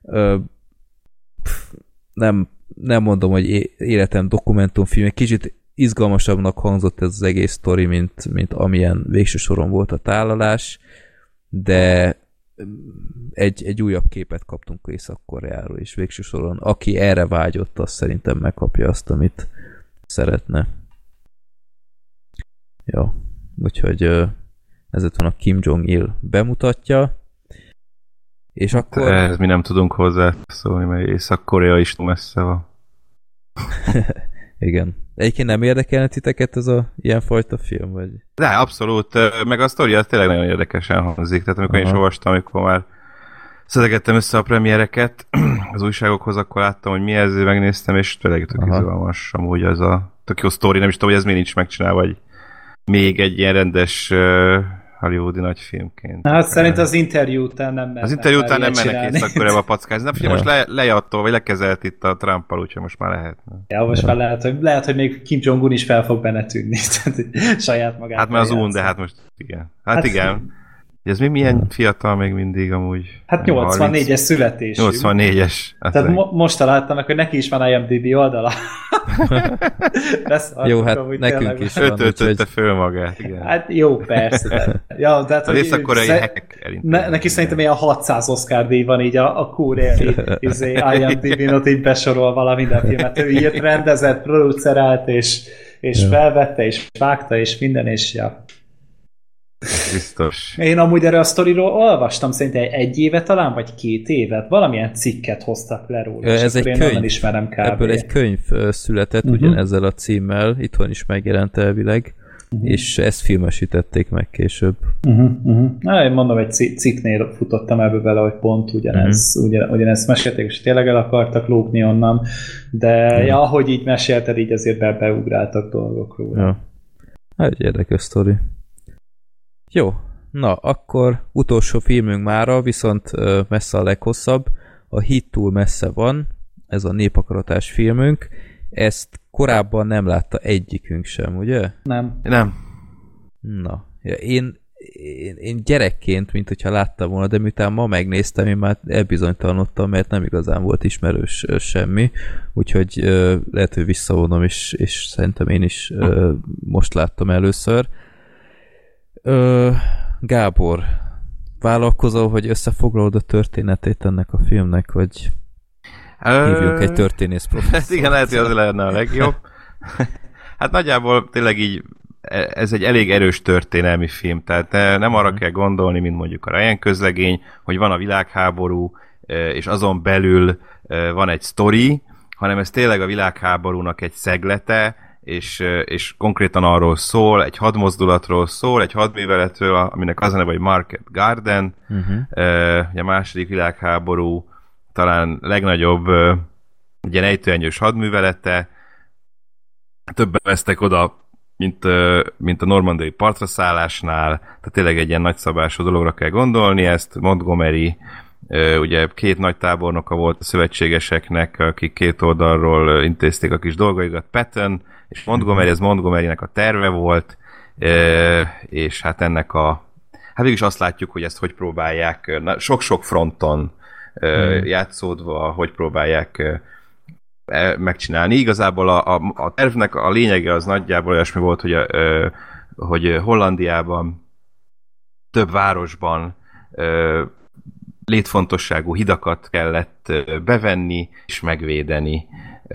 Nem, nem mondom, hogy életem dokumentumfilm, egy kicsit izgalmasabbnak hangzott ez az egész sztori, mint, mint amilyen végső soron volt a tálalás, de egy, egy újabb képet kaptunk Észak-Koreáról is végső soron. Aki erre vágyott, az szerintem megkapja azt, amit szeretne. Jó, úgyhogy ezért van a Kim Jong-il bemutatja, és akkor... Ez mi nem tudunk hozzá szólni, mert Észak-Korea is messze van. Igen. Egyébként nem érdekelne titeket ez a ilyenfajta film? Vagy? De abszolút, meg a sztori az tényleg nagyon érdekesen hangzik, tehát amikor Aha. én is olvastam, amikor már szedegettem össze a premiereket az újságokhoz, akkor láttam, hogy mi ez, megnéztem, és tényleg tök izgalmas amúgy az a tök jó sztori, nem is tudom, hogy ez miért nincs megcsinálva, vagy még egy ilyen rendes uh, hollywoodi nagy filmként. Hát szerint az interjú után nem mennek. Az interjú után nem mennek Észak-Koreába packázni. Na figyelj, most le, lejattól, vagy lekezelt itt a Trumpal, úgyhogy most már lehet. Ja, most ja. már lehet, hogy, lehet, hogy még Kim Jong-un is fel fog benne tűnni. saját magát. Hát már az un, de hát most igen. Hát, hát igen. Ez mi milyen fiatal még mindig amúgy? Hát nyolcvannégyes születésű. nyolcvannégyes. Tehát mo- most találtam meg, hogy neki is van I M D B oldala. Jó, hát nekünk is van. Ötölte föl magát, igen. Hát jó, persze. De, ja, de hát, az észak-koreai sze- hack ne, neki szerintem ilyen hatszáz Oscar díj van így a, a koreai izé, I M D B-n ott így besorol valami minden filmet. Ő írt, rendezett, producerált, és, és ja. felvette, és vágta, és minden, és ja. Biztos. Én amúgy erre a sztoriról olvastam, szerintem egy éve talán, vagy két évet, valamilyen cikket hoztak le róla. Ez egy könyv, ismerem ebből egy könyv született uh-huh. ugyanezzel a címmel, itthon is megjelent elvileg, uh-huh. és ezt filmesítették meg később. Uh-huh, uh-huh. Na, én mondom, egy cikknél futottam ebből bele, hogy pont ugyanez, uh-huh. ugyan, ugyanezt mesélték, és tényleg el akartak lógni onnan, de uh-huh. ja, ahogy így mesélted, így azért be, beugráltak dolgok róla. Ja. Hát egy érdekes sztori. Jó, na, akkor utolsó filmünk mára, viszont messze a leghosszabb. A Hit túl messze van, ez a népakaratás filmünk. Ezt korábban nem látta egyikünk sem, ugye? Nem. Nem. Na, én, én, én gyerekként, mint hogyha láttam volna, de miután ma megnéztem, én már elbizonytalanodtam, mert nem igazán volt ismerős semmi, úgyhogy lehet, hogy visszavonom, és, és szerintem én is most láttam először. Ö, Gábor, vállalkozol, hogy összefoglalod a történetét ennek a filmnek, hogy hívjunk egy történész professzort? Hát igen, lehet, hogy az lenne a legjobb. Hát nagyjából tényleg így ez egy elég erős történelmi film, tehát nem arra kell gondolni, mint mondjuk a Ryan közlegény, hogy van a világháború, és azon belül van egy sztori, hanem ez tényleg a világháborúnak egy szeglete, És, és konkrétan arról szól, egy hadmozdulatról szól, egy hadműveletről, aminek az a neve, hogy Market Garden, uh-huh. a második világháború talán legnagyobb ugye ejtőernyős hadművelete, többen vesztek oda, mint, mint a normandiai partraszállásnál, tehát tényleg egy ilyen nagyszabású dologra kell gondolni, ezt Montgomery, ugye két nagy tábornoka volt a szövetségeseknek, akik két oldalról intézték a kis dolgaikat, Patton és Montgomery, ez Montgomerynek a terve volt, és hát ennek a hát végülis azt látjuk, hogy ezt hogy próbálják, sok-sok fronton hmm. játszódva, hogy próbálják megcsinálni. Igazából a, a, a tervnek a lényege az nagyjából olyasmi volt, hogy, a, hogy Hollandiában több városban létfontosságú hidakat kellett bevenni és megvédeni,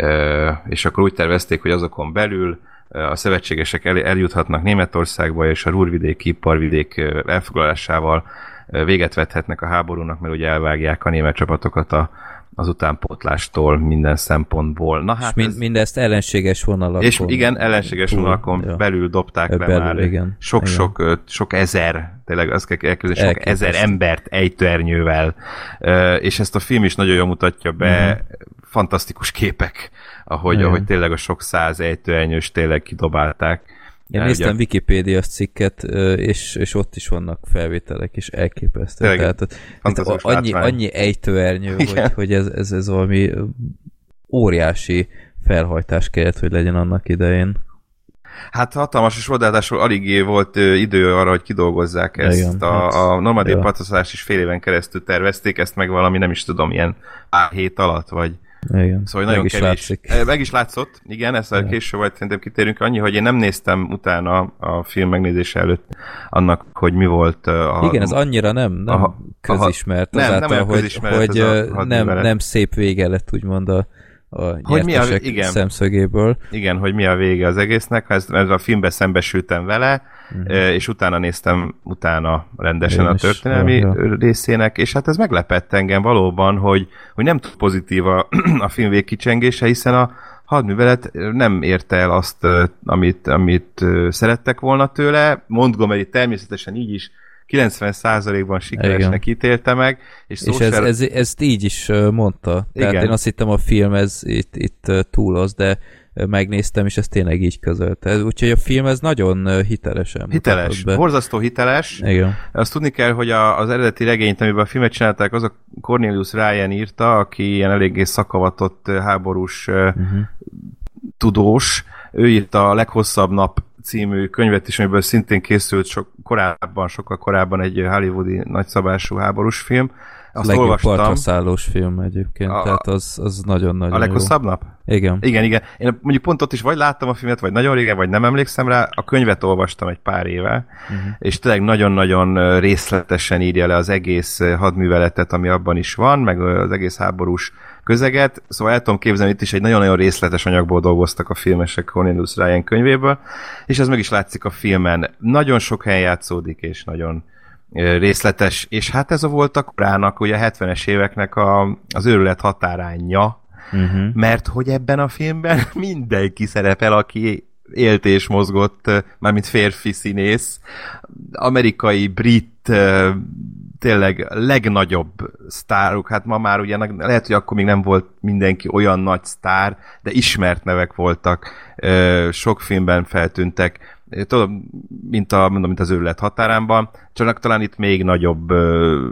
és akkor úgy tervezték, hogy azokon belül a szövetségesek el, eljuthatnak Németországba, és a Ruhrvidéki iparvidék elfoglalásával véget vethetnek a háborúnak, mert ugye elvágják a német csapatokat a, az utánpótlástól minden szempontból. Na, hát és ez... mindezt ellenséges vonalakon. És igen, ellenséges vonalakon ja. belül dobták le belül, már igen. Sok, igen. Sok, sok ezer, tényleg azt kell elképzelni, sok ezer embert ejtőernyővel, és ezt a film is nagyon jól mutatja be, mm-hmm. fantasztikus képek, ahogy, igen. ahogy tényleg a sok száz ejtőernyős tényleg kidobálták. Én néztem ugye... Wikipédia cikket, és, és ott is vannak felvételek, és elképesztő. Tényleg, tehát annyi, annyi ejtőernyő, hogy, hogy ez, ez, ez valami óriási felhajtás kellett, hogy legyen annak idején. Hát hatalmas, és odaadásról alig volt idő arra, hogy kidolgozzák ezt. Igen, a, hát, a normandiai partraszállás is fél éven keresztül tervezték, ezt meg valami, nem is tudom, ilyen pár hét alatt, vagy igen, szóval nagyon meg kevés. Is látszik. Meg is látszott, igen, ezt a késő vagy szerintem kitérünk. Annyi, hogy én nem néztem utána a film megnézése előtt annak, hogy mi volt a... Igen, ez annyira nem, nem a, közismert nem, azáltal, nem hogy, közismert hogy a nem, nem szép vége lett, úgymond a, a hogy mi a, igen, szemszögéből. Igen, hogy mi a vége az egésznek, ez, ez a filmben szembesültem vele, uh-huh. és utána néztem utána rendesen én a történelmi is, ja, ja. részének, és hát ez meglepett engem valóban, hogy, hogy nem tud pozitív a, a film végkicsengése, hiszen a hadművelet nem érte el azt, amit, amit szerettek volna tőle. Montgomery természetesen így is kilencven százalékban sikeresnek ítélte meg. És, és ez, ez, ezt így is mondta. Tehát igen. Én azt hittem, a film ez itt, itt túloz, de megnéztem, és ez tényleg így közölte. Úgyhogy a film ez nagyon hitelesen hiteles, borzasztó hiteles. Igen. Azt tudni kell, hogy a, az eredeti regényt, amiben a filmet csinálták, az a Cornelius Ryan írta, aki ilyen eléggé szakavatott háborús uh-huh. tudós. Ő írta a Leghosszabb nap című könyvet is, amiből szintén készült sok, korábban, sokkal korábban egy hollywoodi nagyszabású háborús film. Azt legjobb olvastam. Partraszállós film egyébként, a, tehát az, az nagyon-nagyon A Leghosszabb nap? Igen. Igen, igen. Én mondjuk pont ott is vagy láttam a filmet, vagy nagyon régen, vagy nem emlékszem rá. A könyvet olvastam egy pár éve, uh-huh. és tényleg nagyon-nagyon részletesen írja le az egész hadműveletet, ami abban is van, meg az egész háborús közeget. Szóval el tudom képzelni, itt is egy nagyon-nagyon részletes anyagból dolgoztak a filmesek Cornelius Ryan könyvéből, és ez meg is látszik a filmen. Nagyon sok helyen játszódik, és nagyon részletes, és hát ez a volt a korának, ugye a hetvenes éveknek a, az őrület határánja, uh-huh. mert hogy ebben a filmben mindenki szerepel, aki élt és mozgott, mármint férfi színész, amerikai, brit, tényleg legnagyobb sztárok, hát ma már ugye lehet, hogy akkor még nem volt mindenki olyan nagy sztár, de ismert nevek voltak, sok filmben feltűntek, tudom, mint, a, mondom, mint az őrület határánban, csak talán itt még nagyobb ö,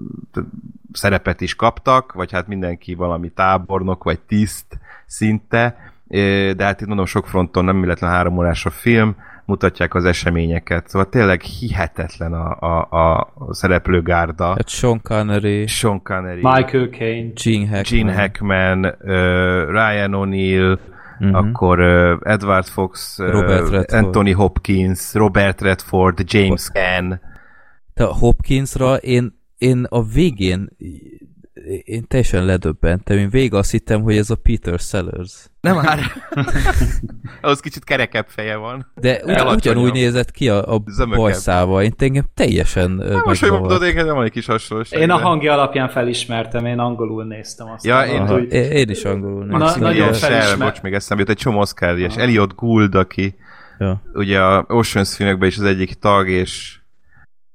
szerepet is kaptak, vagy hát mindenki valami tábornok, vagy tiszt szinte, de hát itt mondom, sok fronton nem illetlen három órás a film, mutatják az eseményeket, szóval tényleg hihetetlen a, a, a szereplőgárda. Hát Sean Connery, Sean Connery, Michael Caine, Gene Hackman, Gene Hackman uh, Ryan O'Neill, uh-huh. akkor uh, Edward Fox, uh, Anthony Hopkins, Robert Redford, James Caan. De a Hopkinsra én, én a végén én teljesen ledöbbentem. Én végig azt hittem, hogy ez a Peter Sellers. Nem már. Ahhoz kicsit kerekebb feje van. De ugy, ugyanúgy nézett ki a, a bajszával. Én engem teljesen megzavart. Most, hogy mondod, én van egy kis hasonlóság. Én a hangja alapján felismertem, én angolul néztem azt. Ja, én, Aha, úgy... én is angolul néztem. Na, nagyon felismer... Bocs, még eszembe jut egy csomó Oscar-díjas. Elliot Gould, aki ja. ugye a Ocean's filmekben is az egyik tag, és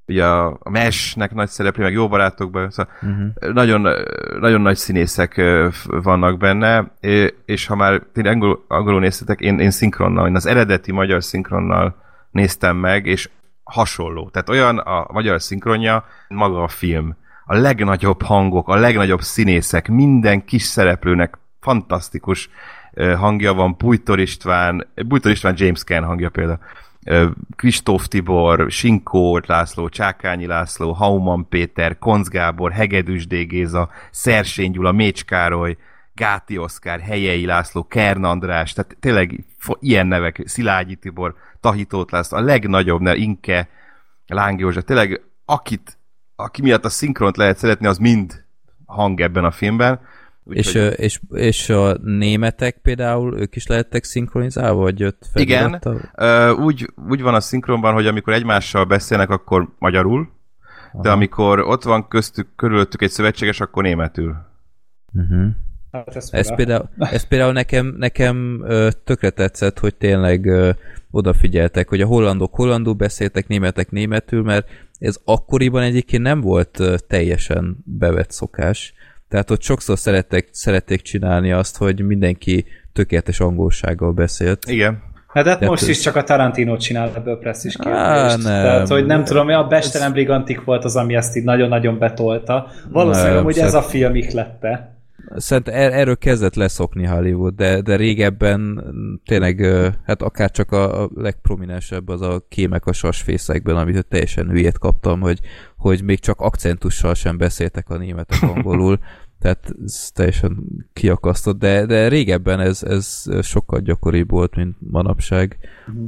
ugye a Mesh-nek nagy szereplő, meg Jó barátokban, szóval uh-huh. nagyon, nagyon nagy színészek vannak benne, és ha már tényleg angol, angolul néztetek, én, én szinkronnal, én az eredeti magyar szinkronnal néztem meg, és hasonló. Tehát olyan a magyar szinkronja, maga a film. A legnagyobb hangok, a legnagyobb színészek, minden kis szereplőnek fantasztikus hangja van, Bújtor István, Bújtor István James Caan hangja például, Kristóf Tibor, Sinkó László, Csákányi László, Hauman Péter, Koncz Gábor, Hegedűs D. Géza, Szersény Gyula, Mécs Károly, Gáti Oszkár, Helyei László, Kern András, tehát tényleg ilyen nevek, Szilágyi Tibor, Tahi Tóth László, a legnagyobb, ne, Inke, Láng József, tényleg akit, aki miatt a szinkront lehet szeretni, az mind hang ebben a filmben. Úgy, és, hogy... és, és a németek például, ők is lehettek szinkronizálva, vagy jött felirattal? Igen, uh, úgy, úgy van a szinkronban, hogy amikor egymással beszélnek, akkor magyarul, aha. de amikor ott van köztük, körülöttük egy szövetséges, akkor németül. Uh-huh. Hát ez, ez, például, ez például nekem, nekem ö, tökre tetszett, hogy tényleg ö, odafigyeltek, hogy a hollandok hollandul beszéltek, németek németül, mert ez akkoriban egyébként nem volt ö, teljesen bevett szokás. Tehát ott sokszor szerették, szerették csinálni azt, hogy mindenki tökéletes angolsággal beszélt. Igen. Hát, hát most ez... is csak a Tarantino csinál ebből presszis kérdést. Tehát, hogy nem tudom, a Bestelen Brigantik volt az, ami ezt így nagyon-nagyon betolta. Valószínűleg, hogy ez a film ihlette. Szerintem er- erről kezdett leszokni Hollywood, de, de régebben tényleg, hát akár csak a, a legprominensebb az a Kémek a sasfészekben, amit teljesen hülyét kaptam, hogy, hogy még csak akcentussal sem beszéltek a németek angolul, tehát ez teljesen kiakasztott, de, de régebben ez, ez sokkal gyakoribb volt, mint manapság,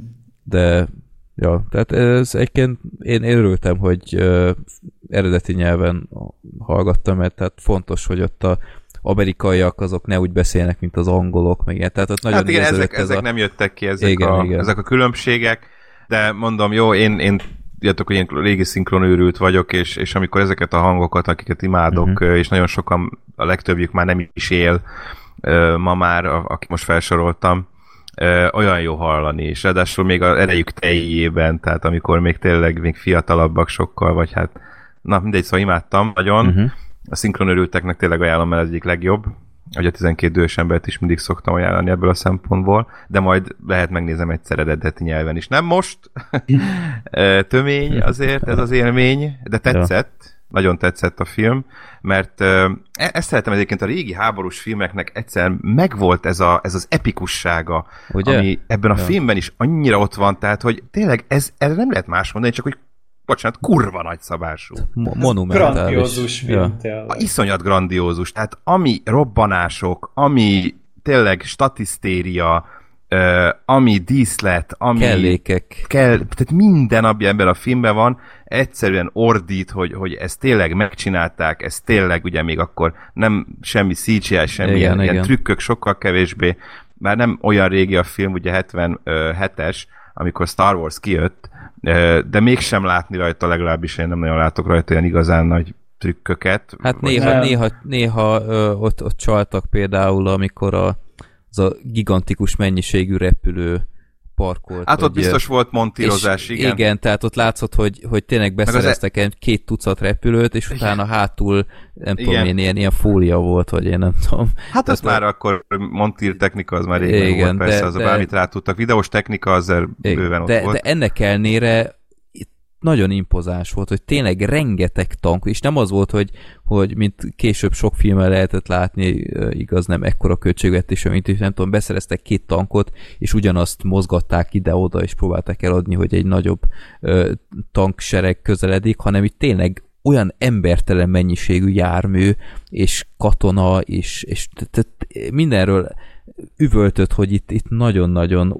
de ja, tehát ez egyébként én örültem, hogy uh, eredeti nyelven hallgattam, mert tehát fontos, hogy ott a amerikaiak azok ne úgy beszélnek, mint az angolok, meg ilyen. Tehát ott nagyon hát igen, ezek, ezek a... nem jöttek ki, ezek, igen, a, igen. ezek a különbségek, de mondom, jó, én, én tudjátok, hogy én régi szinkronőrült vagyok, és, és amikor ezeket a hangokat, akiket imádok, uh-huh. és nagyon sokan, a legtöbbjük már nem is él ma már, akik most felsoroltam, olyan jó hallani, és ráadásul még az erejük teljében, tehát amikor még tényleg még fiatalabbak sokkal, vagy hát, na mindegy, szóval imádtam nagyon. Uh-huh. A szinkronőrülteknek tényleg ajánlom, mert ez egyik legjobb, hogy a tizenkét idős embert is mindig szoktam ajánlani ebből a szempontból, de majd lehet megnézem egyszer eredeti nyelven is. Nem most, tömény azért ez az élmény, de tetszett, ja. Nagyon tetszett a film, mert ezt szeretem egyébként a régi háborús filmeknek egyszer megvolt ez, a, ez az epikussága, ugye? Ami ebben a ja. filmben is annyira ott van, tehát hogy tényleg ez, erre nem lehet más mondani, csak hogy bocsánat, kurva nagyszabású. Mo- monumentális. Grandiózus film, ja. A iszonyat grandiózus. Tehát ami robbanások, ami tényleg statisztéria, uh, ami díszlet, ami... Kellékek. Kell, tehát minden, ami ebben a filmben van, egyszerűen ordít, hogy, hogy ezt tényleg megcsinálták, ez tényleg ugye még akkor nem semmi cé gé í, semmi igen, ilyen, ilyen trükkök, sokkal kevésbé. Már nem olyan régi a film, ugye hetvenhetes, amikor Star Wars kijött, de mégsem látni rajta, legalábbis én nem nagyon látok rajta olyan igazán nagy trükköket. Hát néha, néha, néha ö, ott, ott csaltak például, amikor a, az a gigantikus mennyiségű repülő parkolt. Hát ott biztos volt montírozás, igen. Igen, tehát ott látszott, hogy, hogy tényleg beszereztek egy két tucat repülőt, és utána hátul, nem igen. tudom én, ilyen, ilyen fólia volt, vagy én nem tudom. Hát ez már akkor montír technika, az már régen igen, volt, persze, az bármit rá tudtak. Videós technika azért bőven ott de, volt. De ennek ellenére nagyon impozáns volt, hogy tényleg rengeteg tank, és nem az volt, hogy, hogy mint később sok filmmel lehetett látni, igaz, nem ekkora költségvetés, mint nem tudom, beszereztek két tankot, és ugyanazt mozgatták ide-oda, és próbálták eladni, hogy egy nagyobb ö, tanksereg közeledik, hanem itt tényleg olyan embertelen mennyiségű jármű, és katona, és, és mindenről üvöltött, hogy itt, itt nagyon-nagyon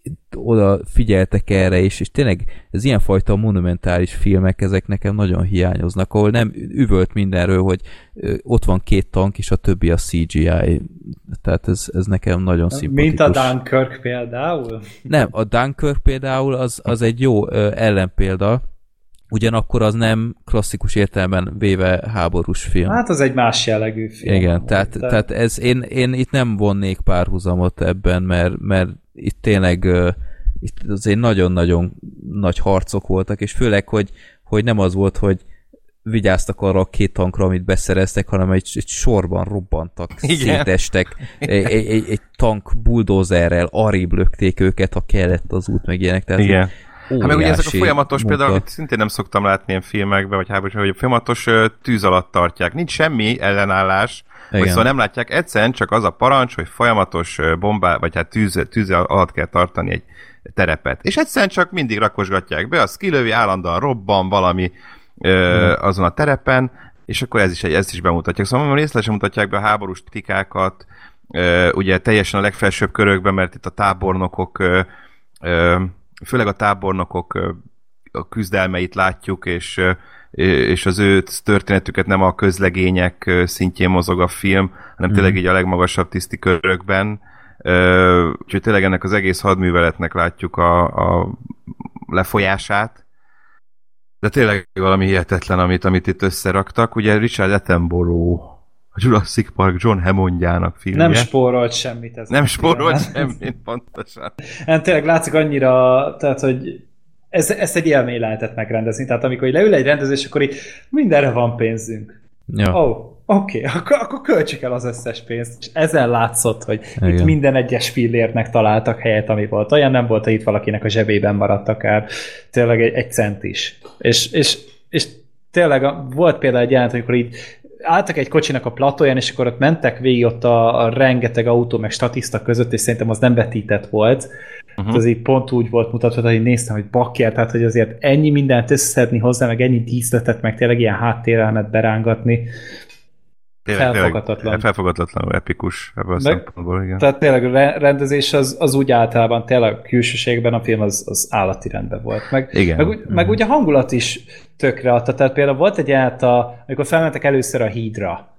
oda figyeltek erre, és, és tényleg ez ilyenfajta monumentális filmek, ezek nekem nagyon hiányoznak, ahol nem üvölt mindenről, hogy ö, ott van két tank, és a többi a cé gé í. Tehát ez, ez nekem nagyon szimpatikus. Mint a Dunkirk például? Nem, a Dunkirk például az, az egy jó ö, ellenpélda, ugyanakkor az nem klasszikus értelemben véve háborús film. Hát az egy más jellegű film. Igen, tehát, te... tehát ez, én, én itt nem vonnék párhuzamot ebben, mert, mert itt tényleg uh, itt azért nagyon-nagyon nagy harcok voltak, és főleg, hogy, hogy nem az volt, hogy vigyáztak arra a két tankra, amit beszereztek, hanem egy, egy sorban robbantak, igen. szétestek, egy, egy, egy tank bulldozerrel arrébb lökték őket, ha kellett az út, meg ilyenek. Tehát igen. Hát meg ugye ezek a folyamatos, munka. például, amit szintén nem szoktam látni ilyen filmekben, vagy háborúban, hogy a folyamatos tűz alatt tartják. Nincs semmi ellenállás, vagy szóval nem látják, egyszerűen csak az a parancs, hogy folyamatos bombá, vagy hát tűz, tűz alatt kell tartani egy terepet. És egyszerűen csak mindig rakosgatják be, az kilövi, állandóan robban valami ö, azon a terepen, és akkor ez is, ezt is bemutatják. Szóval részletesen mutatják be a háborús tikákat, ö, ugye teljesen a legfelsőbb körökben, mert itt a tábornokok ö, ö, főleg a tábornokok ö, a küzdelmeit látjuk, és, ö, és az ő történetüket nem a közlegények szintjén mozog a film, hanem tényleg így a legmagasabb tiszti körökben. Ö, úgyhogy tényleg ennek az egész hadműveletnek látjuk a, a lefolyását. De tényleg valami hihetetlen, amit, amit itt összeraktak. Ugye Richard Attenborough, a Jurassic Park John Hammondjának filmje. Nem spórolt semmit. Ez nem spórolt semmit, pontosan. Nem, tényleg látszik annyira, tehát, hogy ez, ezt egy élmény lehetett megrendezni. Tehát amikor leül egy rendezés, akkor így mindenre van pénzünk. Ja. Oh, oké, okay. akkor, akkor költsük el az összes pénzt. És ezen látszott, hogy igen. Itt minden egyes fillérnek találtak helyet, ami volt. Olyan nem volt, hogy itt valakinek a zsebében maradt akár tényleg egy, egy cent is. És, és, és tényleg volt például egy jelent, amikor így álltak egy kocsinak a platóján, és akkor ott mentek végig ott a, a rengeteg autó meg statiszta között, és szerintem az nem vetített volt. Uh-huh. Az így pont úgy volt mutatva, hogy néztem, hogy bakker, tehát hogy azért ennyi mindent összeszedni hozzá, meg ennyi díszletet, meg tényleg ilyen háttérelmet berángatni. Tényleg, felfogadatlan. Tényleg, felfogadatlanul epikus ebből a szempontból, igen. Tehát tényleg a rendezés az, az úgy általában, tényleg a külsőségben a film az, az állati rendben volt. Meg, igen. meg, meg, meg ugye a hangulat is tökre adta. Tehát például volt egy jelenet, amikor felmentek először a hídra,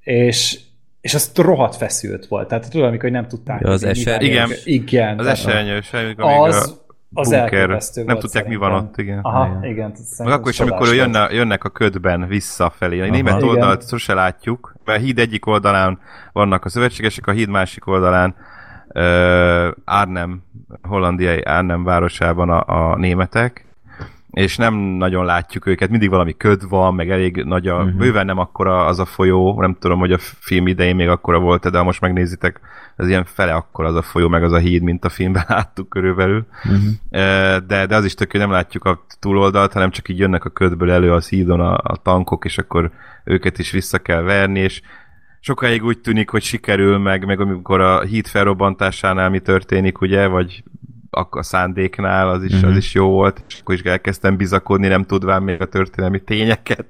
és és az rohadt feszült volt. Tehát tudom, amikor nem tudták. Ja, az eser... Igen. igen. Az esernyős, az, az elképesztő nem tudják, mi van ott, igen. Aha, igen. igen meg akkor is, amikor jönne, jönnek a ködben visszafelé. A német aha, oldalt igen. Sose látjuk, mert a híd egyik oldalán vannak a szövetségesek, a híd másik oldalán uh, Arnhem, hollandiai Arnhem városában a, a németek, és nem nagyon látjuk őket, mindig valami köd van, meg elég nagy a, uh-huh. bőven nem akkora az a folyó, nem tudom, hogy a film idején még akkora volt, de ha most megnézitek, az ilyen fele akkora az a folyó, meg az a híd, mint a filmben láttuk körülbelül. Uh-huh. De, de az is tök, hogy nem látjuk a túloldalt, hanem csak így jönnek a ködből elő az hídon a, a tankok, és akkor őket is vissza kell verni, és sokáig úgy tűnik, hogy sikerül, meg, meg amikor a híd felrobbantásánál mi történik, ugye, vagy a szándéknál, az is, uh-huh. az is jó volt, és akkor is elkezdtem bizakodni, nem tudván még a történelmi tényeket.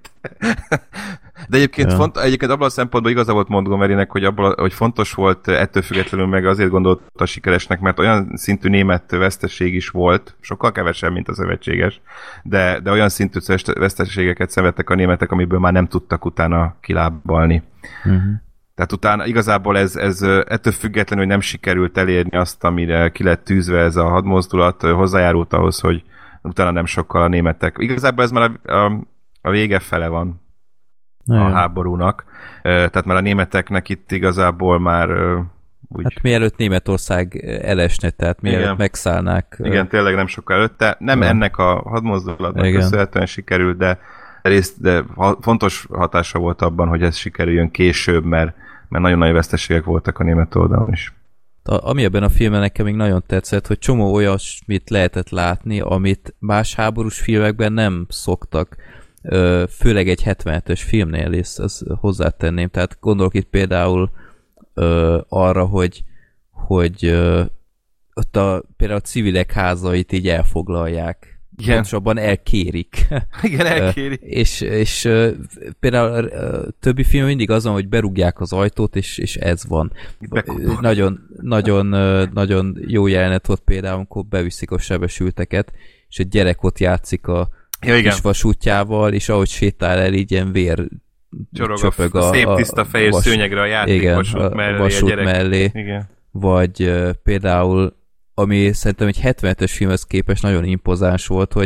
De egyébként, ja. font, egyébként abban a szempontból igaza volt Montgomerynek, hogy, abban, hogy fontos volt ettől függetlenül, meg azért gondolta sikeresnek, mert olyan szintű német veszteség is volt, sokkal kevesebb, mint a szövetséges, de, de olyan szintű veszteségeket szenvedtek a németek, amiből már nem tudtak utána kilábalni. Uh-huh. Tehát utána igazából ez, ez ettől függetlenül, hogy nem sikerült elérni azt, amire ki lett tűzve ez a hadmozdulat, hozzájárult ahhoz, hogy utána nem sokkal a németek. Igazából ez már a, a, a vége fele van a ja. háborúnak. Tehát már a németeknek itt igazából már úgy... Hát mielőtt Németország elesne, tehát mielőtt igen. megszállnák. Igen, tényleg nem sokkal előtte. Nem ja. ennek a hadmozdulatnak köszönhetően sikerült, de részt, de fontos hatása volt abban, hogy ez sikerüljön később, mert, mert nagyon nagy veszteségek voltak a német oldalon is. A, ami ebben a filmben nekem még nagyon tetszett, hogy csomó olyasmit lehetett látni, amit más háborús filmekben nem szoktak. Főleg egy hetvenhetes filmnél is, ezt hozzátenném. Tehát gondolok itt például ö, arra, hogy, hogy ö, ott a, például a civilek házait így elfoglalják. Igen. Pontosabban elkérik. Igen, elkérik. Uh, és, és uh, például uh, többi film mindig azon, hogy berúgják az ajtót, és, és ez van. Uh, nagyon, nagyon, uh, nagyon jó jelenet volt például, amikor beviszik a sebesülteket, és egy gyerek ott játszik a ja, kis vasútjával, és ahogy sétál el, így ilyen vér csorog csöpög a, a szép tiszta fehér vas, szőnyegre a játék igen, vasút mellé. A vasút a mellé. Igen. Vagy uh, például ami szerintem egy hetvenhetes filmhez képest nagyon impozáns volt, hogy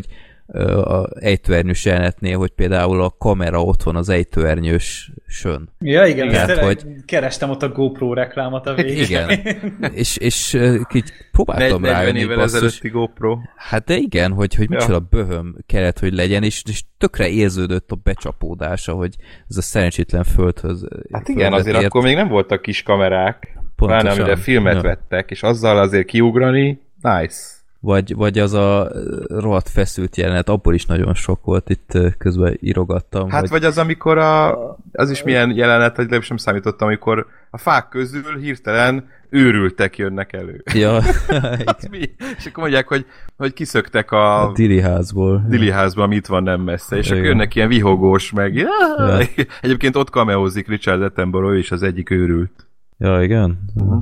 a ejtőernyős jelenetnél, hogy például a kamera ott van az ejtőernyős sön. Ja, igen, Tehát, hogy... kerestem ott a GoPro reklámot a végén. Igen, és, és így próbáltam rájönni. negyven évvel ezelőtti GoPro. Hát de igen, hogy, hogy micsoda ja. böhöm kellett, hogy legyen, és, és tökre érződött a becsapódása, hogy ez a szerencsétlen földhöz... Hát igen, azért ért. Akkor még nem voltak kis kamerák, pláne amire filmet ja. vettek, és azzal azért kiugrani, nice. Vagy, vagy az a rohadt feszült jelenet, abból is nagyon sok volt, itt közben írogattam. Hát hogy... vagy az, amikor a, az is milyen jelenet, hogy nem sem számítottam, amikor a fák közül hirtelen őrültek jönnek elő. Ja. mi? És akkor mondják, hogy, hogy kiszöktek a, a Dili házból. Dili házból, ami itt van nem messze, és igen. akkor jönnek ilyen vihogós meg. Ja. Egyébként ott kameózik Richard Attenborough, ő is az egyik őrült. Ja, igen. Uh-huh.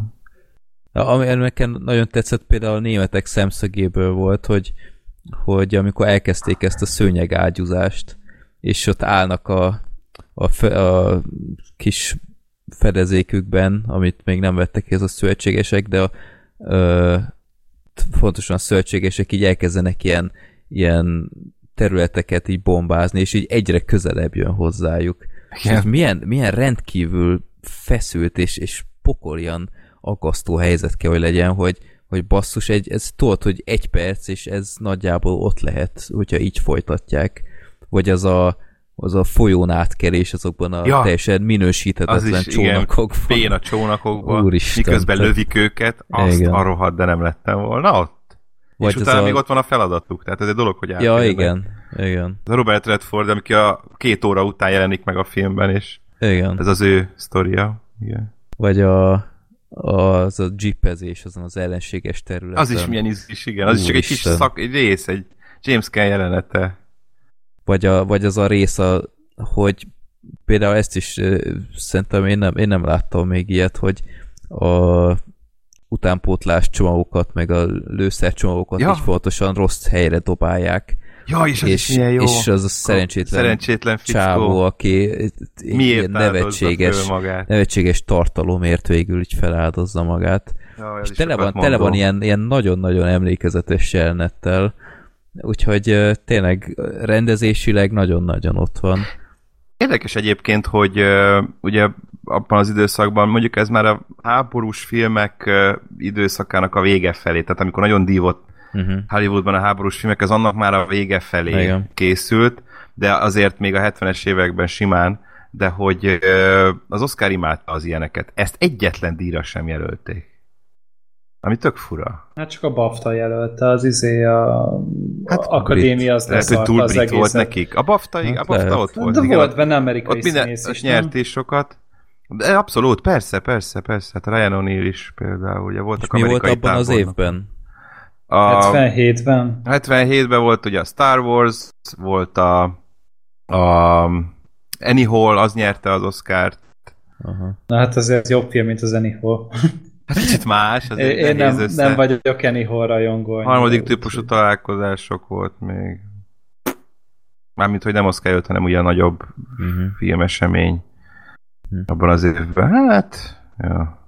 Ami nekem nagyon tetszett például a németek szemszögéből volt, hogy, hogy amikor elkezdték ezt a szőnyegágyúzást, és ott állnak a, a, fe, a kis fedezékükben, amit még nem vettek ki ez a szövetségesek, de a, ö, fontosan a szövetségesek így elkezdenek ilyen, ilyen területeket így bombázni, és így egyre közelebb jön hozzájuk. És milyen, milyen rendkívül feszült és, és pokoljan aggasztó helyzet kell, hogy legyen, hogy, hogy basszus, egy, ez tudod, hogy egy perc, és ez nagyjából ott lehet, hogyha így folytatják. Vagy az a, az a folyón átkerés azokban a ja, teljesen minősíthetetlen csónakokban. Igen, a csónakokban, Úristen, miközben tehát... lövik őket, azt igen. a rohadt, de nem lettem volna ott. Vagy és utána a... még ott van a feladatuk, tehát ez egy dolog, hogy átkerülnek. Ja, igen, igen. Ez a Robert Redford, aki a két óra után jelenik meg a filmben, és igen. ez az ő sztoria. Igen. Vagy a az a jeepezés azon az ellenséges területen. Az is milyen ízlés, igen. Az Úr is csak egy kis szak, egy rész, egy James Caan jelenete. Vagy, a, vagy az a rész, a, hogy például ezt is uh, szerintem én nem, én nem láttam még ilyet, hogy a utánpótlás csomagokat, meg a lőszer csomagokat ja. így fontosan rossz helyre dobálják. Ja, és az és, is milyen jó. És az a szerencsétlen, szerencsétlen csávó, aki ilyen nevetséges, nevetséges tartalomért végül így feláldozza magát. Ja, és tele van, tele van ilyen, ilyen nagyon-nagyon emlékezetes jelenettel, úgyhogy uh, tényleg rendezésileg nagyon-nagyon ott van. Érdekes egyébként, hogy uh, ugye abban az időszakban, mondjuk ez már a háborús filmek uh, időszakának a vége felé, tehát amikor nagyon dívott Uh-huh. Hollywoodban a háborús filmek, az annak már a vége felé igen. készült, de azért még a hetvenes években simán, de hogy ö, az Oscar imádta az ilyeneket. Ezt egyetlen díjra sem jelölték. Ami tök fura. Hát csak a BAFTA jelölte, az izé a hát akadémia az lehet, hogy túl brit volt nekik. A BAFTA, hát a BAFTA ott volt. De igen, volt benne amerikai ott színész is, nyert is sokat. De abszolút, persze, persze, persze. Hát Ryan O'Neal is például, ugye voltak és amerikai mi volt abban tábornok. Az évben? A hetvenhétben. hetvenhétben volt ugye a Star Wars, volt a, a Annie Hall, az nyerte az Oscart. Aha. Na hát azért jobb film, mint az Annie Hall. Hát kicsit más, azért én nem, nem vagyok Annie Hall rajongó. Harmadik típusú találkozások volt még. Mármint, hogy nem Oscar jött, hanem ugye a nagyobb uh-huh. filmesemény uh-huh. abban az évben. Hát, ja.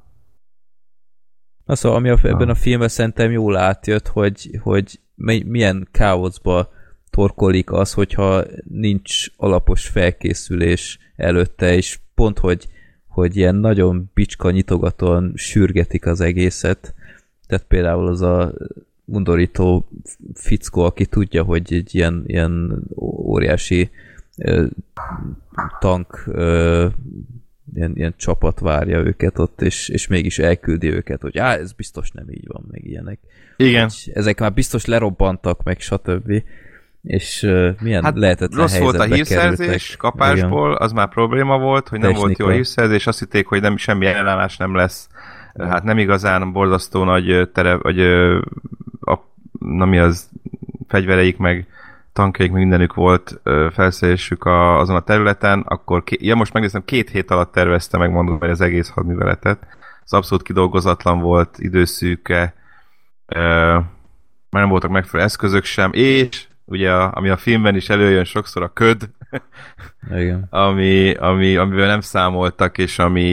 Na szóval, ami a, ebben a filmben szerintem jól átjött, hogy, hogy milyen káoszba torkolik az, hogyha nincs alapos felkészülés előtte, és pont, hogy, hogy ilyen nagyon bicska nyitogatóan sürgetik az egészet. Tehát például az a undorító fickó, aki tudja, hogy egy ilyen, ilyen óriási ö, tank ö, Ilyen, ilyen csapat várja őket ott, és, és mégis elküldi őket, hogy á, ez biztos nem így van, meg ilyenek. Igen. Hogy ezek már biztos lerobbantak, meg stb. És uh, milyen hát lehetetlen rossz helyzetbe volt a hírszerzés kerültek. Kapásból, igen. Az már probléma volt, hogy nem Technika. Volt jó a hírszerzés, azt hitték, hogy nem, semmi ellenállás nem lesz. Ja. Hát nem igazán borzasztó nagy tere, vagy a, na mi az, fegyvereik, meg tankjaik, meg mindenük volt felszerelésük a, azon a területen, akkor ké, ja, most megnéztem, két hét alatt tervezte meg, mondom, hogy az egész hadműveletet. Ez abszolút kidolgozatlan volt, időszűke, e, már nem voltak megfelelő eszközök sem, és ugye, a, ami a filmben is előjön sokszor, a köd, igen. ami, ami, amivel nem számoltak, és ami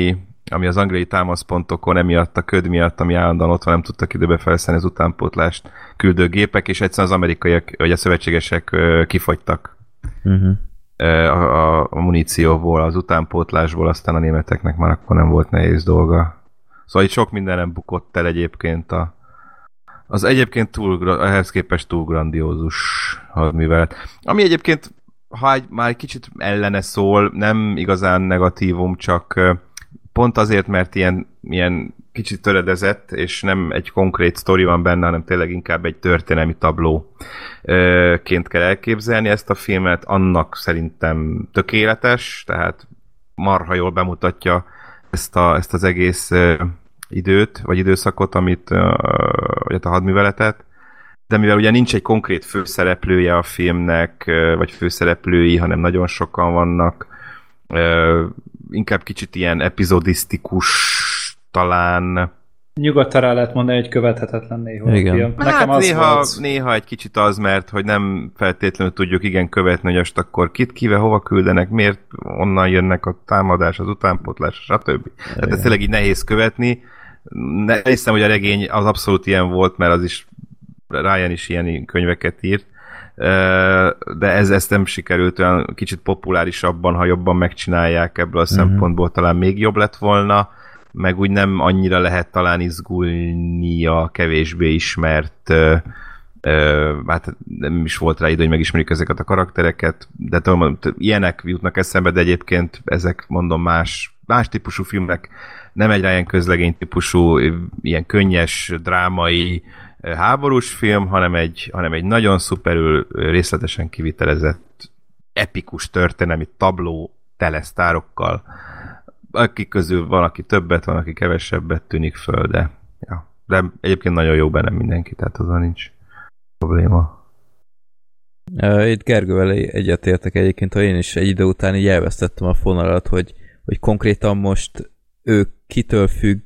ami az angliai támaszpontokon emiatt a köd miatt, ami állandóan ott van, nem tudtak időbe felszállni az utánpótlást küldő gépek, és egyszerűen az amerikaiak, vagy a szövetségesek kifogytak uh-huh. a, a, a munícióból, az utánpótlásból, aztán a németeknek már akkor nem volt nehéz dolga. Szóval itt sok mindenem bukott el egyébként a, az egyébként túl, ehhez képest túl grandiózus hadművelet. Ami egyébként, ha egy, már egy kicsit ellene szól, nem igazán negatívum, csak pont azért, mert ilyen, ilyen kicsit töredezett, és nem egy konkrét sztori van benne, hanem tényleg inkább egy történelmi tablóként kell elképzelni ezt a filmet. Annak szerintem tökéletes, tehát marha jól bemutatja ezt, a, ezt az egész időt, vagy időszakot, amit vagy a hadműveletet, de mivel ugye nincs egy konkrét főszereplője a filmnek, vagy főszereplői, hanem nagyon sokan vannak, inkább kicsit ilyen epizodisztikus talán. Nyugodtan rá lehet mondani, hogy követhetetlen néha igen. a film. Hát nekem az néha, volt... néha egy kicsit az, mert hogy nem feltétlenül tudjuk igen követni, hogy most akkor kit kive hova küldenek, miért onnan jönnek a támadás, az utánpótlás, stb. Tehát ez tényleg így nehéz követni. Ne, hiszem, hogy a regény az abszolút ilyen volt, mert az is Ryan is ilyen könyveket írt, de ez ezt nem sikerült olyan kicsit populárisabban, ha jobban megcsinálják ebből a uh-huh. szempontból, talán még jobb lett volna, meg úgy nem annyira lehet talán izgulni a kevésbé ismert, hát nem is volt rá idő, hogy megismerjük ezeket a karaktereket, de tudom, ilyenek jutnak eszembe, de egyébként ezek mondom más, más típusú filmek, nem egy Ryan közlegény típusú, ilyen könnyes, drámai, háborús film, hanem egy, hanem egy nagyon szuperül részletesen kivitelezett epikus történelmi tabló tele sztárokkal, akik közül van, aki többet, van, aki kevesebbet tűnik föl, de, ja. De egyébként nagyon jó benne mindenki, tehát azon nincs probléma. Itt Gergővel egyetértek egyébként, hogy én is egy idő után így elvesztettem a fonalat, hogy, hogy konkrétan most ő kitől függ,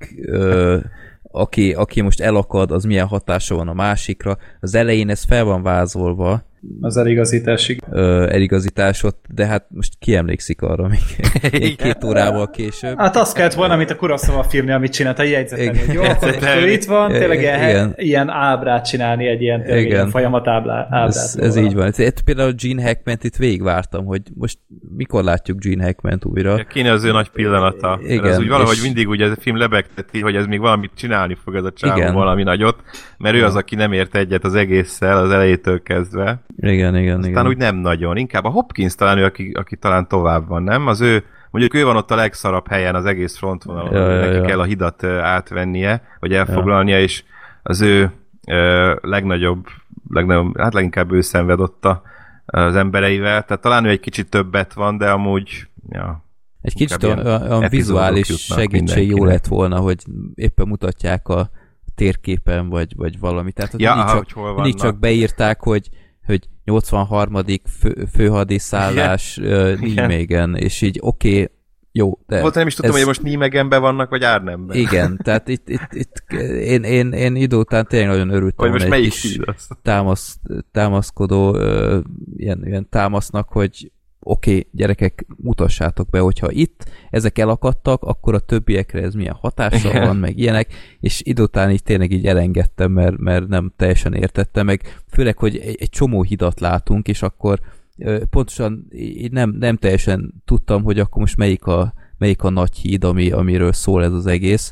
aki, aki most elakad, az milyen hatása van a másikra. Az elején ez fel van vázolva. Az eligazításig. Ö, eligazításot, de hát most ki emlékszik arra még, még két órával később. Hát azt kellett volna, amit a Kurosawa filmnél, amit csinált, a jegyzetelni. Jó, akkor ő itt van, tényleg ilyen, ilyen ábrát csinálni, egy ilyen, ilyen folyamat ábrát. Ez, ez így van. Itt például Gene Hackmant itt végigvártam, hogy most mikor látjuk Gene Hackmant újra. Kéne az ő nagy pillanata. Igen, ez úgy valahogy és... mindig úgy ez a film lebegteti, hogy ez még valamit csinálni fog ez a csávó, valami nagyot, mert ő az, aki nem ért egyet az egésszel az elejétől kezdve. Igen, igen, aztán igen. úgy nem nagyon. Inkább a Hopkins talán ő, aki, aki talán tovább van, nem? Az ő, mondjuk ő van ott a legszarabb helyen az egész frontvonalon, ja, ja, neki ja. kell a hidat átvennie, vagy elfoglalnia, ja. és az ő ö, legnagyobb, legnagyobb, hát leginkább ő szenved ott a, az embereivel, tehát talán ő egy kicsit többet van, de amúgy, ja. Egy kicsit a, a vizuális segítség jó lett volna, hogy éppen mutatják a térképen, vagy, vagy valami. Tehát ja, mindig, aha, csak, mindig csak beírták, hogy hogy nyolcvanharmadik fő, főhadiszállás uh, Nijmegen, és így oké, okay, jó, de... Volt, nem is tudtam, ez... hogy most Nijmegenben vannak, vagy Arnhemben. Igen, tehát itt, itt, itt én, én, én idő után tényleg nagyon örültem, hogy egy kis támasz, támaszkodó uh, ilyen, ilyen támasznak, hogy oké, okay, gyerekek, mutassátok be, hogyha itt ezek elakadtak, akkor a többiekre ez milyen hatással van, meg ilyenek, és idő után így tényleg így elengedtem, mert, mert nem teljesen értettem, meg főleg, hogy egy, egy csomó hidat látunk, és akkor pontosan így nem, nem teljesen tudtam, hogy akkor most melyik a, melyik a nagy híd, ami, amiről szól ez az egész,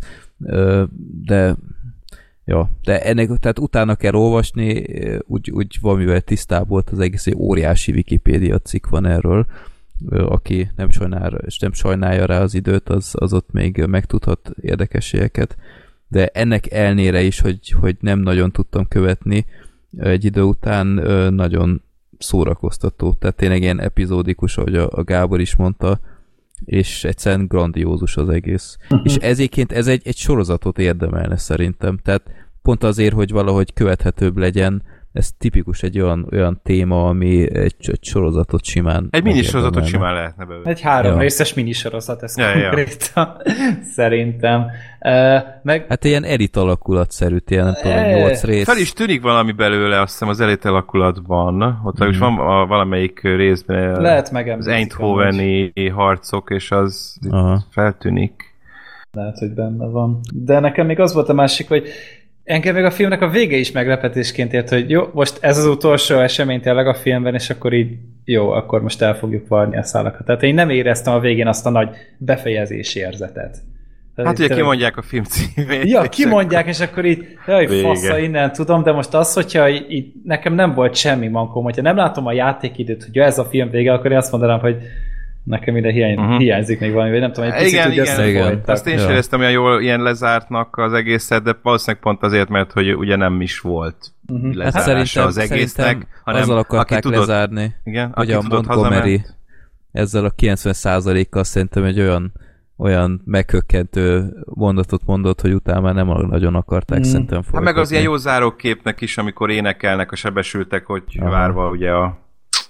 de ja, de ennek, tehát utána kell olvasni, úgy, úgy valamivel tisztább volt az egész, egy óriási Wikipédia cikk van erről, aki nem sajnálja, és nem sajnálja rá az időt, az, az ott még megtudhat érdekességeket, de ennek elnére is, hogy, hogy nem nagyon tudtam követni, egy idő után nagyon szórakoztató, tehát tényleg ilyen epizódikus, ahogy a, a Gábor is mondta, és egyszerűen grandiózus az egész. Uh-huh. És ezéként ez egy, egy sorozatot érdemelne szerintem, tehát pont azért, hogy valahogy követhetőbb legyen, ez tipikus egy olyan, olyan téma, ami egy, egy sorozatot simán... Egy minisorozatot simán lehetne belőle. Egy három ja. részes minisorozat, ez ja, konkrétan, ja. szerintem. Uh, meg... Hát ilyen elit alakulatszerű, ilyen nem tudom, nyolc rész. Fel is tűnik valami belőle, azt hiszem az elit alakulatban. Ott mm. is van a, valamelyik részben lehet az Eindhoveni harcok, és az feltűnik. Lehet, hogy benne van. De nekem még az volt a másik, hogy engem még a filmnek a vége is meglepetésként ért, hogy jó, most ez az utolsó esemény tényleg a filmben, és akkor így jó, akkor most el fogjuk varni a szálakat. Tehát én nem éreztem a végén azt a nagy befejezési érzetet. Tehát hát ugye tényleg... kimondják a film címét. Ja, kimondják, és akkor így, jaj, fassa, innen tudom, de most az, hogyha így, így nekem nem volt semmi mankóm, hogyha nem látom a játékidőt, hogy ja, ez a film vége, akkor én azt mondanám, hogy nekem ide hiány, uh-huh. hiányzik még valami, vagy nem tudom, egy picit igen, úgy összefolytak. Azt én sem éreztem olyan jól ilyen lezártnak az egészet, de valószínűleg pont azért, mert hogy ugye nem is volt uh-huh. lezárása hát az egésznek, hanem azzal akarták aki tudott, lezárni, igen, hogy a Montgomery ezzel a kilencven százalékkal szerintem egy olyan olyan meghökkentő mondatot mondott, hogy utána már nem nagyon akarták mm. szerintem folytatni. Hát meg az ilyen jó záróképnek is, amikor énekelnek a sebesültek, hogy aha. várva ugye a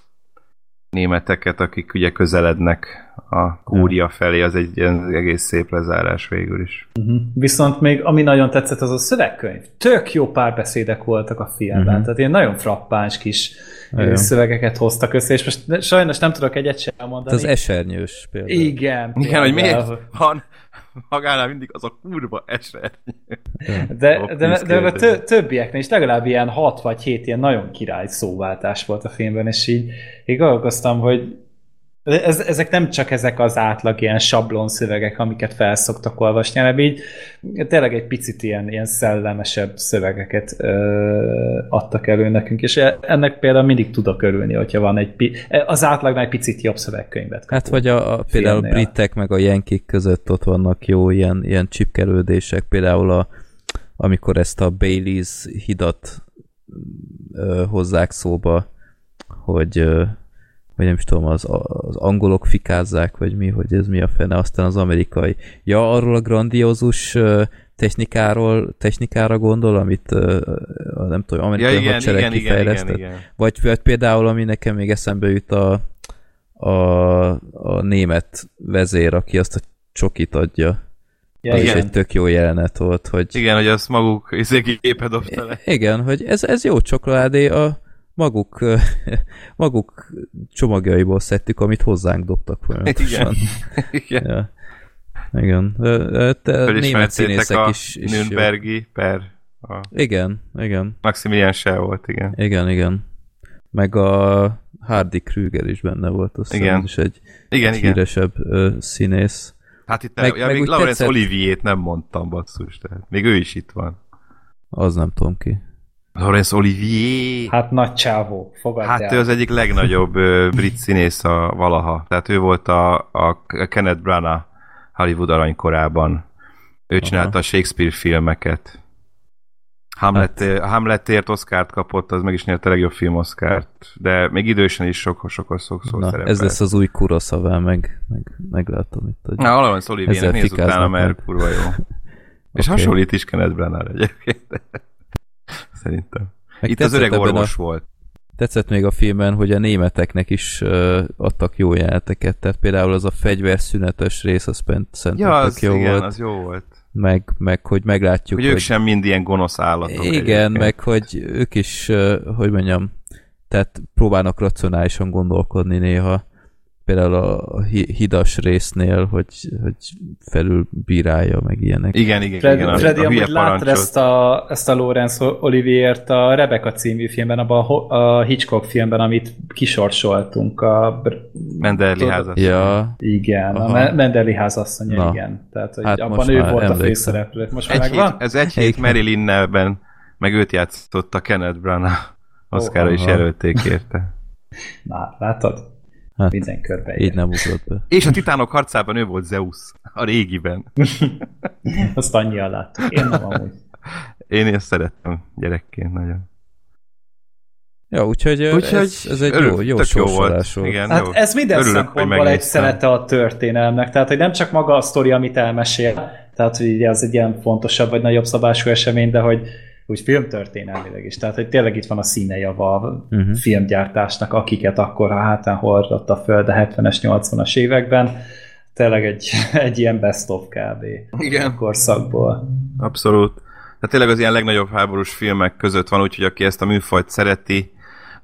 németeket, akik ugye közelednek a kúria felé, az egy egész szép lezárás végül is. Uh-huh. Viszont még ami nagyon tetszett, az a szövegkönyv. Tök jó párbeszédek voltak a filmben, uh-huh. tehát ilyen nagyon frappáns kis Aján. szövegeket hoztak össze, és most sajnos nem tudok egyet sem elmondani. Ez az esernyős például. Igen. Igen, hogy miért van magánál mindig az a kurva esernyő. De, de, de a tö- többieknél is legalább ilyen hat vagy hét ilyen nagyon király szóváltás volt a filmben, és így, így gondolkoztam, hogy ez, ezek nem csak ezek az átlag ilyen sablon szövegek, amiket felszoktak olvasni, hanem így tényleg egy picit ilyen, ilyen szellemesebb szövegeket ö, adtak elő nekünk, és ennek például mindig tudok örülni, hogyha van egy az átlagnál egy picit jobb szövegkönyvet kapunk. Hát vagy a, a például a britek meg a jenkik között ott vannak jó ilyen, ilyen csipkelődések, például a, amikor ezt a Baileys hidat ö, hozzák szóba, hogy ö, vagy nem is tudom, az, az angolok fikázzák, vagy mi, hogy ez mi a fene, aztán az amerikai. Ja, arról a grandiózus technikáról, technikára gondol, amit nem tudom, amerikai ja, hadsereg igen, kifejlesztett. Igen, igen, igen. Vagy, vagy például, ami nekem még eszembe jut a, a, a német vezér, aki azt a csokit adja. Ja, az igen. is egy tök jó jelenet volt, hogy... Igen, hogy azt maguk gépet dobta le. Igen, hogy ez, ez jó csokoládé, a maguk, maguk csomagjaiból szedtük, amit hozzánk dobtak folyamatosan. Igen. Igen. Ja. Igen. Te német színészek a is, is Nürnbergi jó. Per a... Igen, igen. Maximilian Schell volt, igen. Igen, igen. Meg a Hardy Krüger is benne volt, azt igen. is egy igen, híresebb igen. színész. Hát itt meg, ja, meg még Laurence tetszett... Olivier-t nem mondtam, basszus, tehát még ő is itt van. Az nem tudom ki. Laurence Olivier. Hát nagy csávó, fogadj Hát el. ő az egyik legnagyobb uh, brit színész a valaha. Tehát ő volt a, a Kenneth Branagh Hollywood aranykorában. Ő csinálta aha. a Shakespeare filmeket. Hamlet, hát. Hamletért Oscart kapott, az meg is nyerte a legjobb film Oscart. De még idősen is sok-sokkal sokszor szerepel. Ez lesz az új Kurosawa, meg, meg meglátom itt. Hogy na, Laurence Olivier-nek nézz utána, mert kurva jó. És okay. hasonlít is Kenneth Branagh egyébként. Szerintem. Meg itt az öreg orvos a, volt. Tetszett még a filmben, hogy a németeknek is uh, adtak jó jeleneteket, tehát például az a fegyverszünetes rész, az szerintem ja, az, jó igen, volt. az jó volt. Meg, meg hogy meglátjuk, hogy... Hogy ők sem mind ilyen gonosz állatok. Igen, egyébként. Meg hogy ők is, uh, hogy mondjam, tehát próbálnak racionálisan gondolkodni néha. Például a hidas résznél, hogy, hogy felül bírálja, meg ilyenek. Igen, igen, Fred, igen. Freddy, amúgy láttad ezt a, ezt a Laurence Olivier-t a Rebecca című filmben, abban a, a Hitchcock filmben, amit kisorsoltunk a... Menderli házasszony. Ja. Igen, aha. a Menderli házasszonya, igen. Tehát, hogy hát abban ő volt emlékszem. A főszereplő. Most egy hét, ez egy hét Marilyn-nelben, meg őt játszott a Kenneth Branagh. Oscarra oh, is jelölték érte. Na, látod? Hát, minden körbe. Így nem ugrott be. És a Titánok harcában ő volt Zeus, a régiben. Azt annyian láttuk. Én nem amúgy. Én ezt szerettem gyerekként nagyon. Ja, úgyhogy, úgyhogy ez, ez egy örül, jó, jó sorsolás volt. Igen, hát jó. ez minden Örülök, szempontból egy szelete a történelmnek. Tehát, hogy nem csak maga a sztori, amit elmesél, tehát, hogy ez egy ilyen fontosabb vagy nagyobb szabású esemény, de hogy úgy filmtörténelmileg is. Tehát, hogy tényleg itt van a színejava a uh-huh. filmgyártásnak, akiket akkor a hátán hordott a föld a hetvenes, nyolcvanas években. Tényleg egy, egy ilyen best of kb. Igen. Korszakból. Abszolút. Tehát tényleg az ilyen legnagyobb háborús filmek között van, úgyhogy aki ezt a műfajt szereti,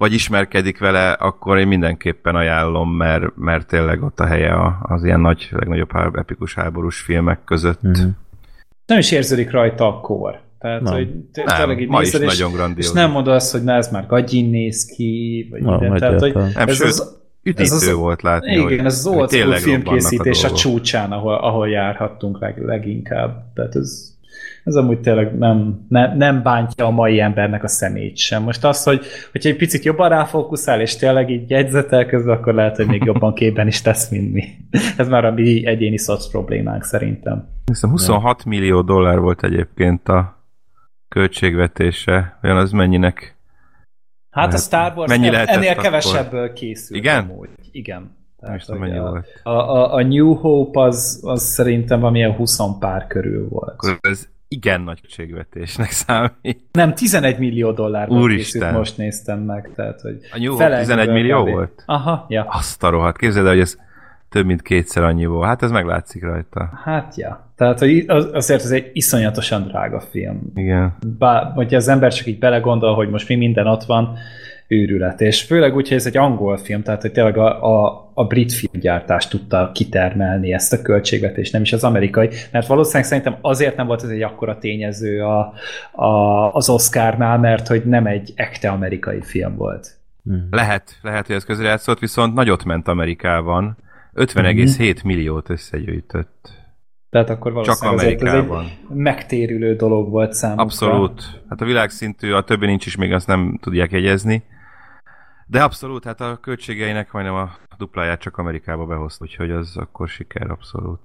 vagy ismerkedik vele, akkor én mindenképpen ajánlom, mert, mert tényleg ott a helye az ilyen nagy, legnagyobb epikus háborús filmek között. Mm-hmm. Nem is érződik rajta a kor. Tehát, nem. hogy tényleg így nézed, és, nagyon grandiózus. És nem mondod azt, hogy na, ez már gagyin néz ki, vagy no, minden. Tehát, hogy nem, ez sőt, az, üdítő ez az, volt látni, igen, hogy, ez az old school filmkészítés a, a csúcsán, ahol, ahol járhattunk leg, leginkább. Tehát ez, ez amúgy tényleg nem, ne, nem bántja a mai embernek a szemét sem. Most az, hogy hogyha egy picit jobban ráfókuszál, és tényleg így jegyzetel közben, akkor lehet, hogy még jobban képben is tesz, mint mi. Ez már a mi egyéni szoc problémánk szerintem. Hiszem huszonhat millió dollár volt egyébként a költségvetése. Olyan az mennyinek? Hát a Star Wars mennyi ennél kevesebből készült. Igen? Amúgy. Igen. Tehát, tudom, mennyi a, volt. A, a, a New Hope az, az szerintem valamilyen húsz pár körül volt. Akkor ez igen nagy költségvetésnek számít. Nem, tizenegy millió dollárból Úristen. készült, most néztem meg. Tehát, hogy a New Hope tizenegy millió volt? Aha, ja. Azt a rohadt. Képzeld el, hogy ez több mint kétszer annyi volt. Hát ez meglátszik rajta. Hát ja. Tehát hogy az, azért ez egy iszonyatosan drága film. Igen. Bár, hogyha az ember csak így belegondol, hogy most mi minden ott van, őrület. És főleg úgy, hogy ez egy angol film, tehát hogy tényleg a, a, a brit filmgyártás tudta kitermelni ezt a költségvetést, nem is az amerikai, mert valószínűleg szerintem azért nem volt ez egy akkora tényező a, a, az Oscarnál, mert hogy nem egy ekte amerikai film volt. Hmm. Lehet, lehet, hogy ez közrejátszott, viszont nagyot ment Amerikában, ötven egész hét milliót összegyűjtött. Tehát akkor valószínűleg csak Amerikában. Ez egy megtérülő dolog volt számukra. Abszolút. Hát a világszintű, a többi nincs is, még azt nem tudják jegyezni. De abszolút, hát a költségeinek majdnem a dupláját csak Amerikába behozta, úgyhogy az akkor siker abszolút.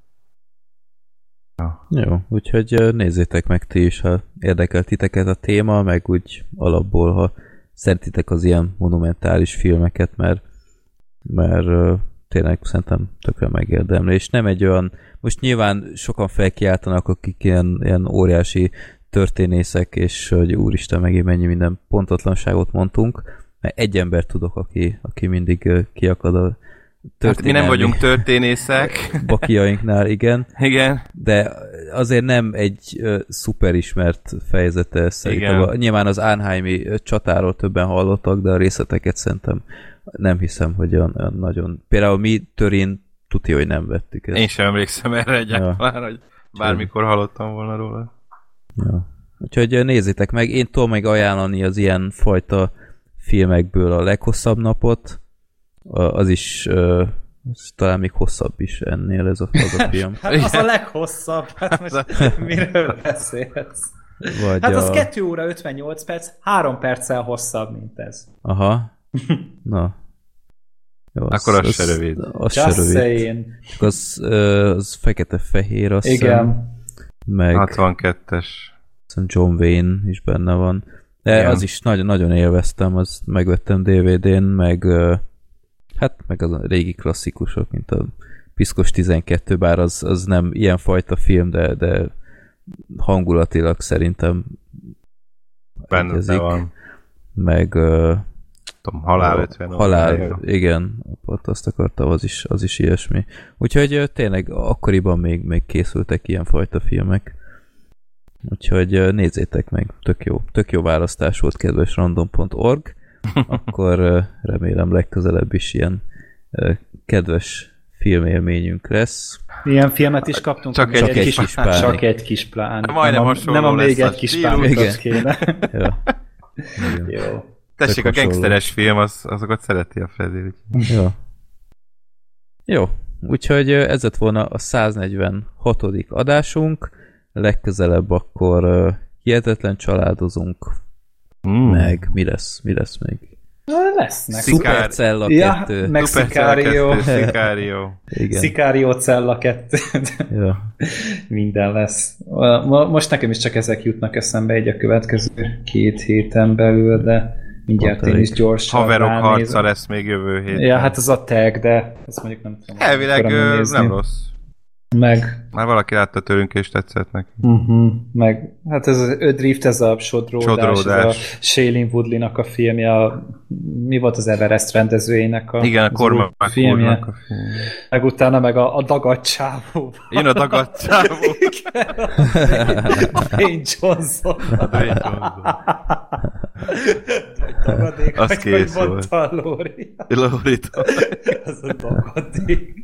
Ja. Jó, úgyhogy nézzétek meg ti is, ha érdekel titeket a téma, meg úgy alapból, ha szeretitek az ilyen monumentális filmeket, mert, mert tényleg szerintem tökre megérdemli, és nem egy olyan, most nyilván sokan felkiáltanak, akik ilyen, ilyen óriási történészek, és hogy úristen, megint mennyi minden pontatlanságot mondtunk, mert egy ember tudok, aki, aki mindig kiakad a történelmi... Hát mi nem vagyunk történészek. Bakiainknál, igen. Igen. De azért nem egy uh, szuper ismert fejezete szerintem. Igen. Nyilván az Arnheimi csatáról többen hallottak, de a részleteket szerintem nem hiszem, hogy olyan, olyan nagyon... Például mi Törin tuti, hogy nem vettük ezt. Én sem emlékszem erre egyáltalán, ja. Hogy bármikor hallottam volna róla. Ja. Úgyhogy nézzétek meg, én tudom meg ajánlani az ilyen fajta filmekből a Leghosszabb napot, az is az talán még hosszabb is ennél ez a, az a film. Hát az a leghosszabb, hát most miről beszélsz? Vagy hát az a... kettő óra ötvennyolc perc, három perccel hosszabb, mint ez. Aha. Na. Jó, az, akkor az, az se rövid. Az se rövid. Csak az, az fekete-fehér, azt igen. Szem, meg hatvankettes. John Wayne is benne van. De igen. Az is nagyon, nagyon élveztem, azt megvettem dé vé dén, meg hát meg az a régi klasszikusok, mint a Piszkos tizenkettő, bár az, az nem ilyenfajta film, de, de hangulatilag szerintem benne egyezik. Van. Meg Tudom, halál ötven. Halál, igen, ott azt akartam, az is, az is ilyesmi. Úgyhogy tényleg akkoriban még, még készültek ilyenfajta filmek. Úgyhogy nézzétek meg, tök jó. Tök jó választás volt, kedves random pont org. Akkor remélem legközelebb is ilyen kedves filmélményünk lesz. Ilyen filmet is kaptunk? Csak egy, egy kis, kis plánik. Csak egy kis plánik. Majdnem nem hasonló nem a még lesz egy kis pánikot kéne. Ja. Jó. Tessék, a gangsteres film, az, azokat szereti a Freddy. Jó. Jó. Úgyhogy ez lett volna a száznegyvenhatodik adásunk. Legközelebb akkor uh, hihetetlen családozunk. Mm. Meg mi lesz? Mi lesz még? Lesznek. Szupercella ja, kettő. Meg Sicario. Sicario. Sicario Cella kettő. Ja. Minden lesz. Most nekem is csak ezek jutnak eszembe egy a következő két héten belül, de mindjárt én is gyorsan Haverok ránézem. harca lesz még jövő héten. Ja, hát az a tag, de ezt mondjuk nem tudom. Elvileg nem rossz. Meg... Már valaki látta tőlünk és tetszett neki. Uh-huh. Meg, hát ez az Ödrift, ez a sodródás, sodródás. Ez a Shailene Woodley-nak a filmje, mi volt az Everest rendezőjének a igen, a Cormac filmje. A filmje. Meg utána meg a, a dagadcsávó. Jön a dagadcsávó. Dwayne Johnson. A Dwayne Johnson. dagadék, az vagy kész hogy volt. mondta a Lóri. Lóritól. Az a dagadék.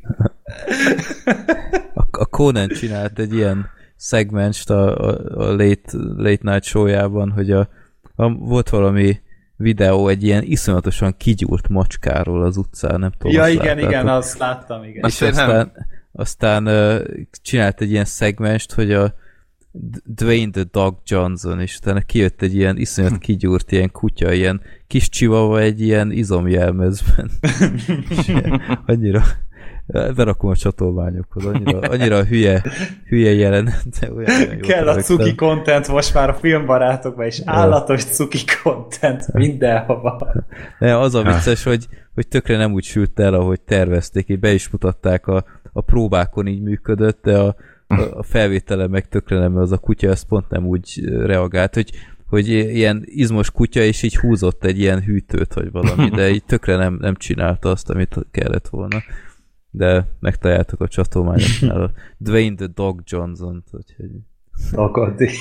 A, a Conan csinált egy ilyen szegmenst a, a, a late, late Night show-jában, hogy a, a, volt valami videó egy ilyen iszonyatosan kigyúrt macskáról az utcán, nem tudom. Ja, azt igen, láttátok. igen, azt láttam, igen. És aztán, aztán uh, csinált egy ilyen szegmenst, hogy a Dwayne the Dog Johnson, és utána kijött egy ilyen iszonyat kigyúrt ilyen kutya, ilyen kis csivava egy ilyen izomjelmezben. annyira berakom a csatolmányokhoz, annyira, annyira hülye, hülye jelenet. Olyan kell a cuki content most már a filmbarátokban, és állatos cuki content mindenhova. De az a vicces, hogy, hogy tökre nem úgy sült el, ahogy tervezték, így be is mutatták, a, a próbákon így működött, de a, a felvétele meg tökre nem, az a kutya ezt pont nem úgy reagált, hogy, hogy ilyen izmos kutya, és így húzott egy ilyen hűtőt, vagy valami, de így tökre nem, nem csinálta azt, amit kellett volna. De megtaláltuk a csatolmányoknál a Dwayne the Dog Johnson-t, úgyhogy... Dagadék.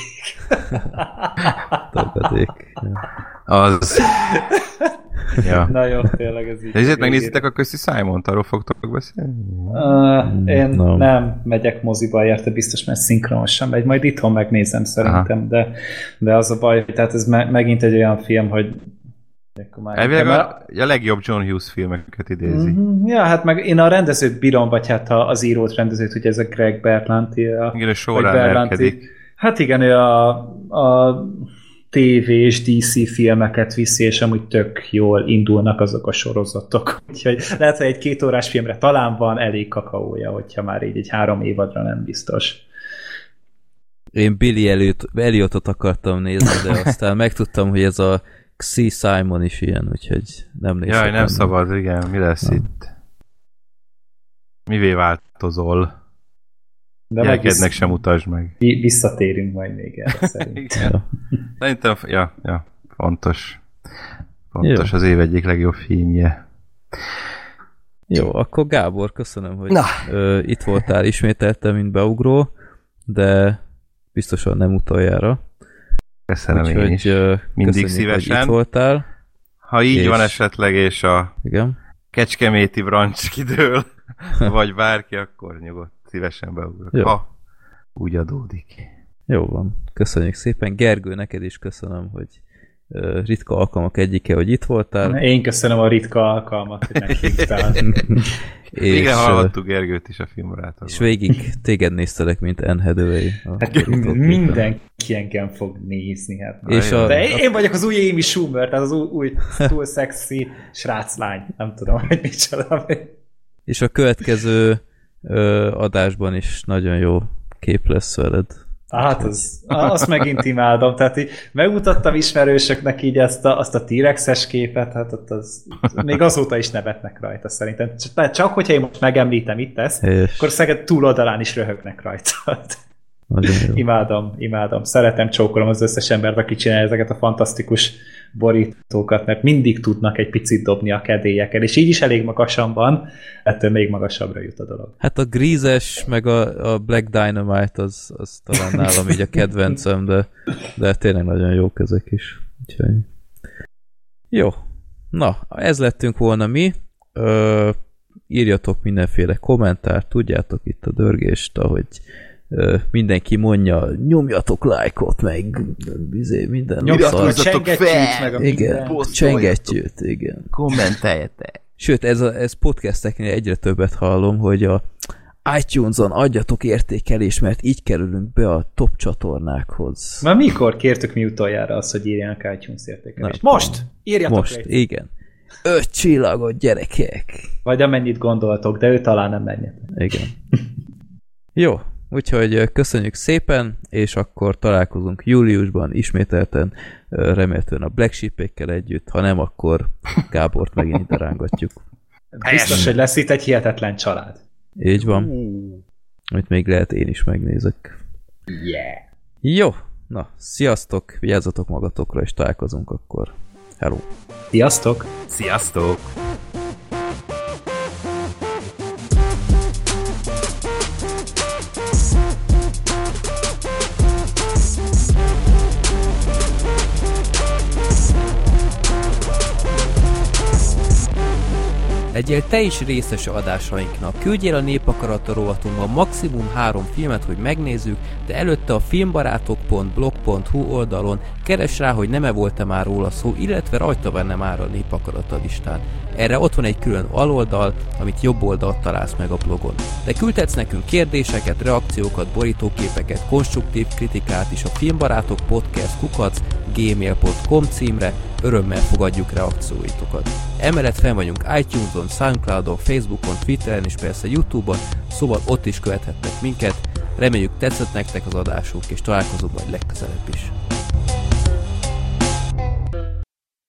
Dagadék. Ja. Az... ja. Na jó, tényleg ez így. De ezért megnézitek a Köszi Simont, arról fogtok beszélni? Uh, én no. nem megyek moziba érte, biztos, mert szinkronosan megy, majd itthon megnézem szerintem, de, de az a baj, tehát ez me- megint egy olyan film, hogy elvileg a, a legjobb John Hughes filmeket idézi. Mm-hmm. Ja, hát meg én a rendezőt bírom, vagy hát az írót rendezőt, hogy ez a Greg Berlanti. A, igen, a showrunnerkedik. Hát igen, ő a, a tévés dé cé filmeket viszi, és amúgy tök jól indulnak azok a sorozatok. Úgyhogy lehet, hogy egy két órás filmre talán van elég kakaója, hogyha már így egy három évadra nem biztos. Én Billy Elliot, Elliotot akartam nézni, de aztán megtudtam, hogy ez a Xi Simon is ilyen, úgyhogy nem nézhetem. Jaj, nem szabad, igen, mi lesz nem. itt? Mivé változol? De gyerekednek sem utasd meg. Visszatérünk majd még erre szerintem. Szerintem, ja, ja, fontos. Fontos, jó. Az év egyik legjobb filmje. Jó, akkor Gábor, köszönöm, hogy ö, itt voltál ismételtem, mint beugró, de biztosan nem utoljára. Köszönöm úgyhogy, én is. Uh, Mindig szívesen. Itt voltál. Ha így és... van esetleg, és a igen? kecskeméti brancs kidől, vagy bárki, akkor nyugodt szívesen beugrok. Jó. Ha úgy adódik. Jó van. Köszönjük szépen. Gergő, neked is köszönöm, hogy uh, ritka alkalmak egyike, hogy itt voltál. Én köszönöm a ritka alkalmat, hogy meghívtál. És, igen, hallhattuk Gergőt is a filmbarátokban. És végig téged néztelek, mint Anne Hathaway. Hát mindenki engem fog nézni. Hát. És a, De én, én vagyok az új Amy Schumer, tehát az új, új túl szexi sráclány. Nem tudom, hogy micsoda. És a következő ö, adásban is nagyon jó kép lesz veled. Hát az, azt megint imádom, tehát így megmutattam ismerősöknek így ezt a, azt a T-rexes képet, hát ott az, még azóta is nevetnek rajta szerintem. Tehát csak hogyha én most megemlítem itt ezt, és akkor Szeged túloldalán is röhögnek rajta. Imádom, imádom. Szeretem, csókolom az összes embert, aki csinálja ezeket a fantasztikus borítókat, mert mindig tudnak egy picit dobni a kedélyekkel, és így is elég magasan van, ettől még magasabbra jut a dolog. Hát a Grease-es, meg a, a Black Dynamite az, az talán nálam így a kedvencem, de, de tényleg nagyon jók ezek is. Úgyhogy... Jó. Na, ez lettünk volna mi. Ö, írjatok mindenféle kommentárt, tudjátok itt a dörgést, ahogy mindenki mondja, nyomjatok lájkot, meg bizé, minden. Nyomjatok fel! Meg a igen, csengettyűt, igen. Kommenteljetek. Sőt, ez, a, ez podcasteknél egyre többet hallom, hogy a iTunes-on adjatok értékelést, mert így kerülünk be a top csatornákhoz. Már mikor kértük mi utoljára azt, hogy írjanak iTunes értékelést? Nem, most! Írjatok Most, légy. Igen. Öt csillagot, gyerekek! Vagy amennyit gondoltok, de ő talán nem menjetek. Igen. Jó. Úgyhogy köszönjük szépen, és akkor találkozunk júliusban ismételten, remélhetően a Black Sheep-ekkel együtt, ha nem, akkor Gábort megint ide rángatjuk. Biztos, hogy lesz itt egy hihetetlen család. Így van. Amit még lehet én is megnézek. Yeah. Jó, na, sziasztok, vigyázzatok magatokra, és találkozunk akkor. Hello. Sziasztok. Sziasztok. Legyél te is részese adásainknak. Küldjél a Népakarata rovatunkban maximum három filmet, hogy megnézzük, de előtte a filmbarátok pont blog pont hu oldalon keres rá, hogy nem-e volt-e már róla szó, illetve rajta benne már a Népakarata listán. Erre ott van egy külön aloldal, amit jobb oldalt találsz meg a blogon. De küldhetsz nekünk kérdéseket, reakciókat, borítóképeket, konstruktív kritikát is a filmbarátok podcast kukac gmail pont com címre, örömmel fogadjuk reakcióitokat. Emellett fenn vagyunk iTunes-on, Soundcloud-on, Facebookon, Twitteren és persze YouTube-on, szóval ott is követhettek minket. Reméljük tetszett nektek az adásunk, és találkozunk majd legközelebb is.